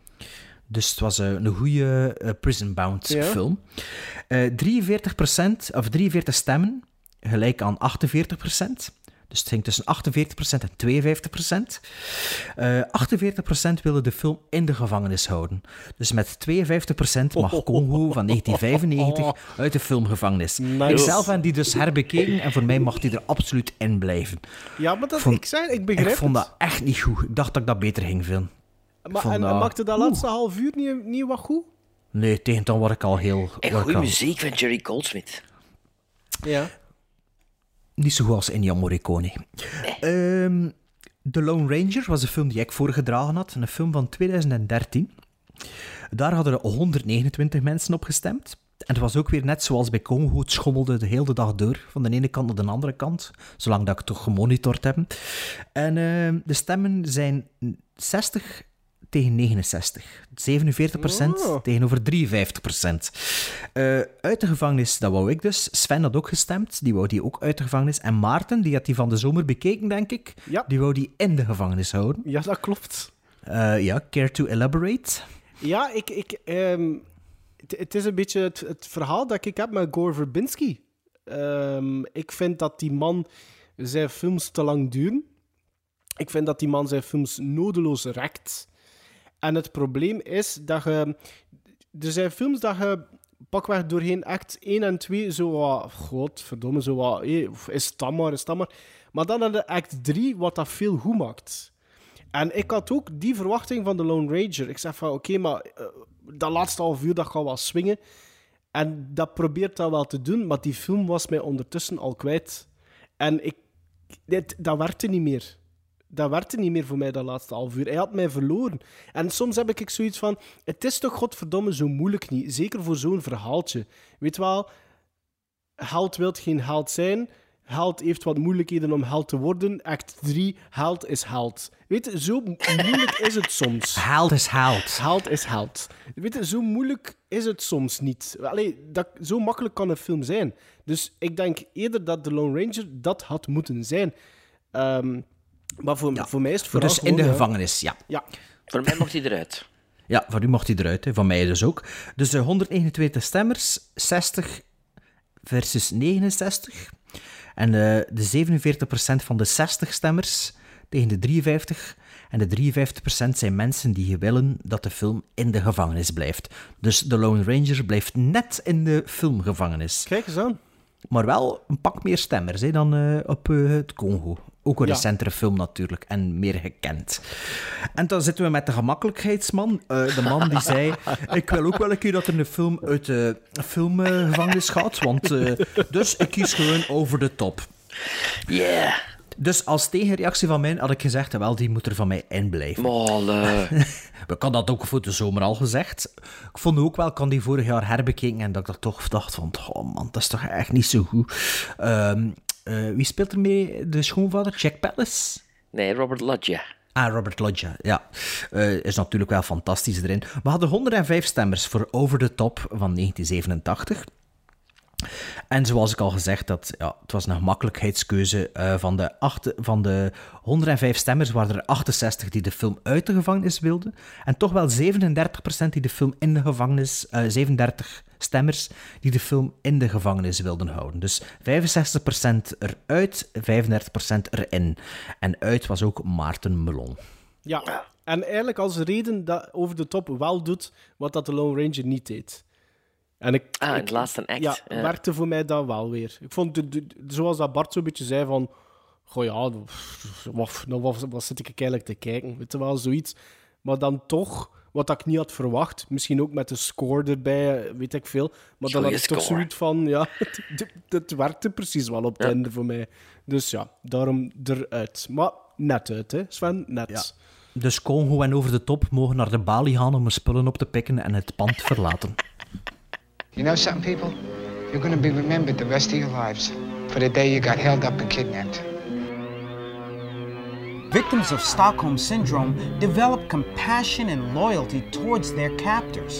Dus het was uh, een goede uh, Prison Bound ja. film. Uh, drieënveertig procent, of drieënveertig stemmen, gelijk aan achtenveertig procent. Dus het ging tussen achtenveertig procent en tweeënvijftig procent. Uh, achtenveertig procent willen de film in de gevangenis houden. Dus met tweeënvijftig procent mag Congo van negentien vijfennegentig uit de filmgevangenis. Nice. Ikzelf heb die dus herbekeken en voor mij mag die er absoluut in blijven. Ja, maar dat, vond, ik, zei, ik begrijp Ik vond het. dat echt niet goed. Ik dacht dat ik dat beter ging vinden. Maar, vond en, dat... en maakte dat laatste Oeh. half uur niet, niet wat goed? Nee, tegen dan word ik al heel... En goede muziek van Jerry Goldsmith. Ja. Niet zo goed als Ennio Morricone. Nee. Um, The Lone Ranger was een film die ik voorgedragen had. Een film van tweeduizend dertien. Daar hadden er honderdnegenentwintig mensen op gestemd. En het was ook weer net zoals bij Congo. Het schommelde de hele dag door. Van de ene kant naar de andere kant. Zolang dat ik het toch gemonitord heb. En uh, de stemmen zijn zestig tegen negenenzestig. zevenenveertig procent oh. tegenover drieënvijftig procent. Uh, uit de gevangenis, dat wou ik dus. Sven had ook gestemd, die wou die ook uit de gevangenis. En Maarten, die had die van de zomer bekeken, denk ik. Ja. Die wou die in de gevangenis houden. Ja, dat klopt. Uh, ja, care to elaborate? Ja, ik... ik um, het, het is een beetje het, het verhaal dat ik heb met Gore Verbinski. Um, ik vind dat die man zijn films te lang duren. Ik vind dat die man zijn films nodeloos rekt. En het probleem is dat je... Er zijn films dat je pakweg doorheen act één en twee zo wat... Godverdomme, zo wat... Hey, is dat maar, is dat maar. Maar dan aan de act drie, wat dat veel goed maakt. En ik had ook die verwachting van The Lone Ranger. Ik zeg van, oké, okay, maar uh, dat laatste half uur, dat gaat wel swingen. En dat probeert dat wel te doen, maar die film was mij ondertussen al kwijt. En ik... Dit, dat werkte niet meer. Dat werkte niet meer voor mij, dat laatste half uur. Hij had mij verloren. En soms heb ik zoiets van... Het is toch godverdomme zo moeilijk niet. Zeker voor zo'n verhaaltje. Weet wel, held wilt geen held zijn. held heeft wat moeilijkheden om held te worden. Act drie, held is held. Weet je, zo moeilijk is het soms. Held is held. Held is held. Weet je, zo moeilijk is het soms niet. Allee, dat, zo makkelijk kan een film zijn. Dus ik denk eerder dat The Lone Ranger dat had moeten zijn. Um, maar voor, Ja. voor mij is het vooral Dus in gewoon, de ja. gevangenis, ja. Ja. Voor mij mocht hij eruit. Ja, voor u mocht hij eruit, hè. Van mij dus ook. Dus uh, honderdnegenentwintig stemmers, zestig versus negenenzestig. En uh, de zevenenveertig procent van de zestig stemmers tegen de drieënvijftig. En de drieënvijftig procent zijn mensen die willen dat de film in de gevangenis blijft. Dus The Lone Ranger blijft net in de filmgevangenis. Kijk eens aan. Maar wel een pak meer stemmers hè, dan uh, op uh, het Congo. Ook een Ja. recentere film natuurlijk en meer gekend. En dan zitten we met de gemakkelijkheidsman. Uh, de man die zei, ik wil ook wel een keer dat er een film uit de filmgevangenis gaat. Want, uh, dus ik kies gewoon over de top. Yeah. Dus als tegenreactie van mij had ik gezegd, wel, die moet er van mij in blijven. Molle. Ik had dat ook voor de zomer al gezegd. Ik vond ook wel, ik had die vorig jaar herbekeken en dat ik toch dacht van, oh man, dat is toch echt niet zo goed. Um, uh, wie speelt er mee? De schoonvader? Jack Palance? Nee, Robert Loggia. Ah, Robert Loggia, ja. Uh, is natuurlijk wel fantastisch erin. We hadden honderdvijf stemmers voor Over the Top van negentien zevenentachtig. En zoals ik al gezegd had, ja, het was een gemakkelijkheidskeuze. Uh, van, de acht, van de honderdvijf stemmers waren er achtenzestig die de film uit de gevangenis wilden. En toch wel zevenendertig procent die de film in de gevangenis... Uh, zevenendertig stemmers die de film in de gevangenis wilden houden. Dus vijfenzestig procent eruit, vijfendertig procent erin. En uit was ook Maarten Melon. Ja, en eigenlijk als reden dat Over the Top wel doet wat dat de Lone Ranger niet deed. En ik, Ah, in ik- het laatste act. Ja, Ja. werkte voor mij dat wel weer. Ik vond, de, de- zoals dat Bart zo'n beetje zei van... Goh ja, pff, wat, nou, wat, wat zit ik eigenlijk te kijken? Weet je wel, zoiets. Maar dan toch, wat ik niet had verwacht, misschien ook met de score erbij, weet ik veel. Maar dan had Goeie ik toch score. zoiets van, ja, het, het werkte precies wel op het Ja. einde voor mij. Dus ja, daarom eruit. Maar net uit, hè, Sven? Net. Ja. Dus Congo en Over the Top mogen naar de balie gaan om hun spullen op te pikken en het pand verlaten. You know something, people? You're gonna be remembered the rest of your lives for the day you got held up and kidnapped. Victims of Stockholm Syndrome develop compassion and loyalty towards their captors.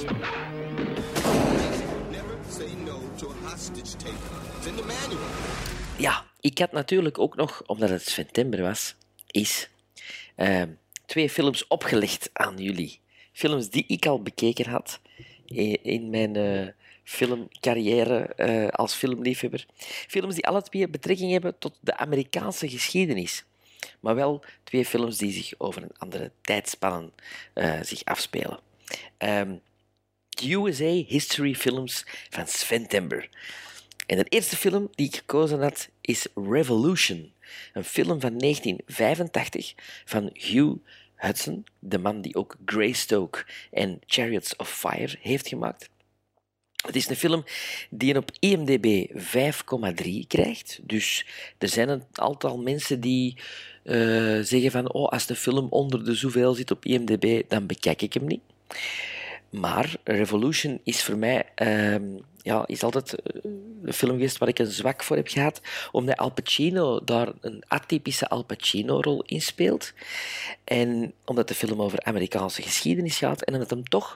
Ja, ik had natuurlijk ook nog, omdat het september was, is eh, twee films opgelegd aan jullie. Films die ik al bekeken had in, in mijn eh, filmcarrière eh, als filmliefhebber. Films die alle twee betrekking hebben tot de Amerikaanse geschiedenis. Maar wel twee films die zich over een andere tijdspannen eh, zich afspelen. Ehm, U S A History Films van Sven Timber. En de eerste film die ik gekozen had is Revolution. Een film van negentien vijfentachtig van Hugh Hudson, de man die ook Greystoke en Chariots of Fire heeft gemaakt. Het is een film die een op I M D B vijf komma drie krijgt. Dus er zijn een aantal mensen die uh, zeggen van oh, als de film onder de zoveel zit op I M D B, dan bekijk ik hem niet. Maar Revolution is voor mij um, ja, is altijd een film geweest waar ik een zwak voor heb gehad, omdat Al Pacino daar een atypische Al Pacino-rol in speelt. En omdat de film over Amerikaanse geschiedenis gaat en omdat hem toch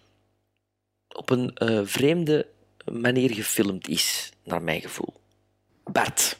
op een uh, vreemde manier gefilmd is, naar mijn gevoel. Bart.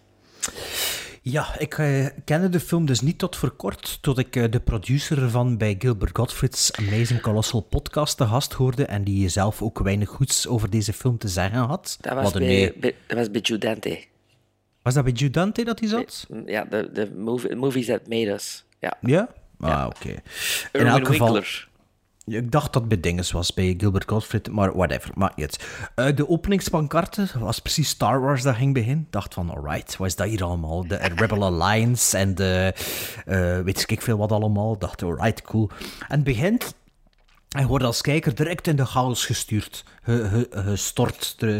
Ja, ik uh, kende de film dus niet tot voor kort, tot ik uh, de producer ervan bij Gilbert Gottfried's Amazing Colossal podcast te gast hoorde en die zelf ook weinig goeds over deze film te zeggen had. Dat was, bij, nee... bij, dat was bij Joe Dante. Was dat bij Joe Dante dat hij zat? Ja, de, de movie, movies that made us. Ja? Ja? Ah, ja. oké. Okay. In elk geval... Winkler. Ik dacht dat het bij Dinges was, bij Gilbert Gottfried, maar whatever, maakt niet uit. Uh, de openingspancarte was precies Star Wars dat ging beginnen. Ik dacht van, alright, wat is dat hier allemaal? De Rebel Alliance en de, uh, weet ik veel wat allemaal. Ik dacht, alright, cool. En het begint, en je wordt als kijker direct in de chaos gestuurd, gestort. De,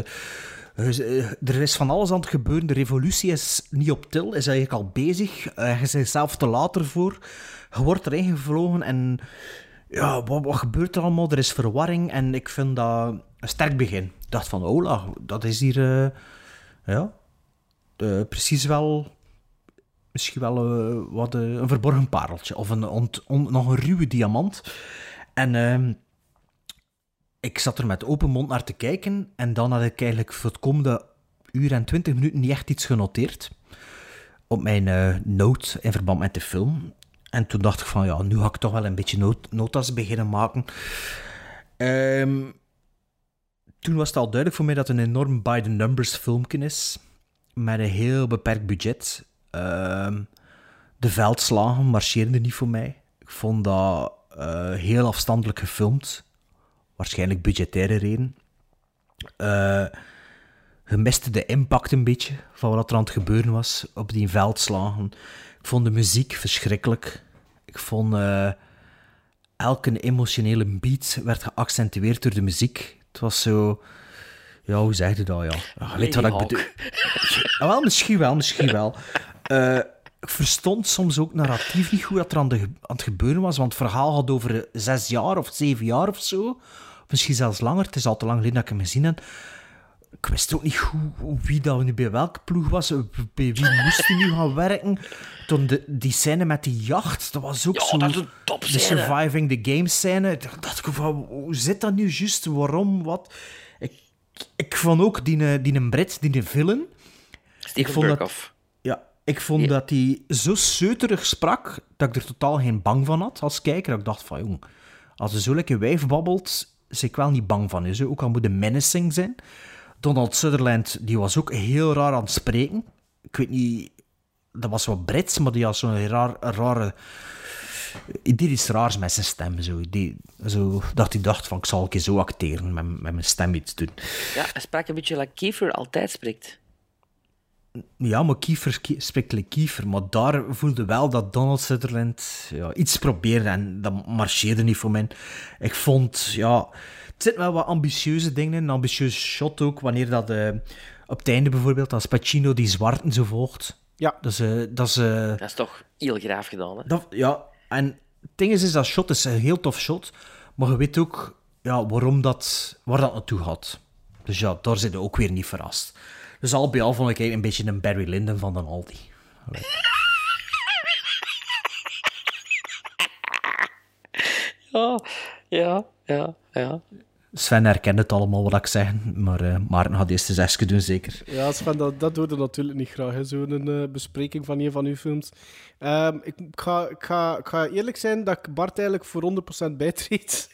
er is van alles aan het gebeuren. De revolutie is niet op til, is eigenlijk al bezig. Uh, je bent zelf te laat ervoor. Je wordt erin gevlogen en... Ja, wat, wat gebeurt er allemaal? Er is verwarring en ik vind dat een sterk begin. Ik dacht van, hola, dat is hier... Uh, ja, uh, precies wel... Misschien wel uh, wat, uh, een verborgen pareltje. Of een ont, on, nog een ruwe diamant. En uh, ik zat er met open mond naar te kijken. En dan had ik eigenlijk voor het komende uur en twintig minuten niet echt iets genoteerd. Op mijn uh, note in verband met de film. En toen dacht ik van, ja, nu ga ik toch wel een beetje not- notas beginnen maken. Um, toen was het al duidelijk voor mij dat het een enorm by-the-numbers filmpje is. Met een heel beperkt budget. Um, de veldslagen marcheerden niet voor mij. Ik vond dat uh, heel afstandelijk gefilmd. Waarschijnlijk budgettaire reden. Uh, je miste de impact een beetje van wat er aan het gebeuren was op die veldslagen. Ik vond de muziek verschrikkelijk. Ik vond uh, elke emotionele beat werd geaccentueerd door de muziek. Het was zo... Ja, hoe zeg je dat, ja? ja weet wat ik bedoel? Ja, wel, misschien wel, misschien wel. Uh, ik verstond soms ook narratief niet goed wat er aan, de, aan het gebeuren was, want het verhaal had over zes jaar of zeven jaar of zo. Of misschien zelfs langer. Het is al te lang geleden dat ik hem gezien heb. Ik wist ook niet goed wie dat nu bij welke ploeg was. Bij wie moest hij nu gaan werken? Toen de, die scène met die jacht, dat was ook ja, zo... Dat is een topscène. De surviving the game scène. Ik dacht ik van, hoe zit dat nu juist? Waarom? Wat? Ik, ik vond ook die, die een Brit, die een villain... Steven Berkoff. Ja, ik vond ja. dat hij zo zeuterig sprak, dat ik er totaal geen bang van had als kijker. Dat ik dacht van, jong, als er zo lekker wijf babbelt, is ik wel niet bang van. Is, ook al moet een menacing zijn. Donald Sutherland, die was ook heel raar aan het spreken. Ik weet niet... Dat was wat Brits, maar die had zo'n raar, rare... Die is raars met zijn stem. Zo. Die, zo, dat hij dacht van, ik zal een keer zo acteren, met, met mijn stem iets doen. Ja, hij sprak een beetje like Kiefer altijd spreekt. Ja, maar Kiefer spreekt like Kiefer. Maar daar voelde wel dat Donald Sutherland ja, iets probeerde en dat marcheerde niet voor mij. Ik vond, ja... Het zit wel wat ambitieuze dingen, een ambitieuze shot ook, wanneer dat... Uh, op het einde bijvoorbeeld, als Pacino die zwarten zo volgt. Ja. Dat is... Uh, dat, is uh, dat is toch heel graaf gedaan, hè? Dat, ja, en het ding is, is, dat shot is een heel tof shot, maar je weet ook ja, waarom dat... Waar dat naartoe gaat. Dus ja, daar zit je ook weer niet verrast. Dus al bij al vond ik een beetje een Barry Lyndon van dan Aldi. Ja, ja, ja, ja. Sven herkent het allemaal wat ik zeg, maar uh, Maarten gaat eerst eens zesje doen, zeker. Ja, Sven, dat, dat doe je natuurlijk niet graag, zo'n uh, bespreking van een van uw films. Um, ik, ga, ik, ga, ik ga eerlijk zijn dat ik Bart eigenlijk voor honderd procent bijtreed.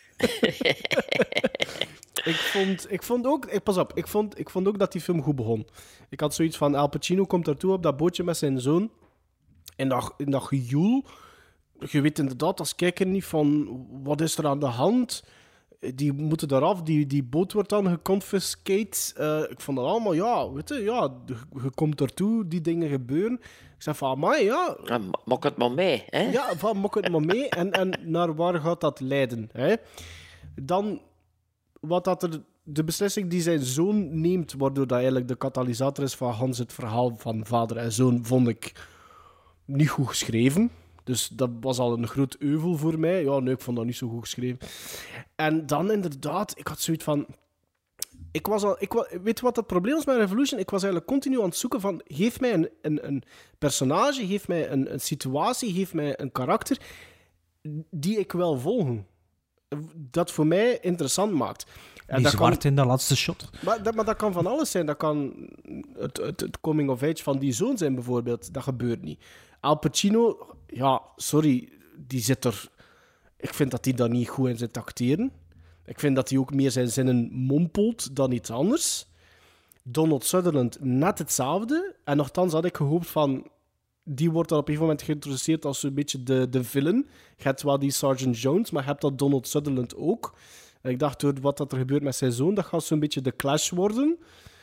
ik, vond, ik vond ook... Ik, pas op, ik vond, ik vond ook dat die film goed begon. Ik had zoiets van, Al Pacino komt daartoe op dat bootje met zijn zoon. En dat, in dat gejoel... Je weet inderdaad als kijker niet van, wat is er aan de hand? Die moeten eraf, die, die boot wordt dan geconfiscate. Uh, ik vond dat allemaal, ja, weet je, ja, je komt ertoe, die dingen gebeuren. Ik zei van, amai, ja... ja mok het maar mee, hè? Ja, van, mok het maar mee. En, en naar waar gaat dat leiden, hè? Dan, wat dat er... De beslissing die zijn zoon neemt, waardoor dat eigenlijk de katalysator is van Hans, het verhaal van vader en zoon, vond ik niet goed geschreven. Dus dat was al een groot euvel voor mij. Ja, nee, ik vond dat niet zo goed geschreven. En dan inderdaad, ik had zoiets van... Ik was al, ik was, weet je wat het probleem was met Revolution? Ik was eigenlijk continu aan het zoeken van... Geef mij een, een, een personage, geef mij een, een situatie, geef mij een karakter die ik wil volgen. Dat voor mij interessant maakt. En die dat zwart kan, in de laatste shot. Maar dat, maar dat kan van alles zijn. Dat kan het, het, het coming of age van die zoon zijn, bijvoorbeeld. Dat gebeurt niet. Al Pacino, ja, sorry, die zit er... Ik vind dat hij daar niet goed in zit acteren. Ik vind dat hij ook meer zijn zinnen mompelt dan iets anders. Donald Sutherland, net hetzelfde. En nochtans had ik gehoopt van... Die wordt dan op een gegeven moment geïntroduceerd als een beetje de, de villain. Je hebt wel die Sergeant Jones, maar je hebt dat Donald Sutherland ook. En ik dacht, door wat er gebeurt met zijn zoon, dat gaat zo'n beetje de clash worden.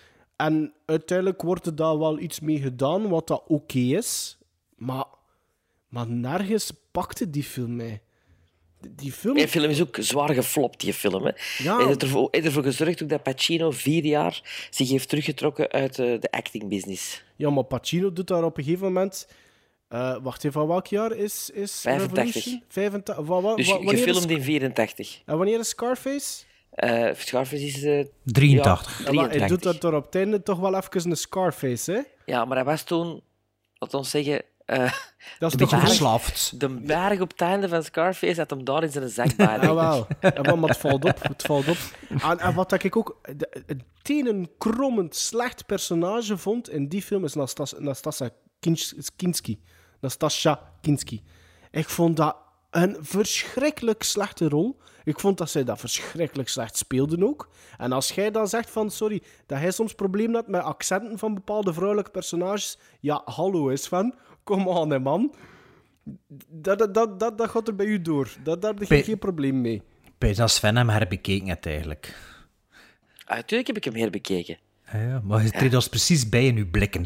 En uiteindelijk wordt er daar wel iets mee gedaan, wat dat oké okay is. Maar, maar nergens pakte die film mij. Die film... Die film is ook zwaar geflopt, die film. Hè. Ja. Hij heeft ervoor, heeft ervoor gezorgd ook dat Pacino vier jaar zich heeft teruggetrokken uit uh, de acting business. Ja, maar Pacino doet daar op een gegeven moment... Uh, wacht even, van welk jaar is, is vijfentachtig. Revolution? vijfentachtig. Wa, wa, dus wa, gefilmd is... in vierentachtig. En wanneer is Scarface? Uh, Scarface is... Uh, drieëntachtig. Ja, Ja, maar hij drieëntachtig. doet dat door op het einde toch wel even een Scarface, hè? Ja, maar hij was toen... Laat ons zeggen... Uh, Dat is Een toch beetje goed? verslaafd. de berg op het einde van Scarface had hem daar in zijn zak bij. Ja, wel. Ja, wel, maar het valt op. Het valt op. En, en wat ik ook de- het tenenkrommend slecht personage vond in die film is Nastas, Nastasia Kins- Kinski. Nastasia Kinski. Ik vond dat een verschrikkelijk slechte rol. Ik vond dat zij dat verschrikkelijk slecht speelden ook. En als jij dan zegt van, sorry, dat hij soms problemen had met accenten van bepaalde vrouwelijke personages, ja, hallo is van, kom aan, hè, man. Dat, dat, dat, dat, dat gaat er bij u door. Dat, daar heb je Bij- geen probleem mee. Bij dat Sven hem herbekeken heeft eigenlijk. Ah, natuurlijk heb ik hem herbekeken. Ja, ja, maar je treedt ons precies bij in uw blikken.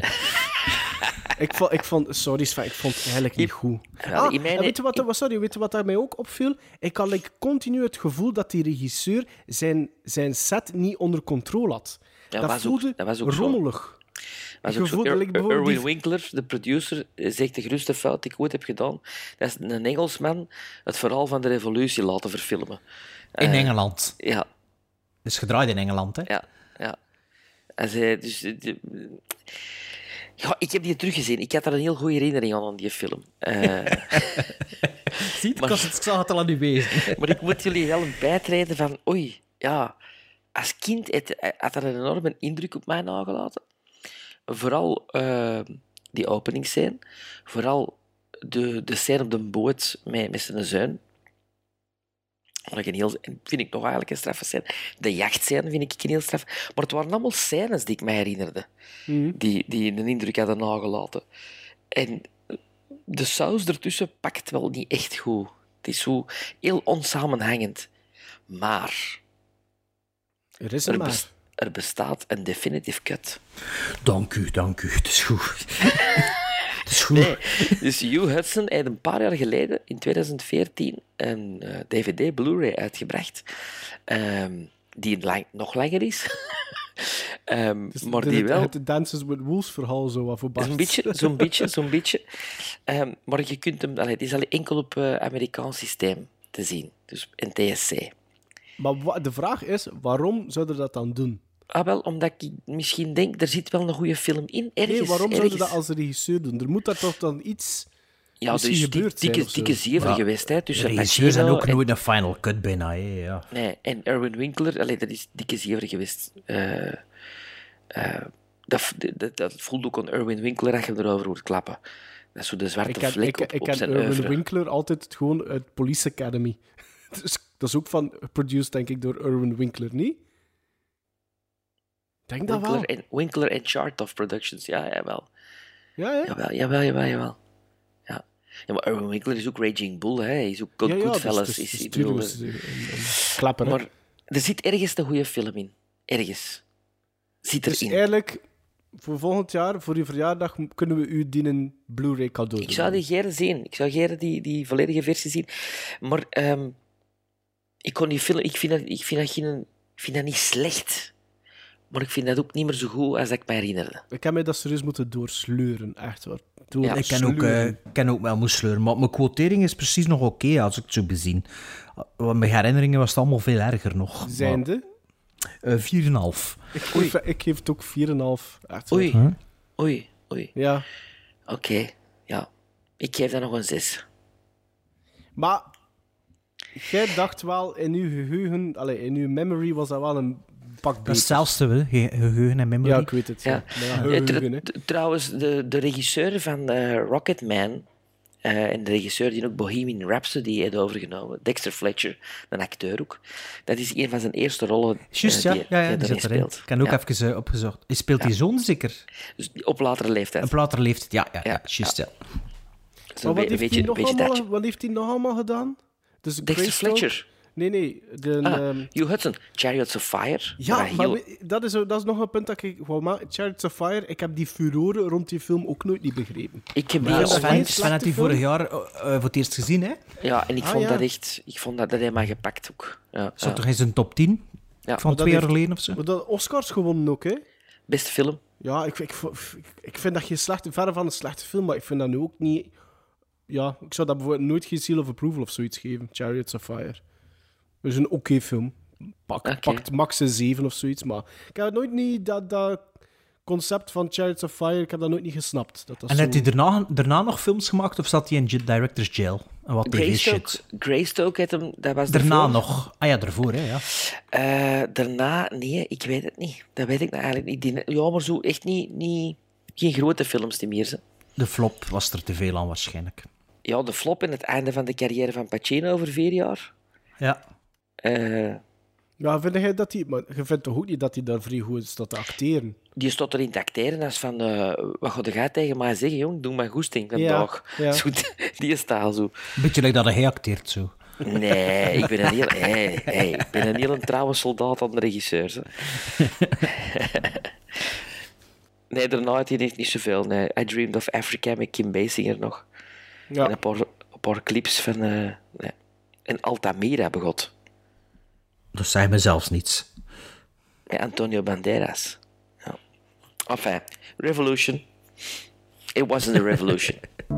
Ik vond, ik vond, sorry Sven, ik vond het eigenlijk niet goed. Ja, Ah, in mijn- en weet je wat, er- sorry, weet je wat daar mij ook opviel? Ik had like, continu het gevoel dat die regisseur zijn, zijn set niet onder controle had. Ja, dat was ook- voelde dat was ook zo. rommelig. Was Ik ook zo. gevoel dat Ir- ik bijvoorbeeld Irwin die- Winkler, de producer, zegt de grootste fout die ik ooit heb gedaan. Dat is een Engelsman het verhaal van de revolutie laten verfilmen. In Eh, Engeland. Ja, Dus gedraaid in Engeland, hè? ja, ja. En zij, dus, eh, de- ja, ik heb die teruggezien. Ik had daar een heel goede herinnering aan, aan die film. Eh, Ziet, Maar- ik zag het al aan u wezen. maar ik moet jullie wel een bijtreden van... Oei, ja... Als kind had, had dat een enorme indruk op mij nagelaten. Vooral uh, die openingsscène. Vooral de, de scène op de boot met, met zijn zoon. Vond ik een heel, vind ik nog eigenlijk een straffe scène. De jachtscène vind ik een heel straf. Maar het waren allemaal scènes die ik mij herinnerde. Mhm. Die, die een indruk hadden nagelaten. En de saus ertussen pakt wel niet echt goed. Het is zo heel onsamenhangend. Maar Er is een er, maar. bes- er bestaat een definitive cut. Dank u, dank u. Het is goed. Het is goed. Nee, dus Hugh Hudson heeft een paar jaar geleden, in twintig veertien, een eh, D V D Blu-ray uitgebracht. ehm, die lang, nog langer is. Ehm, Dus maar de- die het- wel... Het Dances with Wolves verhaal zo wat voor Bart. Zo'n beetje, zo'n beetje, zo'n beetje. Ehm, maar je kunt hem... Allee, het is alleen enkel op uh, Amerikaans systeem te zien. Dus N T S C. Maar wa- de vraag is, waarom zouden dat dan doen? Ah, wel, omdat ik misschien denk, er zit wel een goede film in. Ergens, Nee, waarom ergens. zouden dat als regisseur doen? Er moet daar toch dan iets... Ja, er misschien is dik- gebeurd zijn dikke, of zo? dikke zever Ja. geweest, hè, De tussen regisseurs zijn Pacino ook en- nooit een final cut bijna, hè, ja. Nee, en Erwin Winkler, allee, dat is dikke zever geweest. Eh, eh, dat, dat, dat voelt ook aan Erwin Winkler als je erover hoort klappen. Dat is zo de zwarte Ik ken, vlek ik, op, ik op ken zijn Irwin oeuvre. Winkler altijd het gewoon uit Police Academy. Dus dat is ook van produced, denk ik, door Irwin Winkler, niet? Ik denk dat wel. Winkler en, Winkler en Chartoff Productions, ja, jawel. Ja, ja. Jawel, jawel, jawel, jawel. Ja. Ja, maar Erwin Winkler is ook Raging Bull, hè. Hij is ook Good, ja, ja, Goodfellas. dus- dus- is, dus ik bedoel, tuurlijk is het een- een klapper, hè. maar er zit ergens een goede film in. Ergens. Zit Dus erin. eigenlijk, voor volgend jaar, voor uw verjaardag, kunnen we u die een Blu-ray cadeau doen. Ik zou die gerne zien. Ik zou gerne die, die volledige versie zien. Maar ehm, ik kon die film... Ik vind dat, ik vind dat, geen, ik vind dat niet slecht. Maar ik vind dat ook niet meer zo goed als ik me herinnerde. Ik heb mij dat serieus moeten doorsleuren, echt waar. Door Ja. Ik ken ook, eh, ik ken ook wel moest sleuren, maar mijn quotering is precies nog oké als ik het zo bezien. Want mijn herinneringen was het allemaal veel erger nog. Zijnde. Uh, vier komma vijf. Ik geef, ik geef het ook vier komma vijf. Echt waar. Oei, Huh? oei, oei. Ja. Oké, ja. Ik geef dat nog een zes. Maar jij dacht wel in uw geheugen, allez, in uw memory was dat wel een pak Dat beter. is hetzelfde, hè, ge- geheugen en memory. Ja, ik weet het. Ja. Ja. Maar ja, Eh, geheugen, hè. tr- trouwens, de, de regisseur van eh, Rocketman eh, en de regisseur die ook Bohemian Rhapsody heeft overgenomen, Dexter Fletcher, een acteur ook, dat is een van zijn eerste rollen eh, Juist, ja, die, ja, ja, die die erin zit erin. speelt. Ik heb ook Ja. even uh, opgezocht. Hij speelt die zoon zeker? Dus op latere leeftijd. Een later leeftijd, ja, ja, ja, Ja, juist, ja. Zo Maar een wat heeft, beetje, hij een nog beetje allemaal, dat. wat heeft hij nog allemaal gedaan? Dus Dexter Greystoke? Fletcher. Nee, nee. De, Ah, ehm, Hugh Hudson, Chariots of Fire. ja, waar maar heel- we- dat is, dat is nog een punt dat ik wou maken. Chariots of Fire, ik heb die furore rond die film ook nooit niet begrepen. ik heb die Ja, dat online- Sven, geen Sven had die slechte vorig jaar uh, uh, voor het eerst gezien, hè? Ja, en ik Ah, vond ja. dat echt... Ik vond dat, dat hij mij gepakt ook. Ja, Zo ja. toch eens een top tien Ja. van dat twee jaar heeft- geleden of zo. Maar dat Oscars gewonnen ook, hè? Beste film. Ja, ik, ik, ik, ik vind dat geen slechte, verre van een slechte film, maar ik vind dat nu ook niet... Ja, ik zou dat bijvoorbeeld nooit geen seal of approval of zoiets geven, Chariots of Fire. Het is een oké film, pak, Oké. pakt max een zeven of zoiets. Maar ik heb nooit niet dat, dat concept van Chariots of Fire, ik heb dat nooit niet gesnapt. Dat dat En zo... heeft hij daarna, daarna nog films gemaakt of zat hij in j- Director's Jail? En wat tv-shit? Greystoke, Greystoke had hem, dat was Daarna ervoor. nog. Ah ja, daarvoor, hè, ja. Eh, daarna, nee, ik weet het niet. Dat weet ik nou eigenlijk niet. Die- Ja, maar zo echt niet, niet... Geen grote films die meer zijn. De flop was er te veel aan, waarschijnlijk. Ja, de flop in het einde van de carrière van Pacino over vier jaar. Ja. Eh, Ja, vind jij dat hij... Maar je vindt toch ook niet dat hij daar vrij goed staat te acteren? die stond erin te acteren als van... eh, wat ga jij tegen mij zeggen, jong? Doe maar goesting vandaag. Ja, ja. Zo, die staal zo. Beetje like dat hij acteert, zo. Nee, ik ben een heel... Hey, hey, ik ben een heel trouwe soldaat aan de regisseurs. Hè. Nee, daarna had hij niet, niet zoveel. Nee. I Dreamed of Africa met Kim Basinger nog. Ja. En een paar, een paar clips van... eh nee. En Altamira begot. Dat zei me zelfs niets. Met Antonio Banderas. Ja. Enfin, Revolution. It wasn't a revolution.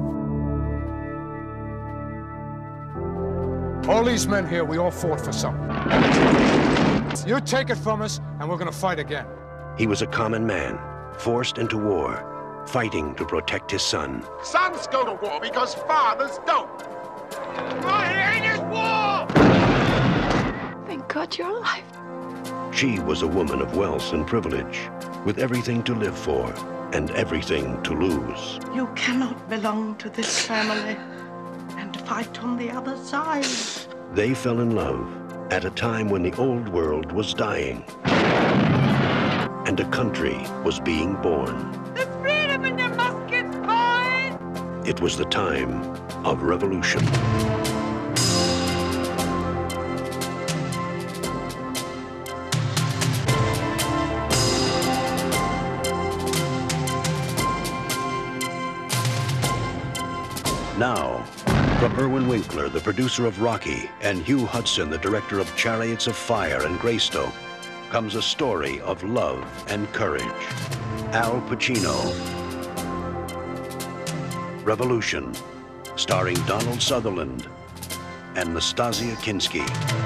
All these men here, we all fought for something. You take it from us, and we're gonna fight again. He was a common man, forced into war, fighting to protect his son. Sons go to war because fathers don't. My name is war! Thank God you're alive. She was a woman of wealth and privilege, with everything to live for and everything to lose. You cannot belong to this family and fight on the other side. They fell in love at a time when the old world was dying and a country was being born. There's freedom in your muskets, boys! It was the time of revolution. Now, from Irwin Winkler, the producer of Rocky, and Hugh Hudson, the director of Chariots of Fire and Greystoke, comes a story of love and courage. Al Pacino. Revolution, starring Donald Sutherland and Nastasia Kinski.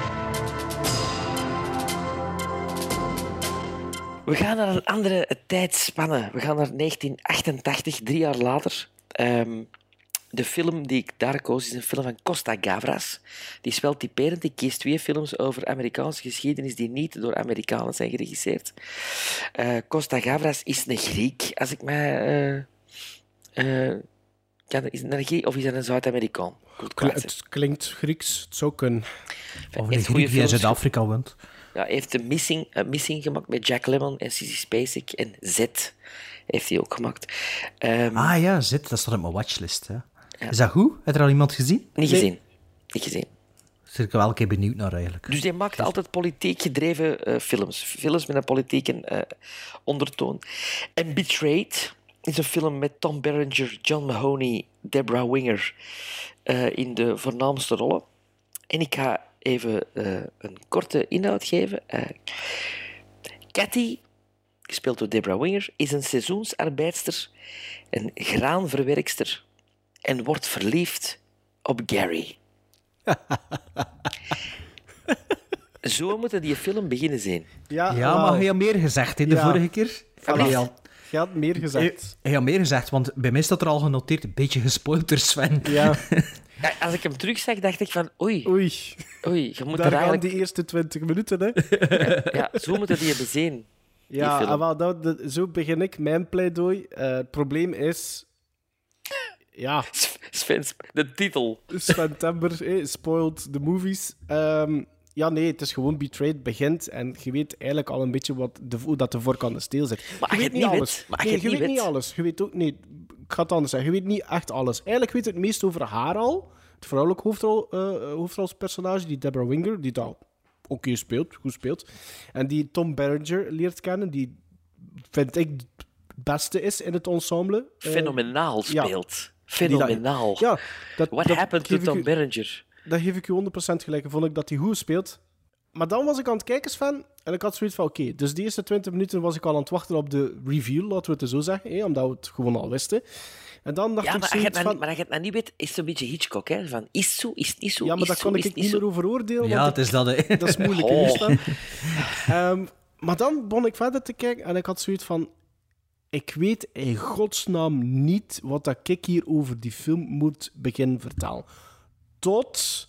We gaan naar een andere tijdspanne. We gaan naar negentien achtentachtig, drie jaar later. Um, de film die ik daar koos is een film van Costa Gavras. Die is wel typerend. Ik kies twee films over Amerikaanse geschiedenis die niet door Amerikanen zijn geregisseerd. Uh, Costa Gavras is een Griek, als ik mij... Uh, uh, kan, is het een Griek of is het een Zuid-Amerikaan? Kl- het klinkt Grieks, het zou kunnen. Of een Griek die in Zuid-Afrika woont. Ja, hij heeft een missing, een missing gemaakt met Jack Lemmon en Sissy Spacek. En Z heeft hij ook gemaakt. Um, ah ja, Z, dat staat op mijn watchlist. Hè. Ja. Is dat goed? Heb je er al iemand gezien? Niet gezien. Nee. Niet gezien. Daar zit ik wel een keer benieuwd naar, eigenlijk. Dus hij maakt altijd politiek gedreven uh, films. Films met een politieke uh, ondertoon. En Betrayed is een film met Tom Berenger, John Mahoney, Deborah Winger uh, in de voornaamste rollen. En ik ga even uh, een korte inhoud geven. Uh, Cathy, gespeeld door Deborah Winger, is een seizoensarbeidster, een graanverwerkster en wordt verliefd op Gary. Zo moeten die film beginnen zien. Ja, ja maar hij had meer gezegd in de ja. vorige keer. Hij had, hij had meer gezegd. Hij had meer gezegd, want bij mij staat er al genoteerd, een beetje gespoild door Sven. Ja. Ja, als ik hem terugzag, dacht ik van oei. Oei. Oei je moet Daar er gaan eigenlijk... die eerste twintig minuten, hè. Ja, ja, zo moeten die hebben zien. Ja, wel, dat, dat, zo begin ik mijn pleidooi. Uh, het probleem is... Ja. Sven, de titel. Sven Tember, eh, spoiled the movies. Um, ja, nee, het is gewoon Betrayed begint en je weet eigenlijk al een beetje wat de, hoe dat de voorkant de steel zit. Maar je weet niet alles. Weet, maar nee, je je niet weet weet. niet alles. Je weet ook niet... Ik ga het anders zeggen. Je weet niet echt alles. Eigenlijk weet je het meest over haar al. Het vrouwelijk hoofdrol, uh, hoofdrolspersonage, die Deborah Winger, die dat oké okay speelt, goed speelt. En die Tom Berenger leert kennen, die vind ik het beste is in het ensemble. Fenomenaal speelt. Ja. Fenomenaal. Dat, ja, dat, What dat happened to Tom u, Berenger? Dat geef ik je honderd procent gelijk. Vond ik dat hij goed speelt. maar dan was ik aan het kijken, Sven, en ik had zoiets van, oké, okay, dus de eerste twintig minuten was ik al aan het wachten op de reveal, laten we het zo zeggen, hè, omdat we het gewoon al wisten. En dan dacht ja, ik maar als je het van... nou, maar als je het nou niet weet, is het een beetje Hitchcock, hè? Van, is het zo, is het niet zo, Ja, maar daar kan ik niet, niet meer over oordelen. Ja, het is dat, hè. Dat is moeilijk, oh. um, Maar dan begon ik verder te kijken en ik had zoiets van... Ik weet in godsnaam niet wat dat ik hier over die film moet beginnen vertellen. Tot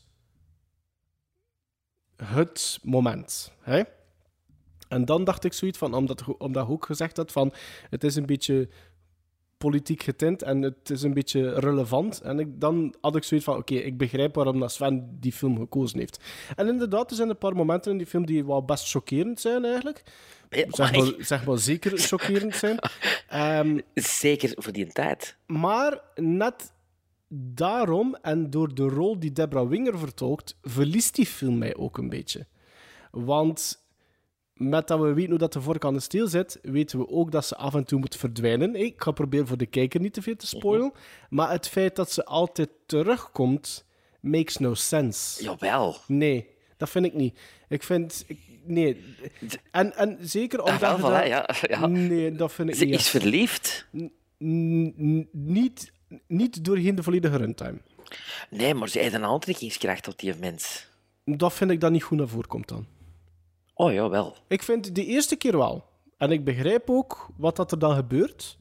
het moment. Hè? En dan dacht ik zoiets van, omdat, omdat je ook gezegd had van... Het is een beetje politiek getint en het is een beetje relevant. En ik, dan had ik zoiets van, oké, okay, ik begrijp waarom dat Sven die film gekozen heeft. En inderdaad, er zijn een paar momenten in die film die wel best chockerend zijn, eigenlijk. Zeg maar, zeg maar zeker chockerend zijn. Um, zeker voor die tijd. Maar net daarom, en door de rol die Deborah Winger vertolkt, verliest die film mij ook een beetje. Want... Met dat we weten hoe dat de vork aan de steel zit, weten we ook dat ze af en toe moet verdwijnen. Ik ga proberen voor de kijker niet te veel te spoilen. Uh-huh. Maar het feit dat ze altijd terugkomt, makes no sense. Jawel. Nee, dat vind ik niet. Ik vind... Ik, nee. En, en zeker omdat... Ah, wel, dat, ja, ja. Nee, dat vind ik ze niet. Ze is echt verliefd. N- n- niet, niet doorheen de volledige runtime. Nee, maar ze heeft een aantrekkingskracht op die mens. Dat vind ik dat niet goed naar voren komt dan. Oh, jawel. Ik vind de eerste keer wel. En ik begrijp ook wat dat er dan gebeurt.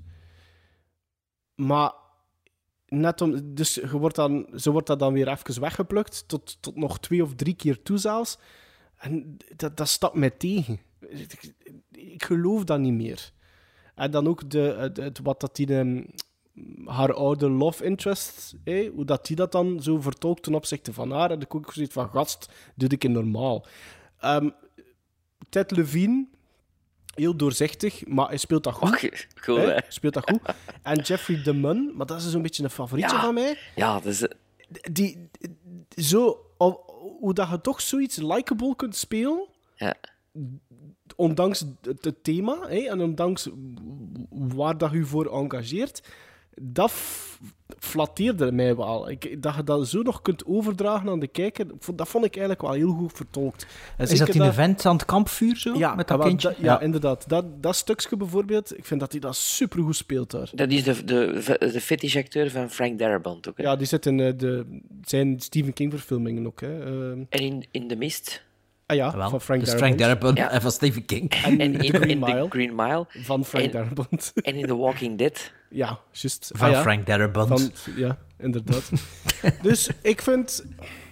Maar net om... Dus je wordt dan, ze wordt dat dan weer even weggeplukt. Tot, tot nog twee of drie keer toe zelfs. En dat, dat staat mij tegen. Ik, ik geloof dat niet meer. En dan ook de, het, het, wat dat die... Um, haar oude love interest, hé, hoe dat die dat dan zo vertolkt ten opzichte van haar. En ik ook zoiets van, gast, doe ik in normaal. Um, Ted Levine, heel doorzichtig, maar hij speelt dat goed. Oh, cool, hè? Hij speelt dat goed. En Jeffrey DeMunn, maar dat is zo'n beetje een favorietje ja. van mij. Ja, dat is... Die, zo, hoe dat je toch zoiets likable kunt spelen, ja. ondanks het, het thema, hè, en ondanks waar dat je voor engageert, dat flatteerde mij wel. Ik, dat je dat zo nog kunt overdragen aan de kijker, dat vond ik eigenlijk wel heel goed vertolkt. En is dat in een vent aan het kampvuur zo? Ja, met dat wel, kindje? Da, ja, ja, inderdaad. Dat, dat stukje bijvoorbeeld, ik vind dat hij dat supergoed speelt daar. Dat is de, de, de fetishacteur van Frank Darabont ook. Hè? Ja, die zit in uh, de, zijn Stephen King-verfilmingen ook. Hè. Uh, en in, in The Mist. Ah ja, wel, van Frank dus Darabont. Frank Darabont ja. en van Stephen King. En, en in, Green in Mile. The Green Mile. Van Frank en, Darabont. En in The Walking Dead. Ja, juist. Van ah, ja. Frank Darabont. Van, ja, inderdaad. Dus ik vind...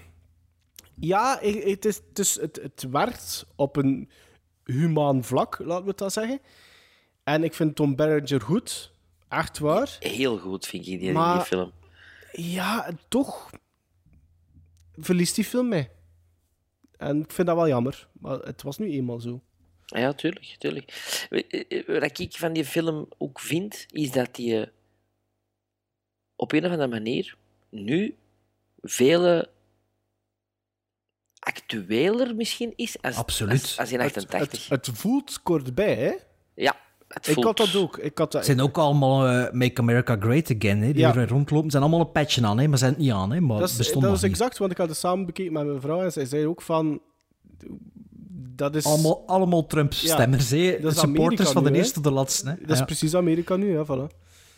Ja, het, is, het, is, het, het werkt op een humaan vlak, laten we het dat zeggen. En ik vind Tom Berenger goed. Echt waar. Heel goed, vind ik, die, maar, die film. Ja, toch verliest die film mij. En ik vind dat wel jammer. Maar het was nu eenmaal zo. Ja, tuurlijk, tuurlijk. Wat ik van die film ook vind, is dat die op een of andere manier nu vele actueler misschien is als, Absoluut. als, als in achtentachtig. Het, het, het voelt kortbij, hè? Ja, het voelt... Ik had dat ook. Ik had dat... Het zijn ook allemaal uh, Make America Great Again, hè, die ja. er rondlopen. Ze zijn allemaal een patch aan, hè, maar ze zijn het niet aan. Hè, maar dat is, bestond dat is niet. exact, want ik had het samen bekeken met mijn vrouw en zij zei ook van... Dat is... Allemaal, allemaal Trump-stemmers, ja, hè. Supporters Amerika van de nu, eerste tot de laatste. Hè. Dat is ja. precies Amerika nu, hè, voilà.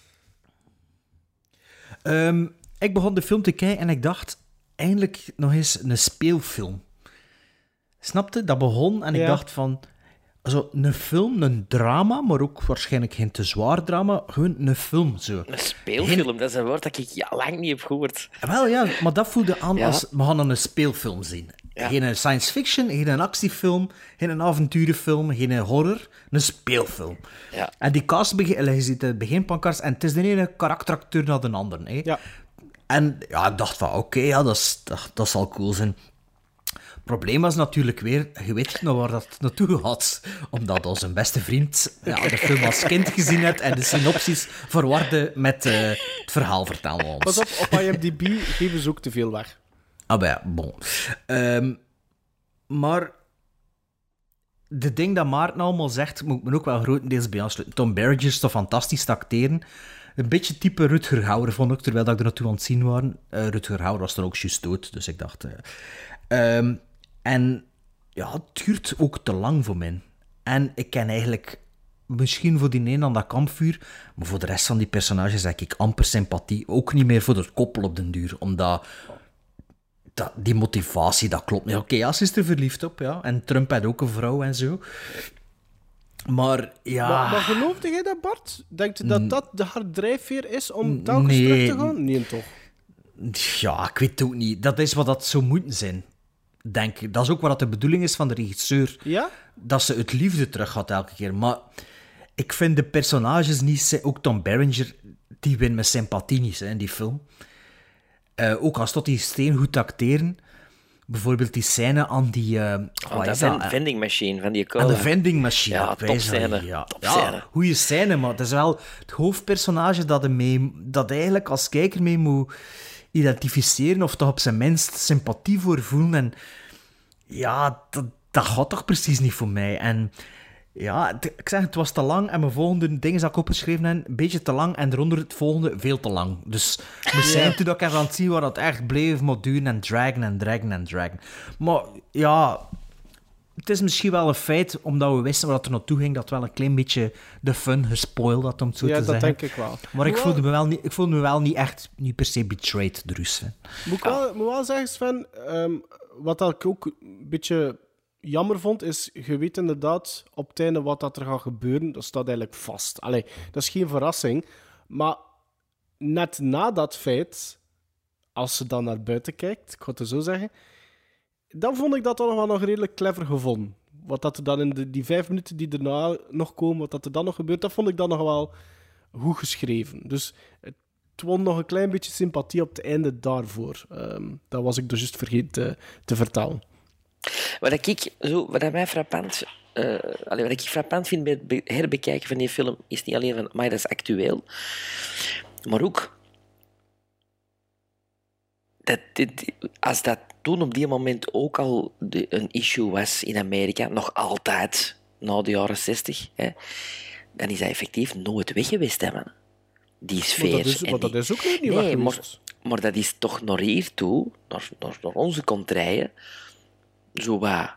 Um, ik begon de film te kijken en ik dacht, eindelijk nog eens een speelfilm. Snapte? Dat begon en ik ja. dacht van... Also, een film, een drama, maar ook waarschijnlijk geen te zwaar drama. Gewoon een film, zo. Een speelfilm, geen... dat is een woord dat ik ja, lang niet heb gehoord. Wel ja, maar dat voelde aan ja. als... We gaan een speelfilm zien. Ja. Geen science fiction, geen actiefilm, geen avonturenfilm, geen horror. Een speelfilm. Ja. En die cast, begin, je ziet het beginpankast en het is de ene karakteracteur naar de andere. Hè. Ja. En ja, ik dacht van, oké, okay, ja, dat, dat, dat zal cool zijn. Het probleem was natuurlijk weer, je weet nog waar dat naartoe gaat. Omdat onze beste vriend ja, de film als kind gezien heeft en de synopsis verwarde met uh, het verhaal vertellen ons. Pas op, op I M D B geven ze ook te veel weg. Ah, ja, bon. Um, maar de ding dat Maarten allemaal zegt, moet ik me ook wel grotendeels bij aansluiten. Tom Berenger is toch fantastisch te acteren. Een beetje type Rutger Hauer vond ik, terwijl ik er naartoe aan het zien was. Uh, Rutger Hauer was er ook juist dood, dus ik dacht... Uh, um, en ja, het duurt ook te lang voor mij. En ik ken eigenlijk... Misschien voor die een aan dat kampvuur, maar voor de rest van die personages heb ik amper sympathie. Ook niet meer voor de koppel op den duur, omdat... Dat, die motivatie, dat klopt niet. Oké, okay, ja, ze is er verliefd op, ja. En Trump had ook een vrouw en zo. Maar, ja... Maar, maar geloofde jij dat, Bart? Denk je dat dat de haar drijfveer is om telkens nee. terug te gaan? Nee, toch? Ja, ik weet het ook niet. Dat is wat dat zou moeten zijn. Denk ik. Dat is ook wat de bedoeling is van de regisseur. Ja? Dat ze het liefde terug gaat elke keer. Maar ik vind de personages niet... Ook Tom Berenger, die wint met sympathie niet in die film. Uh, ook als tot die steengoed acteren. Bijvoorbeeld die scène aan die... Uh, oh, dat vend- vending machine van die cola. Aan de vending machine. Ja, topscène. Ja, top ja, goeie scène, maar het is wel het hoofdpersonage dat, mee, dat eigenlijk als kijker mee moet identificeren of toch op zijn minst sympathie voor voelen. En ja, dat, dat gaat toch precies niet voor mij. En ja, het, ik zeg, het was te lang en mijn volgende dingen dat ik opgeschreven heb, een beetje te lang en eronder het volgende veel te lang. Dus het moest zijn toen ik even aan het zien waar dat echt bleef, maar duren en dragen en dragen en dragen. Maar ja, het is misschien wel een feit, omdat we wisten waar het er naartoe ging, dat wel een klein beetje de fun gespoild had, om het zo ja, te zeggen. Ja, dat denk ik wel. Maar ik voelde me wel niet, ik voelde me wel niet echt, niet per se betrayed door Sven. Moet ik wel, moet wel zeggen, Sven, um, wat dat ik ook een beetje jammer vond, is, je weet inderdaad op het einde wat dat er gaat gebeuren. Dat staat eigenlijk vast. Allee, dat is geen verrassing. Maar net na dat feit, als ze dan naar buiten kijkt, ik ga het er zo zeggen, dan vond ik dat toch nog wel nog redelijk clever gevonden. Wat dat er dan in de, die vijf minuten die daarna nog komen, wat dat er dan nog gebeurt, dat vond ik dan nog wel goed geschreven. Dus het won nog een klein beetje sympathie op het einde daarvoor. Um, dat was ik dus juist vergeten te, te vertellen. Wat ik, zo, wat mij frappant, uh, allee, wat ik frappant vind bij het herbekijken van die film, is niet alleen van, maar dat is actueel, maar ook dat dit, als dat toen op die moment ook al de, een issue was in Amerika, nog altijd, na de jaren zestig, hè, dan is dat effectief nooit weg geweest, hè, man. Die sfeer. Maar dat is, en maar die... dat is ook niet nee, weg maar, geweest. maar dat is toch naar hier toe, naar, naar, naar onze contraien, zo wat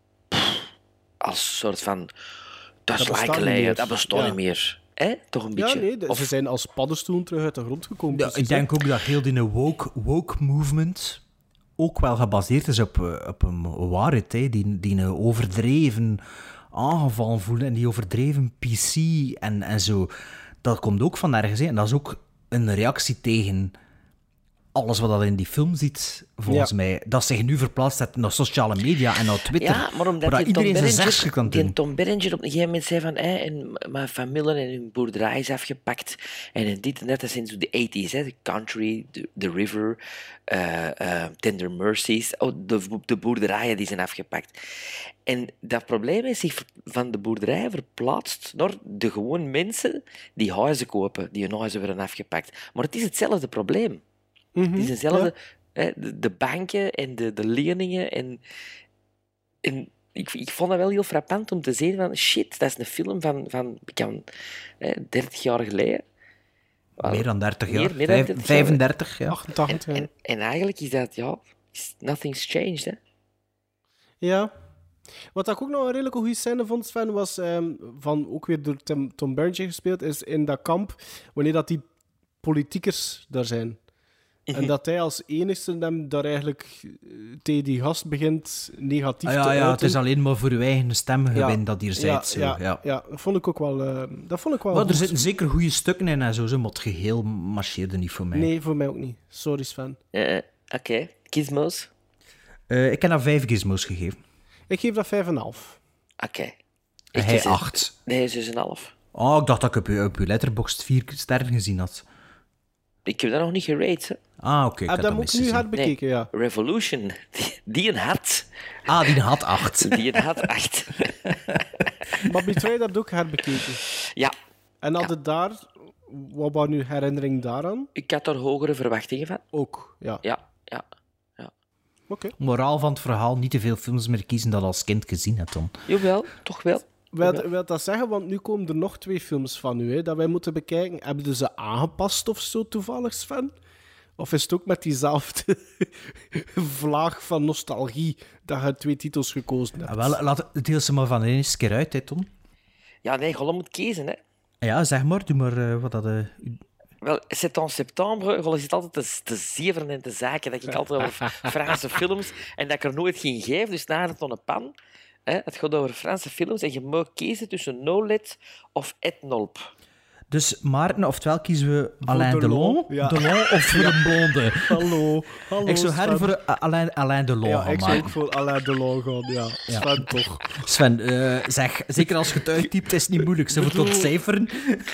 als soort van dat is like dat bestaat ja. niet meer. Hè? Toch een beetje. Ja, nee, of... ze zijn als paddenstoelen terug uit de grond gekomen. Ja, ik denk ook dat heel die woke, woke movement ook wel gebaseerd is op, op een waarheid. Hè? Die, die overdreven aangevallen voelen en die overdreven P C en, en zo. Dat komt ook van ergens. Hè? En dat is ook een reactie tegen alles wat dat in die film ziet, volgens ja. mij, dat zich nu verplaatst heeft naar sociale media en naar Twitter. Ja, maar omdat waar die iedereen Tom zijn zegje kan doen. Die Tom Berenger op een gegeven moment zei van hey, en mijn familie en hun boerderij is afgepakt. En in dit en dat, dat zijn zo de tachtiger, hè, de country, the, the river, uh, uh, Tender Mercies. Oh, de, de boerderijen die zijn afgepakt. En dat probleem is zich van de boerderijen verplaatst naar de gewone mensen die huizen kopen, die hun huizen worden afgepakt. Maar het is hetzelfde probleem. Mm-hmm, het is hetzelfde, ja. hè, de, de banken en de, de leningen. En, en ik, ik vond dat wel heel frappant om te zien van shit, dat is een film van, van kan, hè, dertig jaar geleden. Meer dan dertig jaar. Meer, meer dan dertig vijfendertig, jaar. ja. achtentachtig, en, en, en eigenlijk is dat, ja, nothing's changed, hè. Ja. Wat ik ook nog een redelijk goede scène vond, Sven, was um, van, ook weer door Tim, Tom Berenger gespeeld, is in dat kamp, wanneer dat die politiekers daar zijn. En dat hij als enigste hem daar eigenlijk tegen die gast begint negatief ah, ja, te ja, uiten. het is alleen maar voor uw eigen stem gewin ja, dat hier zijt. Ja, zo. Ja, ja. ja, dat vond ik ook wel, uh, dat vond ik wel maar goed. er zitten zeker goede stukken in en zo, zo, maar het geheel marcheerde niet voor mij. Nee, voor mij ook niet. Sorry, Sven. Uh, Oké, okay. Gizmos? Uh, ik heb dat vijf gizmos gegeven. Ik geef dat vijf komma vijf. Oké. Okay. Hij acht. Nee, zes komma vijf. Oh, ik dacht dat ik op je, op je Letterboxd vier sterren gezien had. Ik heb dat nog niet gerate, hè. Ah, oké. Okay, heb dat ook nu hard bekeken, nee, ja. Revolution, die, die een had. Ah, die had acht. Die een had acht. Maar bij twee dat ook hard bekeken. Ja. En had ja. het daar, wat was nu herinnering daaraan? Ik had er hogere verwachtingen van. Ook, ja. Ja, ja. ja. Oké. Okay. Moraal van het verhaal, niet te veel films meer kiezen dat als kind gezien hebt, dan. Jawel, toch wel. Wil, wil dat zeggen, want nu komen er nog twee films van u, hè, dat wij moeten bekijken. Hebben ze ze aangepast of zo toevallig, Sven? Of is het ook met diezelfde vlaag van nostalgie dat je twee titels gekozen hebt? Ah, wel, laat het deel ze maar van de eerste keer uit, hè, Ton. Ja, nee, Gollum moet kiezen, hè. Ja, zeg maar. Doe maar uh, wat dat... Uh, Wel, c'est en septembre, Gollum zit altijd te, te zeveren en te zaken dat ik altijd over Franse films en dat ik er nooit ging geven, dus naar het een pan. Hè, het gaat over Franse films en je mag kiezen tussen Nolet of Etnolp. Dus Maarten, oftewel kiezen we Voor Alain Delon, Delon, ja. Delon of voor een blonde? Hallo, hallo. Ik zou Sven. her voor uh, Alain, Alain Delon Ja, gaan ik zou maken. ook voor Alain Delon gaan, ja. Ja. Sven, toch. Sven, uh, zeg, zeker als je het uittypt, is het niet moeilijk. Ze voor Bedoel- tot cijferen.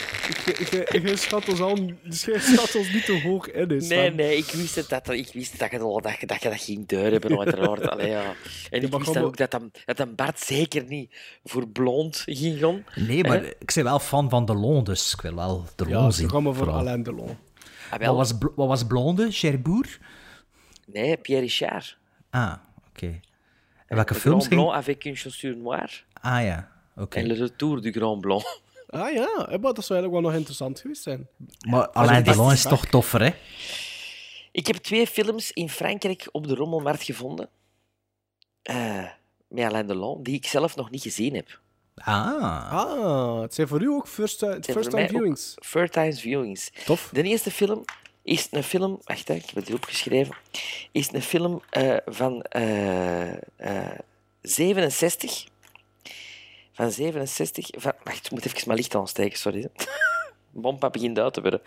Je schat ons al, je schat ons niet te hoog in, hè, Sven. Nee, nee, ik wist het, dat, ik wist dat je dat, dat, je- dat, je dat ging deur hebben, uiteraard. Allee, ja. En ik maar wist kom dan ook dat een, dat een Bart zeker niet voor blond ging gaan. Nee, maar Hè? ik ben wel fan van Delon, dus ik wil wel Delon Ja, zien. ze gaan maar voor vooral. Alain Delon. Ah, wel. Wat was, bl- wat was blonde? Cherbourg? Nee, Pierre Richard. Ah, oké. En welke Le films Grand ging... Blanc avec une chaussure noire. Ah ja, oké. En Le Retour du Grand Blanc. Ah ja, hè, maar dat zou eigenlijk wel nog interessant geweest zijn. Maar Alain dat is Delon is die toch toffer, hè? Ik heb twee films in Frankrijk op de rommelmarkt gevonden. Eh met Alain Delon, die ik zelf nog niet gezien heb. Ah. Ah, het zijn voor u ook first, uh, Het zijn first voor time mij ook viewings. First time viewings. Tof. De eerste film is een film... Wacht, hè, ik heb het erop geschreven. Is een film eh, van eh, eh, zevenenzestig. Van zevenenzestig... Van, wacht, ik moet even mijn licht aansteken, sorry. Bompa begint uit te worden.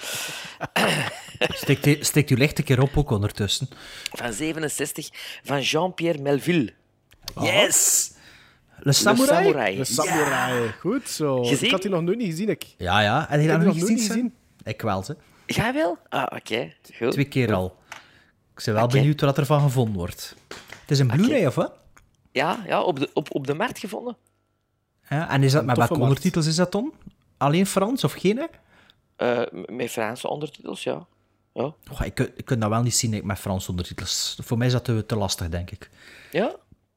Steekt, u- steekt uw licht een keer op ook ondertussen. Van zevenenzestig, van Jean-Pierre Melville. Yes! Le Samurai? Le Samurai. De Samurai. Goed zo. Gezien? Ik had die nog nooit niet gezien, ik. Ja, ja. En Ik je heb dat die nog nog niet nooit gezien? niet Sam? Ik wel, ze. Ga wel? Ah, oké. Okay. Goed. Twee keer al. Ik ben wel Oké. benieuwd wat er van gevonden wordt. Het is een Blu-ray, of wat? Ja, ja op, de, op, op de markt gevonden. Ja, en is dat, met toffe welke markt. ondertitels is dat dan? Alleen Frans of geen? Hè? Eh, met Franse ondertitels, ja. Ja. Goh, ik, kun- ik kan dat wel niet zien hè, met Frans ondertitels. Voor mij is dat te, te lastig, denk ik. Ja?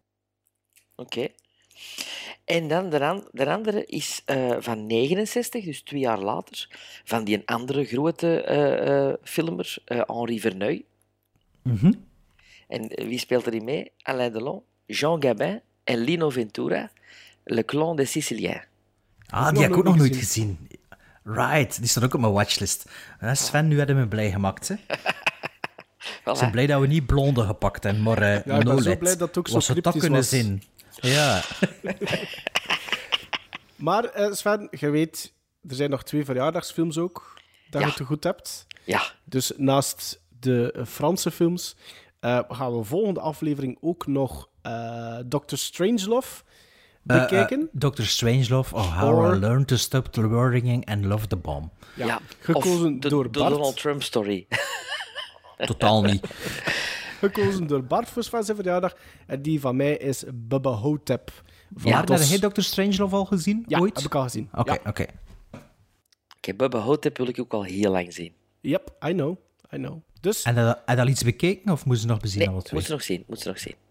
Oké. En dan de, an- de andere is eh, van negenenzestig, dus twee jaar later, van die een andere grote eh, eh, filmer, eh, Henri Verneuil. Mhm. En eh, wie speelt erin mee? Alain Delon, Jean Gabin en Lino Ventura, Le Clan des Siciliens. Ah, die heb ik ook nog nooit gezien. Right, die staat ook op mijn watchlist. Ja, Sven, nu hebben we me blij gemaakt. Hè? Ik ben blij dat we niet blonde gepakt hebben, maar uh, Ja, ik ben zo Nolet. blij dat het ook zo Was het dat cryptisch kunnen was. zien? Ja. Maar eh, Sven, je weet, er zijn nog twee verjaardagsfilms ook dat Ja. je te goed hebt. Ja. Dus naast de eh, Franse films eh, gaan we volgende aflevering ook nog eh doctor Strangelove Eh, eh, bekijken. doctor Strangelove, oh, How Or- I Learned to Stop the Worrying and Love the Bomb. ja, Ja, gekozen of de, door de Bart. Donald Trump story. Totaal niet. Gekozen door Bart voor zijn verjaardag. En die van mij is Bubba Hotep. Van Ja, Dos. heb jij doctor Strangelove al gezien? Ja, ooit? heb ik al gezien. Oké, Ja. oké. Oké, Bubba Hotep wil ik ook al heel lang zien. Yep, I know. I know. Dus, En heb je al iets bekeken of moeten ze nog bezien Nee, alle moet twee? ze nog zien, moet ze nog zien.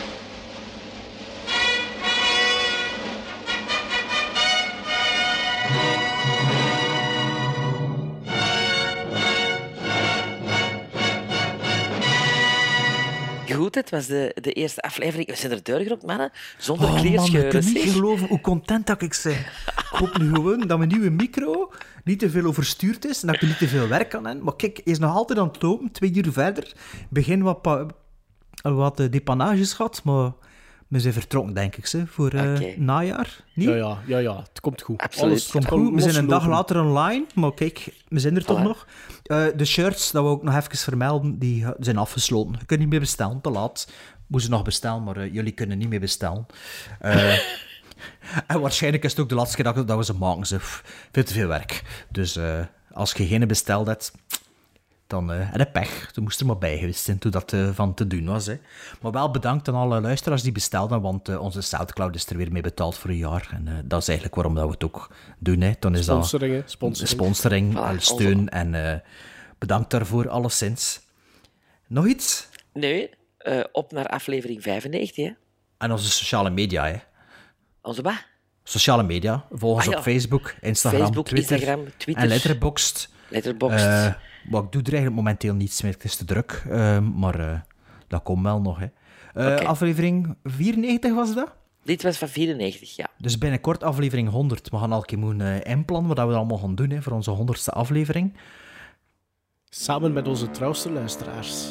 Goed, het was de, de eerste aflevering. We zijn er doorgerokt, mannen. Zonder Oh man, ik kleerscheuren. kan niet zeg. geloven hoe content dat ik ben. Ik hoop nu gewoon dat mijn nieuwe micro niet te veel overstuurd is en dat ik er niet te veel werk aan heb. Maar kijk, hij is nog altijd aan het lopen, twee uur verder. Begin wat, pa- wat uh, depanages gehad, maar we zijn vertrokken, denk ik, ze, voor uh, Oké. najaar. Niet? ja, ja, ja, ja, het komt goed. Absoluut. Alles Het komt kan goed. We zijn een dag loslopen. later online, maar kijk, we zijn er toch Voilà. nog. Uh, de shirts, dat we ook nog even vermelden, die uh, zijn afgesloten. Je kunt niet meer bestellen, te laat. Moesten nog bestellen, maar uh, jullie kunnen niet meer bestellen. Uh, en waarschijnlijk is het ook de laatste keer dat, dat we ze maken. Ze. Pff, veel te veel werk. Dus uh, als je geen besteld hebt, dan uh, heb je pech. Toen moest er maar bij geweest zijn toen dat uh, van te doen was. Hè. Maar wel bedankt aan alle luisteraars die bestelden, want uh, onze Soundcloud is er weer mee betaald voor een jaar. En uh, dat is eigenlijk waarom dat we het ook doen. Hè. Dan is Sponsoring, hè. dat Sponsoring. sponsoring, Voilà, uh, onze- steun en uh, bedankt daarvoor alleszins. Nog iets? Nee, eh, op naar aflevering vijfennegentig. Hè. En onze sociale media, hè. Onze wat? Sociale media. Volg ons Ah, ja. op Facebook, Instagram, Facebook, Twitter, Instagram, Twitter. en Letterboxd. Letterboxd. Eh, Maar ik doe er eigenlijk momenteel niets meer. Het is te druk. Uh, maar uh, dat komt wel nog. Hè. Uh, okay. Aflevering vierennegentig was dat? Dit was van vierennegentig, ja. Dus binnenkort aflevering honderd. We gaan al een keer moeten uh, inplannen wat we allemaal gaan doen hè, voor onze honderdste aflevering. Samen met onze trouwste luisteraars.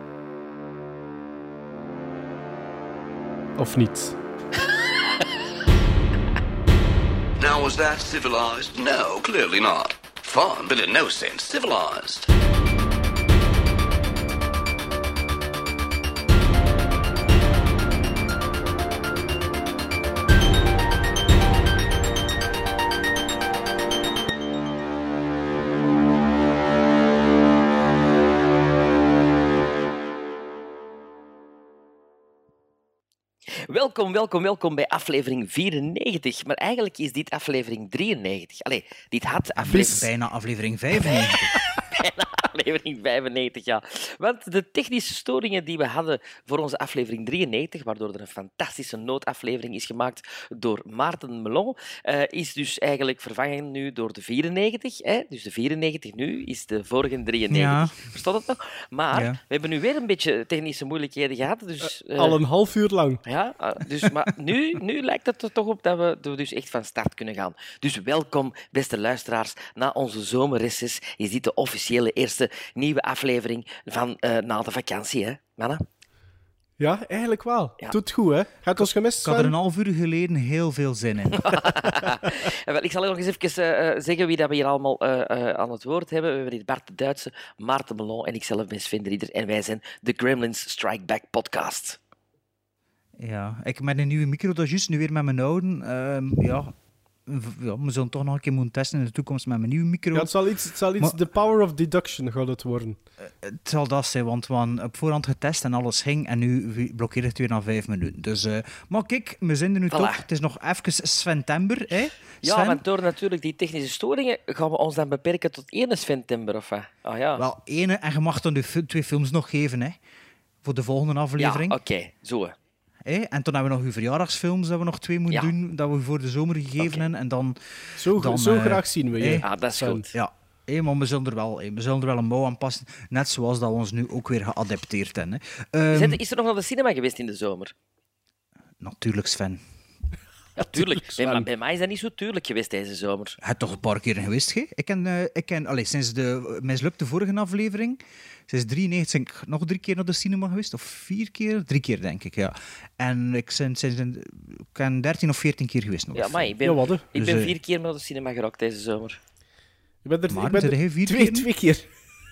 Of niet? Now, was that civilized? No, clearly not. Fun, but in no sense civilized. Welkom, welkom, welkom bij aflevering vierennegentig. Maar eigenlijk is dit aflevering drieënnegentig. Allee, dit had aflevering... Bijna aflevering vijfennegentig. Bijna aflevering vijfennegentig, ja. Want de technische storingen die we hadden voor onze aflevering drieënnegentig, waardoor er een fantastische noodaflevering is gemaakt door Maarten Melon, uh, is dus eigenlijk vervangen nu door de vierennegentig. Hè? Dus de vierennegentig nu is de vorige drieënnegentig. Ja. Verstond het nog? Maar ja. we hebben nu weer een beetje technische moeilijkheden gehad. Dus, uh, Al een half uur lang. Ja, uh, dus, maar nu, nu lijkt het er toch op dat we, dat we dus echt van start kunnen gaan. Dus welkom, beste luisteraars. Na onze zomerreces is dit de officiële eerste nieuwe aflevering van uh, na de vakantie, hè, mannen? Ja, eigenlijk wel. Ja. Doet goed, hè? Gaat ons gemist, Sven? Ik had er een half uur geleden heel veel zin in. Wel, ik zal nog eens even uh, zeggen wie dat we hier allemaal uh, uh, aan het woord hebben. We hebben hier Bart de Duitse, Maarten Melon en ikzelf ben Sven de Ridder. En wij zijn de Gremlins Strike Back podcast. Ja, ik met een nieuwe micro, dat is juist nu weer met mijn oude. Uh, ja... Ja, we zullen toch nog een keer moeten testen in de toekomst met mijn nieuwe micro. Ja, het zal iets, het zal iets maar, the power of deduction gaat het worden. Het zal dat zijn, want we hebben op voorhand getest en alles ging en nu blokkeert het weer na vijf minuten. Dus, uh, maar kijk, we zijn er nu voilà. toch. Het is nog even Sventember, hè? Sven? Ja, want door natuurlijk die technische storingen gaan we ons dan beperken tot één Sventember, of wat? Ah, ja. Wel, ene, en je mag dan de twee films nog geven, hè? Voor de volgende aflevering. Ja, oké, okay, zo. Hey, en toen hebben we nog uw verjaardagsfilms dat we nog twee moeten ja. doen, dat we voor de zomer gegeven okay. hebben. En dan, zo dan, zo uh, graag zien we je. Hey, ah, dat is goed. Ja, hey, maar we zullen, er wel, hey, we zullen er wel een mouw aan passen. Net zoals dat we ons nu ook weer geadapteerd hebben. Hè. Um, is er nog naar de cinema geweest in de zomer? Natuurlijk, Sven. Ja, tuurlijk. Bij, bij mij is dat niet zo tuurlijk geweest deze zomer. Je hebt toch een paar keer geweest, hè? Ik ken, uh, ik ken allez, sinds de mislukte vorige aflevering, sinds drieënnegentig ben ik nog drie keer naar de cinema geweest. Of vier keer? Drie keer, denk ik, ja. En ik ben sinds ik ben dertien of veertien keer geweest. Nog ja, maar ik ben, ja, ik dus, ben vier keer naar de cinema geraakt deze zomer. Je bent er, maar, ik ben er vier twee, twee keer.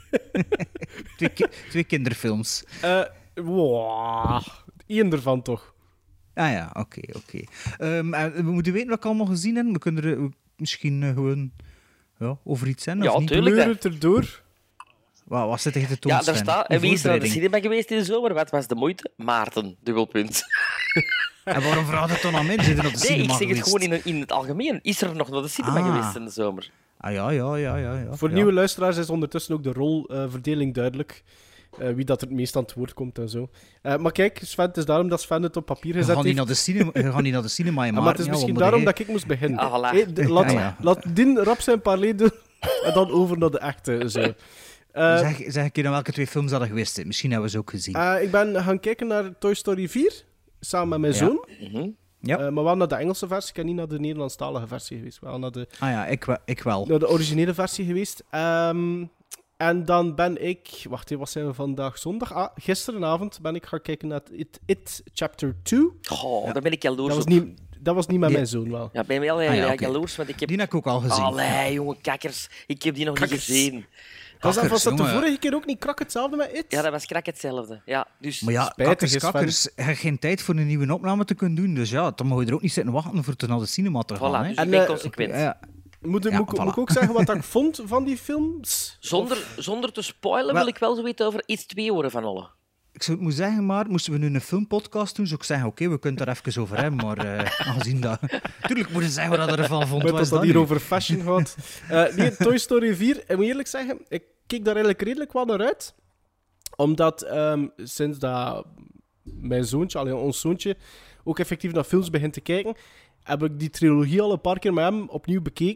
twee, twee kinderfilms. Uh, wow. Eén ervan toch. Ah ja, oké, okay, oké. Okay. Um, we moeten weten wat ik allemaal gezien heb. We kunnen er uh, misschien uh, gewoon ja, over iets zijn, ja, of niet? Tuurlijk, Kleur het erdoor. Wow, wat zit er te toon, Ja, daar staat. En wie is er naar de cinema geweest in de zomer? Wat was de moeite? Maarten, dubbelpunt. En waarom vraagt het dan aan mij? Zit er naar de nee, cinema ik zeg geweest? het gewoon in, in het algemeen. Is er nog naar de cinema ah. geweest in de zomer? Ah ja, ja, ja. ja, ja Voor ja. nieuwe luisteraars is ondertussen ook de rolverdeling uh, duidelijk. Uh, wie dat er het meest aan het woord komt en zo. Uh, maar kijk, Sven, het is daarom dat Sven het op papier gezet heeft. Gaan die cinema, gaan die naar de cinema in ja, maar het is ja, misschien daarom hij... dat ik moest beginnen. Ah, voilà. Hey, de, laat, ja, ja. laat Din rap zijn parley doen en dan over naar de echte. Zo. Uh, zeg, zeg ik je dan welke twee films hadden geweest zijn? Misschien hebben we ze ook gezien. Uh, ik ben gaan kijken naar Toy Story vier, samen met mijn ja. zoon. Mm-hmm. Ja. Uh, maar wel naar de Engelse versie. Ik ben niet naar de Nederlandstalige versie geweest. Wel naar de, ah ja, ik, ik wel. Naar de originele versie geweest. Um, en dan ben ik... Wacht even, wat zijn we vandaag? Zondag? Ah, gisterenavond ben ik gaan kijken naar It, It Chapter twee. Oh, ja. Daar ben ik jaloers dat was op. Niet, dat was niet met nee. mijn zoon wel. Ja, ben je wel ah, ja, okay. jaloers, want ik heb... Die heb ik ook al gezien. Allee, jongen, kakkers. Ik heb die nog kakkers. niet gezien. Was dat, was dat de vorige keer ook niet krak hetzelfde met It? Ja, dat was krak hetzelfde. Ja, dus... Maar ja, kakkers, kakkers, je hebt geen tijd voor een nieuwe opname te kunnen doen. Dus ja, dan mag je er ook niet zitten wachten voor te naar de cinema te gaan. Voilà, dus hè. ik ben consequent. Ja. Moet, ja, moet, voilà. moet ik ook zeggen wat ik vond van die films? Zonder, zonder te spoilen wel, wil ik wel zoiets over iets twee horen van alle. Ik zou het moeten zeggen, maar moesten we nu een filmpodcast doen, zou ik zeggen, oké, okay, we kunnen het er even over hebben, maar uh, aangezien dat... Tuurlijk moeten ze zeggen wat er ervan vond. Met dat dat hier over fashion gaat. Uh, nee, Toy Story vier, en moet eerlijk zeggen, ik keek daar eigenlijk redelijk wel naar uit. Omdat um, sinds dat mijn zoontje, allee, ons zoontje, ook effectief naar films begint te kijken, heb ik die trilogie al een paar keer met hem opnieuw bekeken.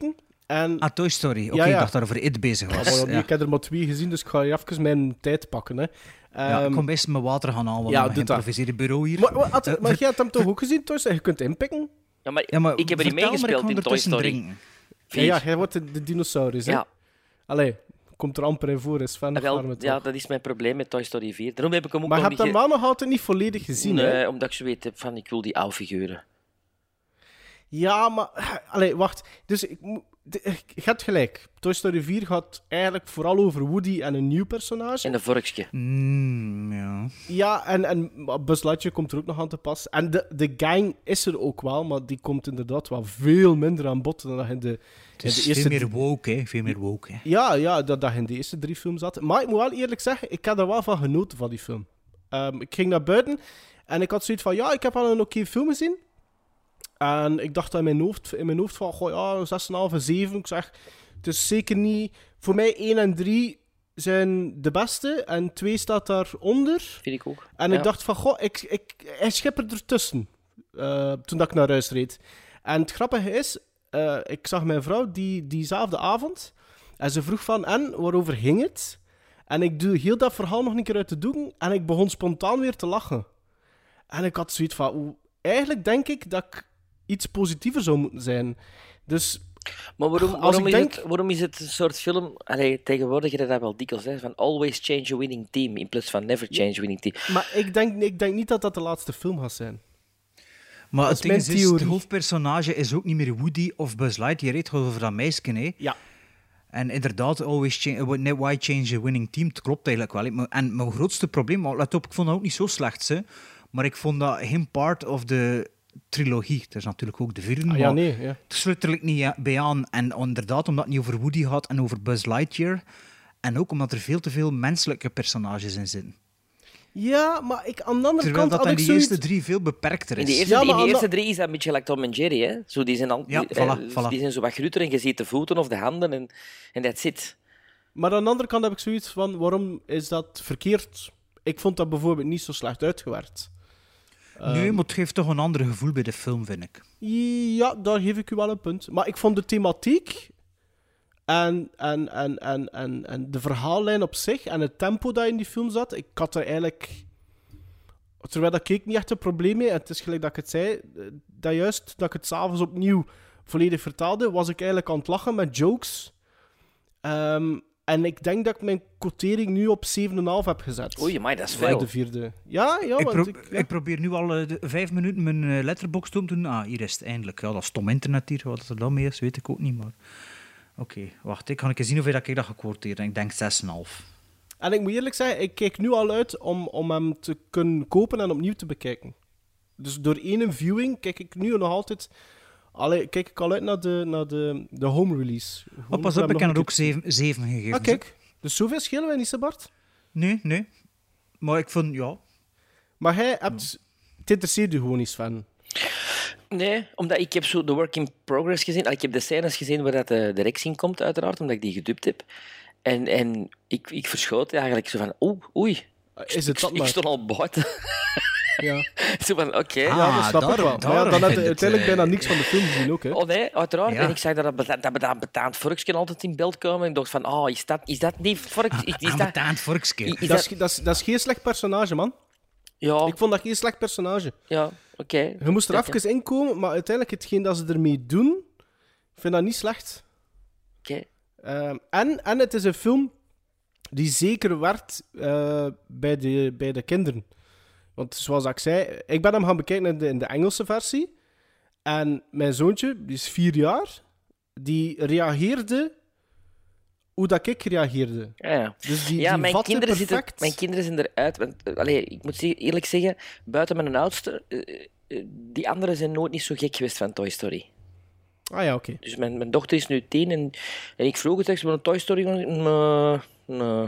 En... Ah, Toy Story. Oké, Ja, ja. ik dacht dat over It bezig Ja, was. maar Ja. Ik heb er maar twee gezien, dus ik ga hier even mijn tijd pakken. Hè. Ja, ik Ehm, kom best mijn water gaan halen, want ja, we doe dat. geïmproviseerde bureau hier. Maar, maar, had- Eh, maar ver- jij hebt hem toch ook gezien, Toy Story? Je kunt inpikken. Ja, maar, Ja, maar ik heb erin vertel, maar ik meegespeeld ga in Toy ondertussen Story. drinken. Ja, ja, jij wordt de, de dinosaurus, hè? Ja. Allee, komt er amper in voor, is fan Ah, wel, van me ja, toch? dat is mijn probleem met Toy Story vier. Daarom heb ik hem ook Maar je nog hebt hem niet... wel nog altijd niet volledig gezien, nee, hè? omdat ik zoiets heb van, ik wil die oude figuren. Ja, maar... Allee, wacht. Dus ik, mo- de- je hebt gelijk. Toy Story vier gaat eigenlijk vooral over Woody en een nieuw personage. En een vorkje. Mm, ja. Ja, en, en Buzz Lightyear komt er ook nog aan te pas. En de, de gang is er ook wel, maar die komt inderdaad wel veel minder aan bod dan dat in de, Het in is de eerste... veel meer woke, hè. Veel meer woke, hè. Ja, ja, dat dat in de eerste drie films zat. Maar ik moet wel eerlijk zeggen, ik heb er wel van genoten van die film. Ehm, ik ging naar buiten en ik had zoiets van, ja, ik heb wel een oké film gezien. En ik dacht in mijn hoofd, in mijn hoofd van, goh, ja, zes komma vijf, zeven. Ik zeg, het is zeker niet... Voor mij één en drie zijn de beste en twee staat daaronder. Vind ik ook. En Ja. ik dacht van, goh, ik, ik, hij schipperde ertussen. Uh, toen dat ik naar huis reed. En het grappige is, uh, ik zag mijn vrouw die, diezelfde avond. En ze vroeg van, en, waarover ging het? En ik doe heel dat verhaal nog een keer uit de doeken. En ik begon spontaan weer te lachen. En ik had zoiets van, oeh, eigenlijk denk ik dat ik iets positiever zou moeten zijn. Dus... Maar waarom, als waarom, ik is denk... het, waarom is het een soort film... Allee, tegenwoordig is dat wel dikwijls, hè, van always change a winning team, in plaats van never change a winning team. Maar ik denk, ik denk niet dat dat de laatste film gaat zijn. Maar Dat het is ding mijn is, is, het theorie. hoofdpersonage is ook niet meer Woody of Buzz Lightyear. Het gaat over dat meisje, hè. Ja. En inderdaad, always change, uh, why change a winning team? Het klopt eigenlijk wel. hè. Maar- En mijn grootste probleem, maar let op, ik vond dat ook niet zo slecht, hè. Maar ik vond dat geen part of de trilogie. Het is natuurlijk ook de vierde, Ah, ja, maar nee, ja. het sluit er niet ja- bij aan. En inderdaad, omdat het niet over Woody gaat en over Buzz Lightyear. En ook omdat er veel te veel menselijke personages in zitten. Ja, maar ik, aan de andere Terwijl kant dat had in ik die zoiets... eerste drie veel beperkter is. In de eerste, Ja, in maar de aan eerste de- drie is dat een beetje like Tom en Jerry, hè. Zo, die zijn, al, Ja, die, voilà, eh, voilà. die zijn zo wat grutter en je ziet de voeten of de handen en en that's it. Maar aan de andere kant heb ik zoiets van, waarom is dat verkeerd? Ik vond dat bijvoorbeeld niet zo slecht uitgewerkt. Nee, maar het geeft toch een ander gevoel bij de film, vind ik. Ja, daar geef ik u wel een punt. Maar ik vond de thematiek en, en, en, en, en, en de verhaallijn op zich en het tempo dat in die film zat, ik had er eigenlijk... Terwijl dat keek niet echt een probleem mee. En het is gelijk dat ik het zei, dat juist dat ik het s'avonds opnieuw volledig vertaalde, was ik eigenlijk aan het lachen met jokes. Ehm, en ik denk dat ik mijn quotering nu op zeven komma vijf heb gezet. Oei, maar dat is Voor veel. de vierde. Ja, ja, ik, want pro- ik... ja. ik probeer nu al eh, de vijf minuten mijn eh, letterbox te doen. Ah, hier is het eindelijk. Ja, dat is stom internet hier. Wat er dan mee is, weet ik ook niet. Maar oké, wacht. Ik kan ik eens zien of dat ik dat gekwoteerd heb. Ik denk zes komma vijf. En ik moet eerlijk zeggen, ik kijk nu al uit om, om hem te kunnen kopen en opnieuw te bekijken. Dus door één viewing kijk ik nu nog altijd... Allee, kijk ik al uit naar de, naar de, de home release. Gewoon Oh, pas voor op, hem ik nog heb er een ook keer- zeven, zeven gegeven. Ah, kijk. Dus zoveel schelen wij niet, hè, Bart? Nee, nee. Maar ik vond, ja... Maar hij hebt... Het interesseert u gewoon niet, Sven. Nee, omdat ik heb zo de work in progress gezien. Allee, ik heb de scènes gezien waar dat de, de Rex in komt, uiteraard, omdat ik die gedubt heb. En, en ik, ik verschoot eigenlijk zo van, oeh, oei. Is het ik, dat ik maar? stond al buiten. Ja, Zo van, oké. ja dat snap ik wel. Maar ja, dan heb je uiteindelijk bijna niks van de film gezien ook, hè. Oh nee, uiteraard. Ja. En ik zag dat dat, beta- dat betaand, betaand vorkje altijd in beeld komen. En ik dacht van, oh, is dat, is dat niet vorkje? Is, is Aan dat... betaand vorkje. Is Dat dat... is, dat, is, dat is geen slecht personage, man. Ja, Ik vond dat geen slecht personage. ja, oké. Je moest er Kijk, even in komen, maar uiteindelijk hetgeen dat ze ermee doen, ik vind dat niet slecht. Oké. Ehm, en, en het is een film die zeker werkt eh, bij, de, bij de kinderen. Want zoals ik zei, ik ben hem gaan bekijken in de, in de Engelse versie. En mijn zoontje, die is vier jaar, die reageerde hoe dat ik reageerde. Ja, ja. Dus die, ja, die mijn vatte kinderen, zitten, perfect. mijn kinderen zijn eruit. Want, eh, allee, ik moet ze- eerlijk zeggen, buiten mijn oudste, eh, eh, die anderen zijn nooit niet zo gek geweest van Toy Story. Ah ja, oké. Dus mijn, mijn dochter is nu tien en, en ik vroeg het echt, een Toy Story? Nee, nee.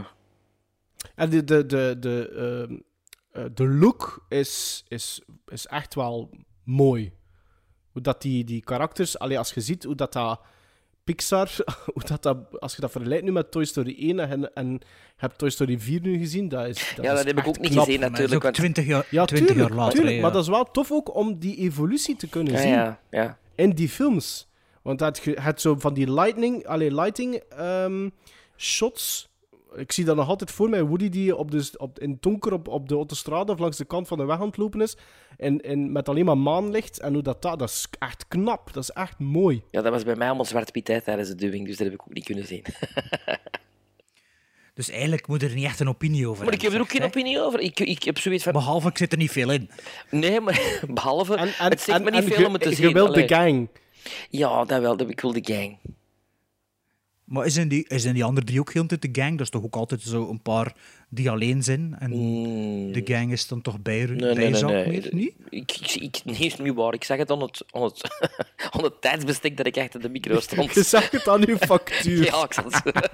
En de, de, de, de, ehm, eh, de look is, is, is echt wel mooi. Hoe dat die, die karakters... Allee, als je ziet hoe dat, dat Pixar... Hoe dat dat, als je dat vergelijkt nu met Toy Story één en, en je hebt Toy Story vier nu gezien, dat is dat Ja, is dat heb ik echt ook niet knap. gezien Maar dat is natuurlijk. ook Want... twintig jaar, Ja, twintig tuurlijk, jaar later. tuurlijk, hè, maar ja. dat is wel tof ook om die evolutie te kunnen Ja, zien ja, ja. in die films. Want het het zo van die lightning, allee, lighting um, shots. Ik zie dat nog altijd voor mij. Woody die op de, op, in het donker op, op de autostrade of langs de kant van de weg aan het lopen is. En, en met alleen maar maanlicht. En hoe dat dat... Dat is echt knap. Dat is echt mooi. Ja, dat was bij mij allemaal zwart-wit tijdens de dubbing. Dus dat heb ik ook niet kunnen zien. Dus eigenlijk moet er niet echt een opinie over Maar ik heb er ook geen hè? opinie over. Ik, ik heb zoiets van... Behalve, ik zit er niet veel in. Nee, maar behalve... En, en, het zegt en, me niet en veel ge, om het te je zien. wilt Allee. de gang. Ja, dat wel. Dat, ik wil de gang. Maar is in, die, is in die andere drie ook heel de gang? Dat is toch ook altijd zo een paar die alleen zijn? En mm. de gang is dan toch bij, nee, nee, bijzak nee, nee. meer? Niet? Ik, ik, ik, nee, is niet waar. Ik zeg het aan het, aan het, aan het tijdsbestek dat ik achter de micro stond. Je zegt het aan uw factuur. Ja, ik zal het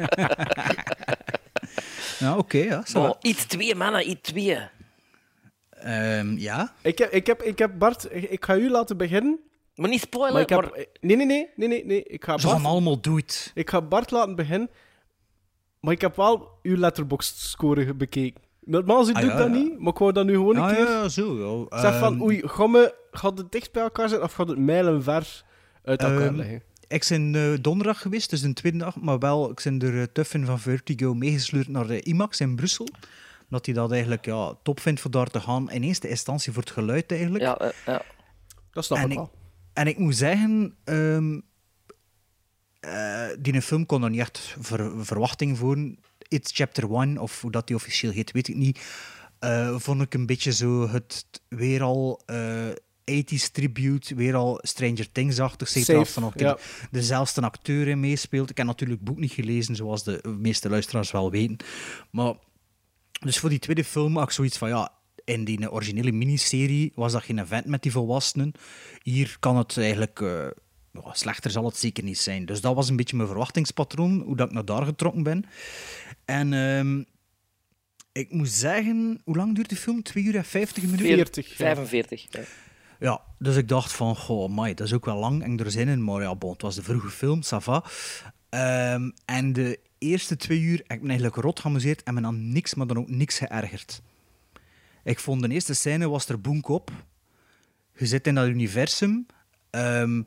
Ja, oké. Okay, ja, oh, iets twee, mannen. Iets twee. Um, ja? Ik heb, ik, heb, ik heb Bart... Ik, ik ga u laten beginnen. Maar niet spoilen. Maar ik heb, maar... Nee, nee, nee. nee, nee, nee. Ik ga Zo Bart, van allemaal doe het. Ik ga Bart laten beginnen. Maar ik heb wel uw Letterboxd-score bekeken. Normaal doe ik ah, ja, dat ja. niet, maar ik wou dat nu gewoon een ah, keer... Ja, zo. Ja. Zeg van, Um, oei, gaan we, gaat het dicht bij elkaar zijn of gaat het mijlenver uit elkaar um, liggen? Ik ben uh, donderdag geweest, dus de tweede dag, maar wel, ik ben door uh, Tuffen van Vertigo meegesleurd naar de IMAX in Brussel. Omdat hij dat eigenlijk ja, top vindt voor daar te gaan. In eerste instantie voor het geluid eigenlijk. Ja, uh, ja. Dat snap en ik wel. En ik moet zeggen, um, uh, die film kon er niet echt ver, verwachting voor. It's Chapter one, of hoe dat die officieel heet, weet ik niet. Uh, vond ik een beetje zo het weer al uh, eighties tribute, weer al Stranger Things-achtig. Zeg dat dan ook ja. dezelfde acteur in meespeelt. Ik heb natuurlijk het boek niet gelezen, zoals de meeste luisteraars wel weten. Maar dus voor die tweede film had ik zoiets van, ja, in die originele miniserie was dat geen event met die volwassenen. Hier kan het eigenlijk... Uh, oh, slechter zal het zeker niet zijn. Dus dat was een beetje mijn verwachtingspatroon, hoe dat ik naar daar getrokken ben. En um, ik moet zeggen... Hoe lang duurt de film? twee uur en vijftig minuten? veertig. vijfenveertig. Ja. Ja, dus ik dacht van, goh, amai, dat is ook wel lang en er zin in. Maar ja, bon, het was de vroege film, ça va. Um, en de eerste twee uur heb ik me eigenlijk rot geamuseerd en me dan niks, maar dan ook niks geërgerd. Ik vond de eerste scène was er boenk op. Je zit in dat universum. Um,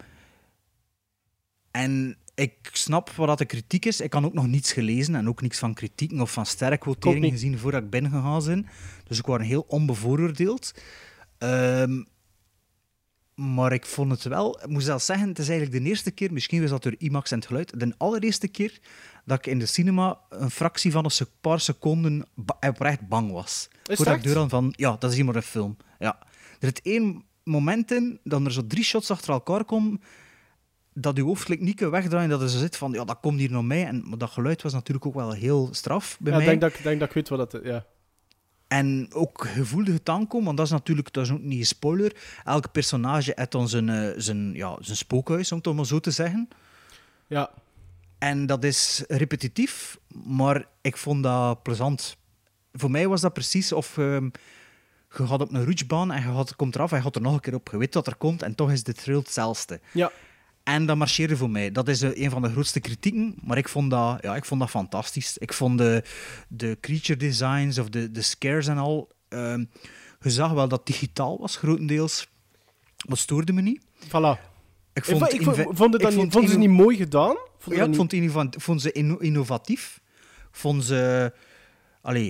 en ik snap wat de kritiek is. Ik kan ook nog niets gelezen en ook niks van kritieken of van sterrenquoteringen gezien voordat ik binnen gegaan ben. Dus ik was heel onbevooroordeeld. Um, maar ik vond het wel... Ik moet zelfs zeggen, het is eigenlijk de eerste keer, misschien was dat door IMAX en het geluid, de allereerste keer dat ik in de cinema een fractie van een paar seconden oprecht bang was. Voordat ik deur aan van, ja, dat is hier maar een film. Ja. Er zit één moment in, dat er zo drie shots achter elkaar komen, dat je hoofd niet kan wegdraaien, dat er zo zit van, ja, dat komt hier naar mij. En, maar dat geluid was natuurlijk ook wel heel straf bij ja, mij. Ik denk dat, denk dat ik weet wat dat is, ja. En ook gevoelde het aankomen, want dat is natuurlijk dat is ook niet een spoiler. Elke personage heeft dan zijn, uh, zijn, ja, zijn spookhuis, om het maar zo te zeggen. Ja. En dat is repetitief, maar ik vond dat plezant. Voor mij was dat precies of um, je gaat op een roetsbaan en je gaat, komt eraf en je gaat er nog een keer op. Je weet wat er komt en toch is de thrill hetzelfde. Ja. En dat marcheerde voor mij. Dat is uh, een van de grootste kritieken, maar ik vond dat, ja, ik vond dat fantastisch. Ik vond de, de creature designs of de, de scares en al... Uh, je zag wel dat het digitaal was, grotendeels. Dat stoorde me niet. Voilà. Ik vond, ik, ik, ik vond, het dan ik niet, vond ze niet mooi gedaan? Vond ja, ik vond, innova- vond ze inno- innovatief. Vond ze... Allee,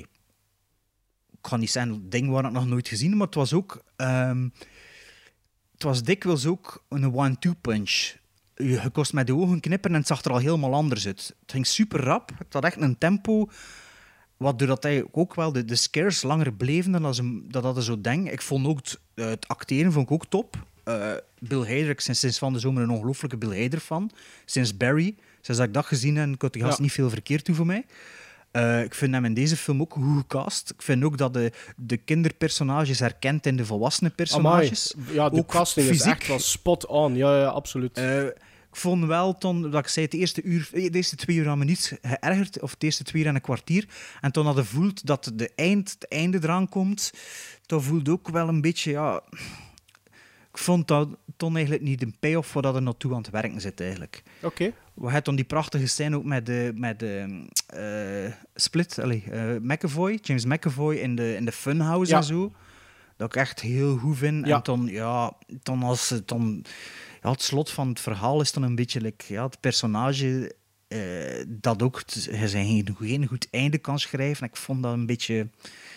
ik ga niet zeggen een ding waar ik nog nooit gezien, maar het was ook... Um, het was dikwijls ook een one-two punch. Je kost met de ogen knippen en het zag er al helemaal anders uit. Het ging super rap. Het had echt een tempo... Wat doordat hij ook wel de, de scares langer bleven dan als hem, dat hadden zo denk. Ik vond ook het, uh, het acteren vond ik ook top. Uh, Bill Hader, ik ben sinds van de zomer een ongelooflijke Bill Hader fan. Sinds Barry, sinds dat ik dat gezien heb, kon die gast ja. niet veel verkeerd doen voor mij. Uh, ik vind hem in deze film ook goed gecast. Ik vind ook dat de, de kinderpersonages herkent in de volwassene personages. Amai. Ja, de ook casting fysiek. is echt wel spot on. Ja, ja, absoluut. Uh, ik vond wel, toen, dat ik zei, het eerste, uur, de eerste twee uur aan me niet geërgerd, of het eerste twee uur en een kwartier. En toen had je voelt dat de eind, het einde eraan komt, toen voelde ook wel een beetje, ja... Ik vond dat toen eigenlijk niet een payoff waar dat er naartoe aan het werken zit, eigenlijk. Oké. Okay. We hadden dan die prachtige scène ook met de, met de uh, Split, allez, uh, McAvoy, James McAvoy in de, in de Funhouse ja. en zo. Dat ik echt heel goed vind. Ja. En dan, ja, dan als het dan... ja, het slot van het verhaal is dan een beetje like, ja, het personage uh, dat ook t- hij zijn geen, geen goed einde kan schrijven. Ik vond dat een beetje...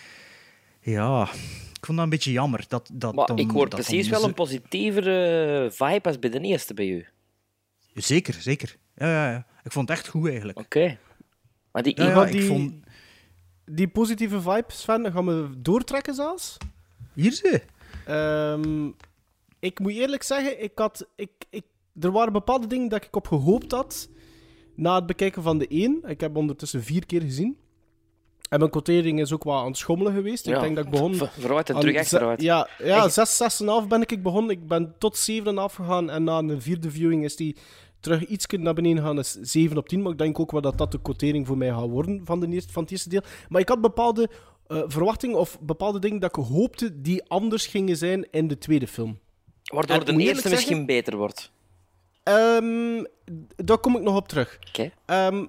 Ja, ik vond dat een beetje jammer. Dat, dat maar dan, ik hoor dat precies dan wel een positievere vibe als bij de eerste bij u. Zeker, zeker. Ja, ja, ja. Ik vond het echt goed eigenlijk. Oké. Okay. Maar die, ja, ja, die, ik vond... die positieve vibes, Sven, gaan we doortrekken zelfs? Hier ze. Um, ik moet eerlijk zeggen, ik had, ik, ik, er waren bepaalde dingen dat ik op gehoopt had na het bekijken van de één. Ik heb ondertussen vier keer gezien. En mijn quotering is ook wel aan het schommelen geweest. Ja. Ik denk dat ik begon... Ver, vooruit en terug achteruit. Ja, ja zes, zes komma vijf ben ik begonnen. Ik ben tot zeven komma vijf gegaan. En na een vierde viewing is die terug iets naar beneden gegaan. Is zeven op tien. Maar ik denk ook wel dat dat de quotering voor mij gaat worden van, de eerste, van het eerste deel. Maar ik had bepaalde uh, verwachtingen of bepaalde dingen dat ik hoopte die anders gingen zijn in de tweede film. Waardoor en, de eerste zeggen, misschien beter wordt. Um, daar kom ik nog op terug. Oké. Okay. Um,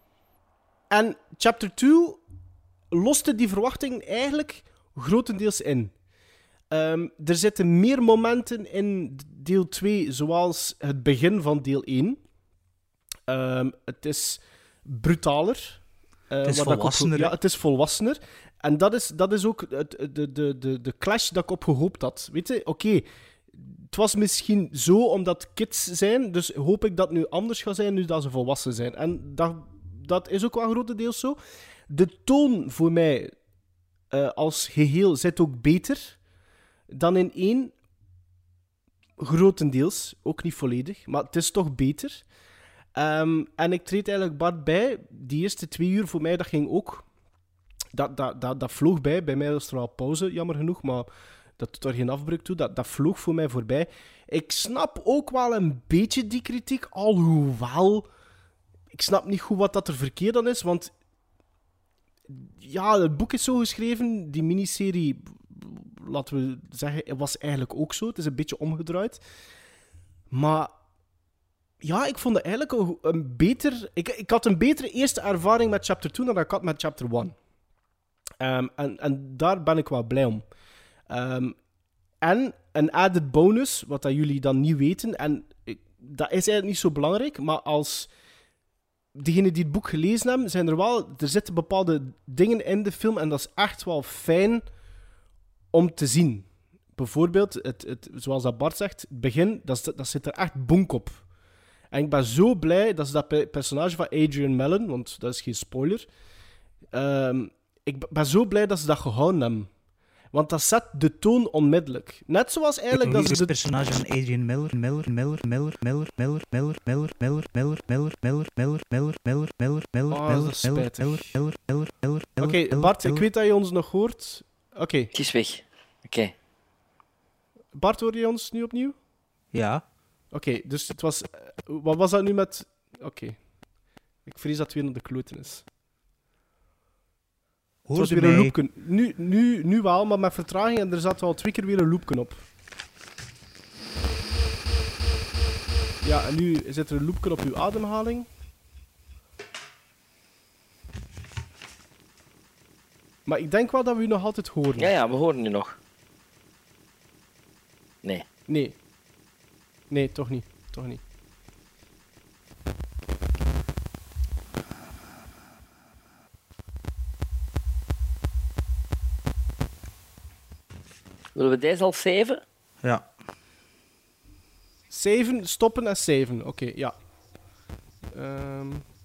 en chapter twee loste die verwachting eigenlijk grotendeels in. Um, er zitten meer momenten in deel twee, zoals het begin van deel één. Um, het is brutaler. Uh, het is volwassener. Ook, ja, het is volwassener. En dat is, dat is ook het, de, de, de, de clash dat ik op gehoopt had. Weet je, oké, okay, het was misschien zo omdat kids zijn, dus hoop ik dat het nu anders gaat zijn nu dat ze volwassen zijn. En dat, dat is ook wel grotendeels zo. De toon voor mij uh, als geheel zit ook beter dan in één. Grotendeels, ook niet volledig, maar het is toch beter. Um, en ik treed eigenlijk Bart bij. Die eerste twee uur voor mij, dat ging ook... Dat, dat, dat, dat vloog bij. Bij mij was er wel pauze, jammer genoeg, maar dat doet er geen afbreuk toe. Dat, dat vloog voor mij voorbij. Ik snap ook wel een beetje die kritiek, alhoewel... Ik snap niet goed wat dat er verkeerd aan is, want... Ja, het boek is zo geschreven, die miniserie, laten we zeggen, was eigenlijk ook zo. Het is een beetje omgedraaid. Maar ja, ik vond het eigenlijk een, een beter... Ik, ik had een betere eerste ervaring met chapter twee dan ik had met chapter one. Um, en, en daar ben ik wel blij om. Um, en een added bonus, wat dat jullie dan niet weten, en ik, dat is eigenlijk niet zo belangrijk, maar als... Degenen die het boek gelezen hebben, zijn er wel... Er zitten bepaalde dingen in de film en dat is echt wel fijn om te zien. Bijvoorbeeld, het, het, zoals dat Bart zegt, het begin, dat, dat zit er echt bonk op. En ik ben zo blij dat ze dat personage van Adrian Mellon, want dat is geen spoiler, um, ik ben zo blij dat ze dat gehouden hebben. Want dat zet de toon onmiddellijk. Net zoals eigenlijk dat ze het de... personage van Adrian Miller, Miller, Miller, Miller, Miller, Miller, Miller, Miller, Miller, Miller, Miller, Miller, Miller, Miller, Miller, Miller, Miller, Oh, dat is Miller, spijtig. Miller, Miller, Miller, Miller, Oké, Miller, Bart, ik Miller. weet dat je ons nog hoort. Oké. Okay. Het is weg. Oké. Okay. Bart, hoor je ons nu opnieuw? Ja. Oké, okay, dus het was... Wat was dat nu met... Oké. Okay. Ik vrees dat het weer naar de kloten is. Het was weer een loopje. Nu, nu, nu wel, maar met vertraging en er zat al twee keer weer een loopje op. Ja, en nu zit er een loopje op uw ademhaling. Maar ik denk wel dat we u nog altijd horen. Ja, ja, we horen u nog. Nee. Nee. Nee, toch niet. Toch niet. Willen we deze al saven? Ja. Saven, stoppen en saven. Oké, okay, ja. Um...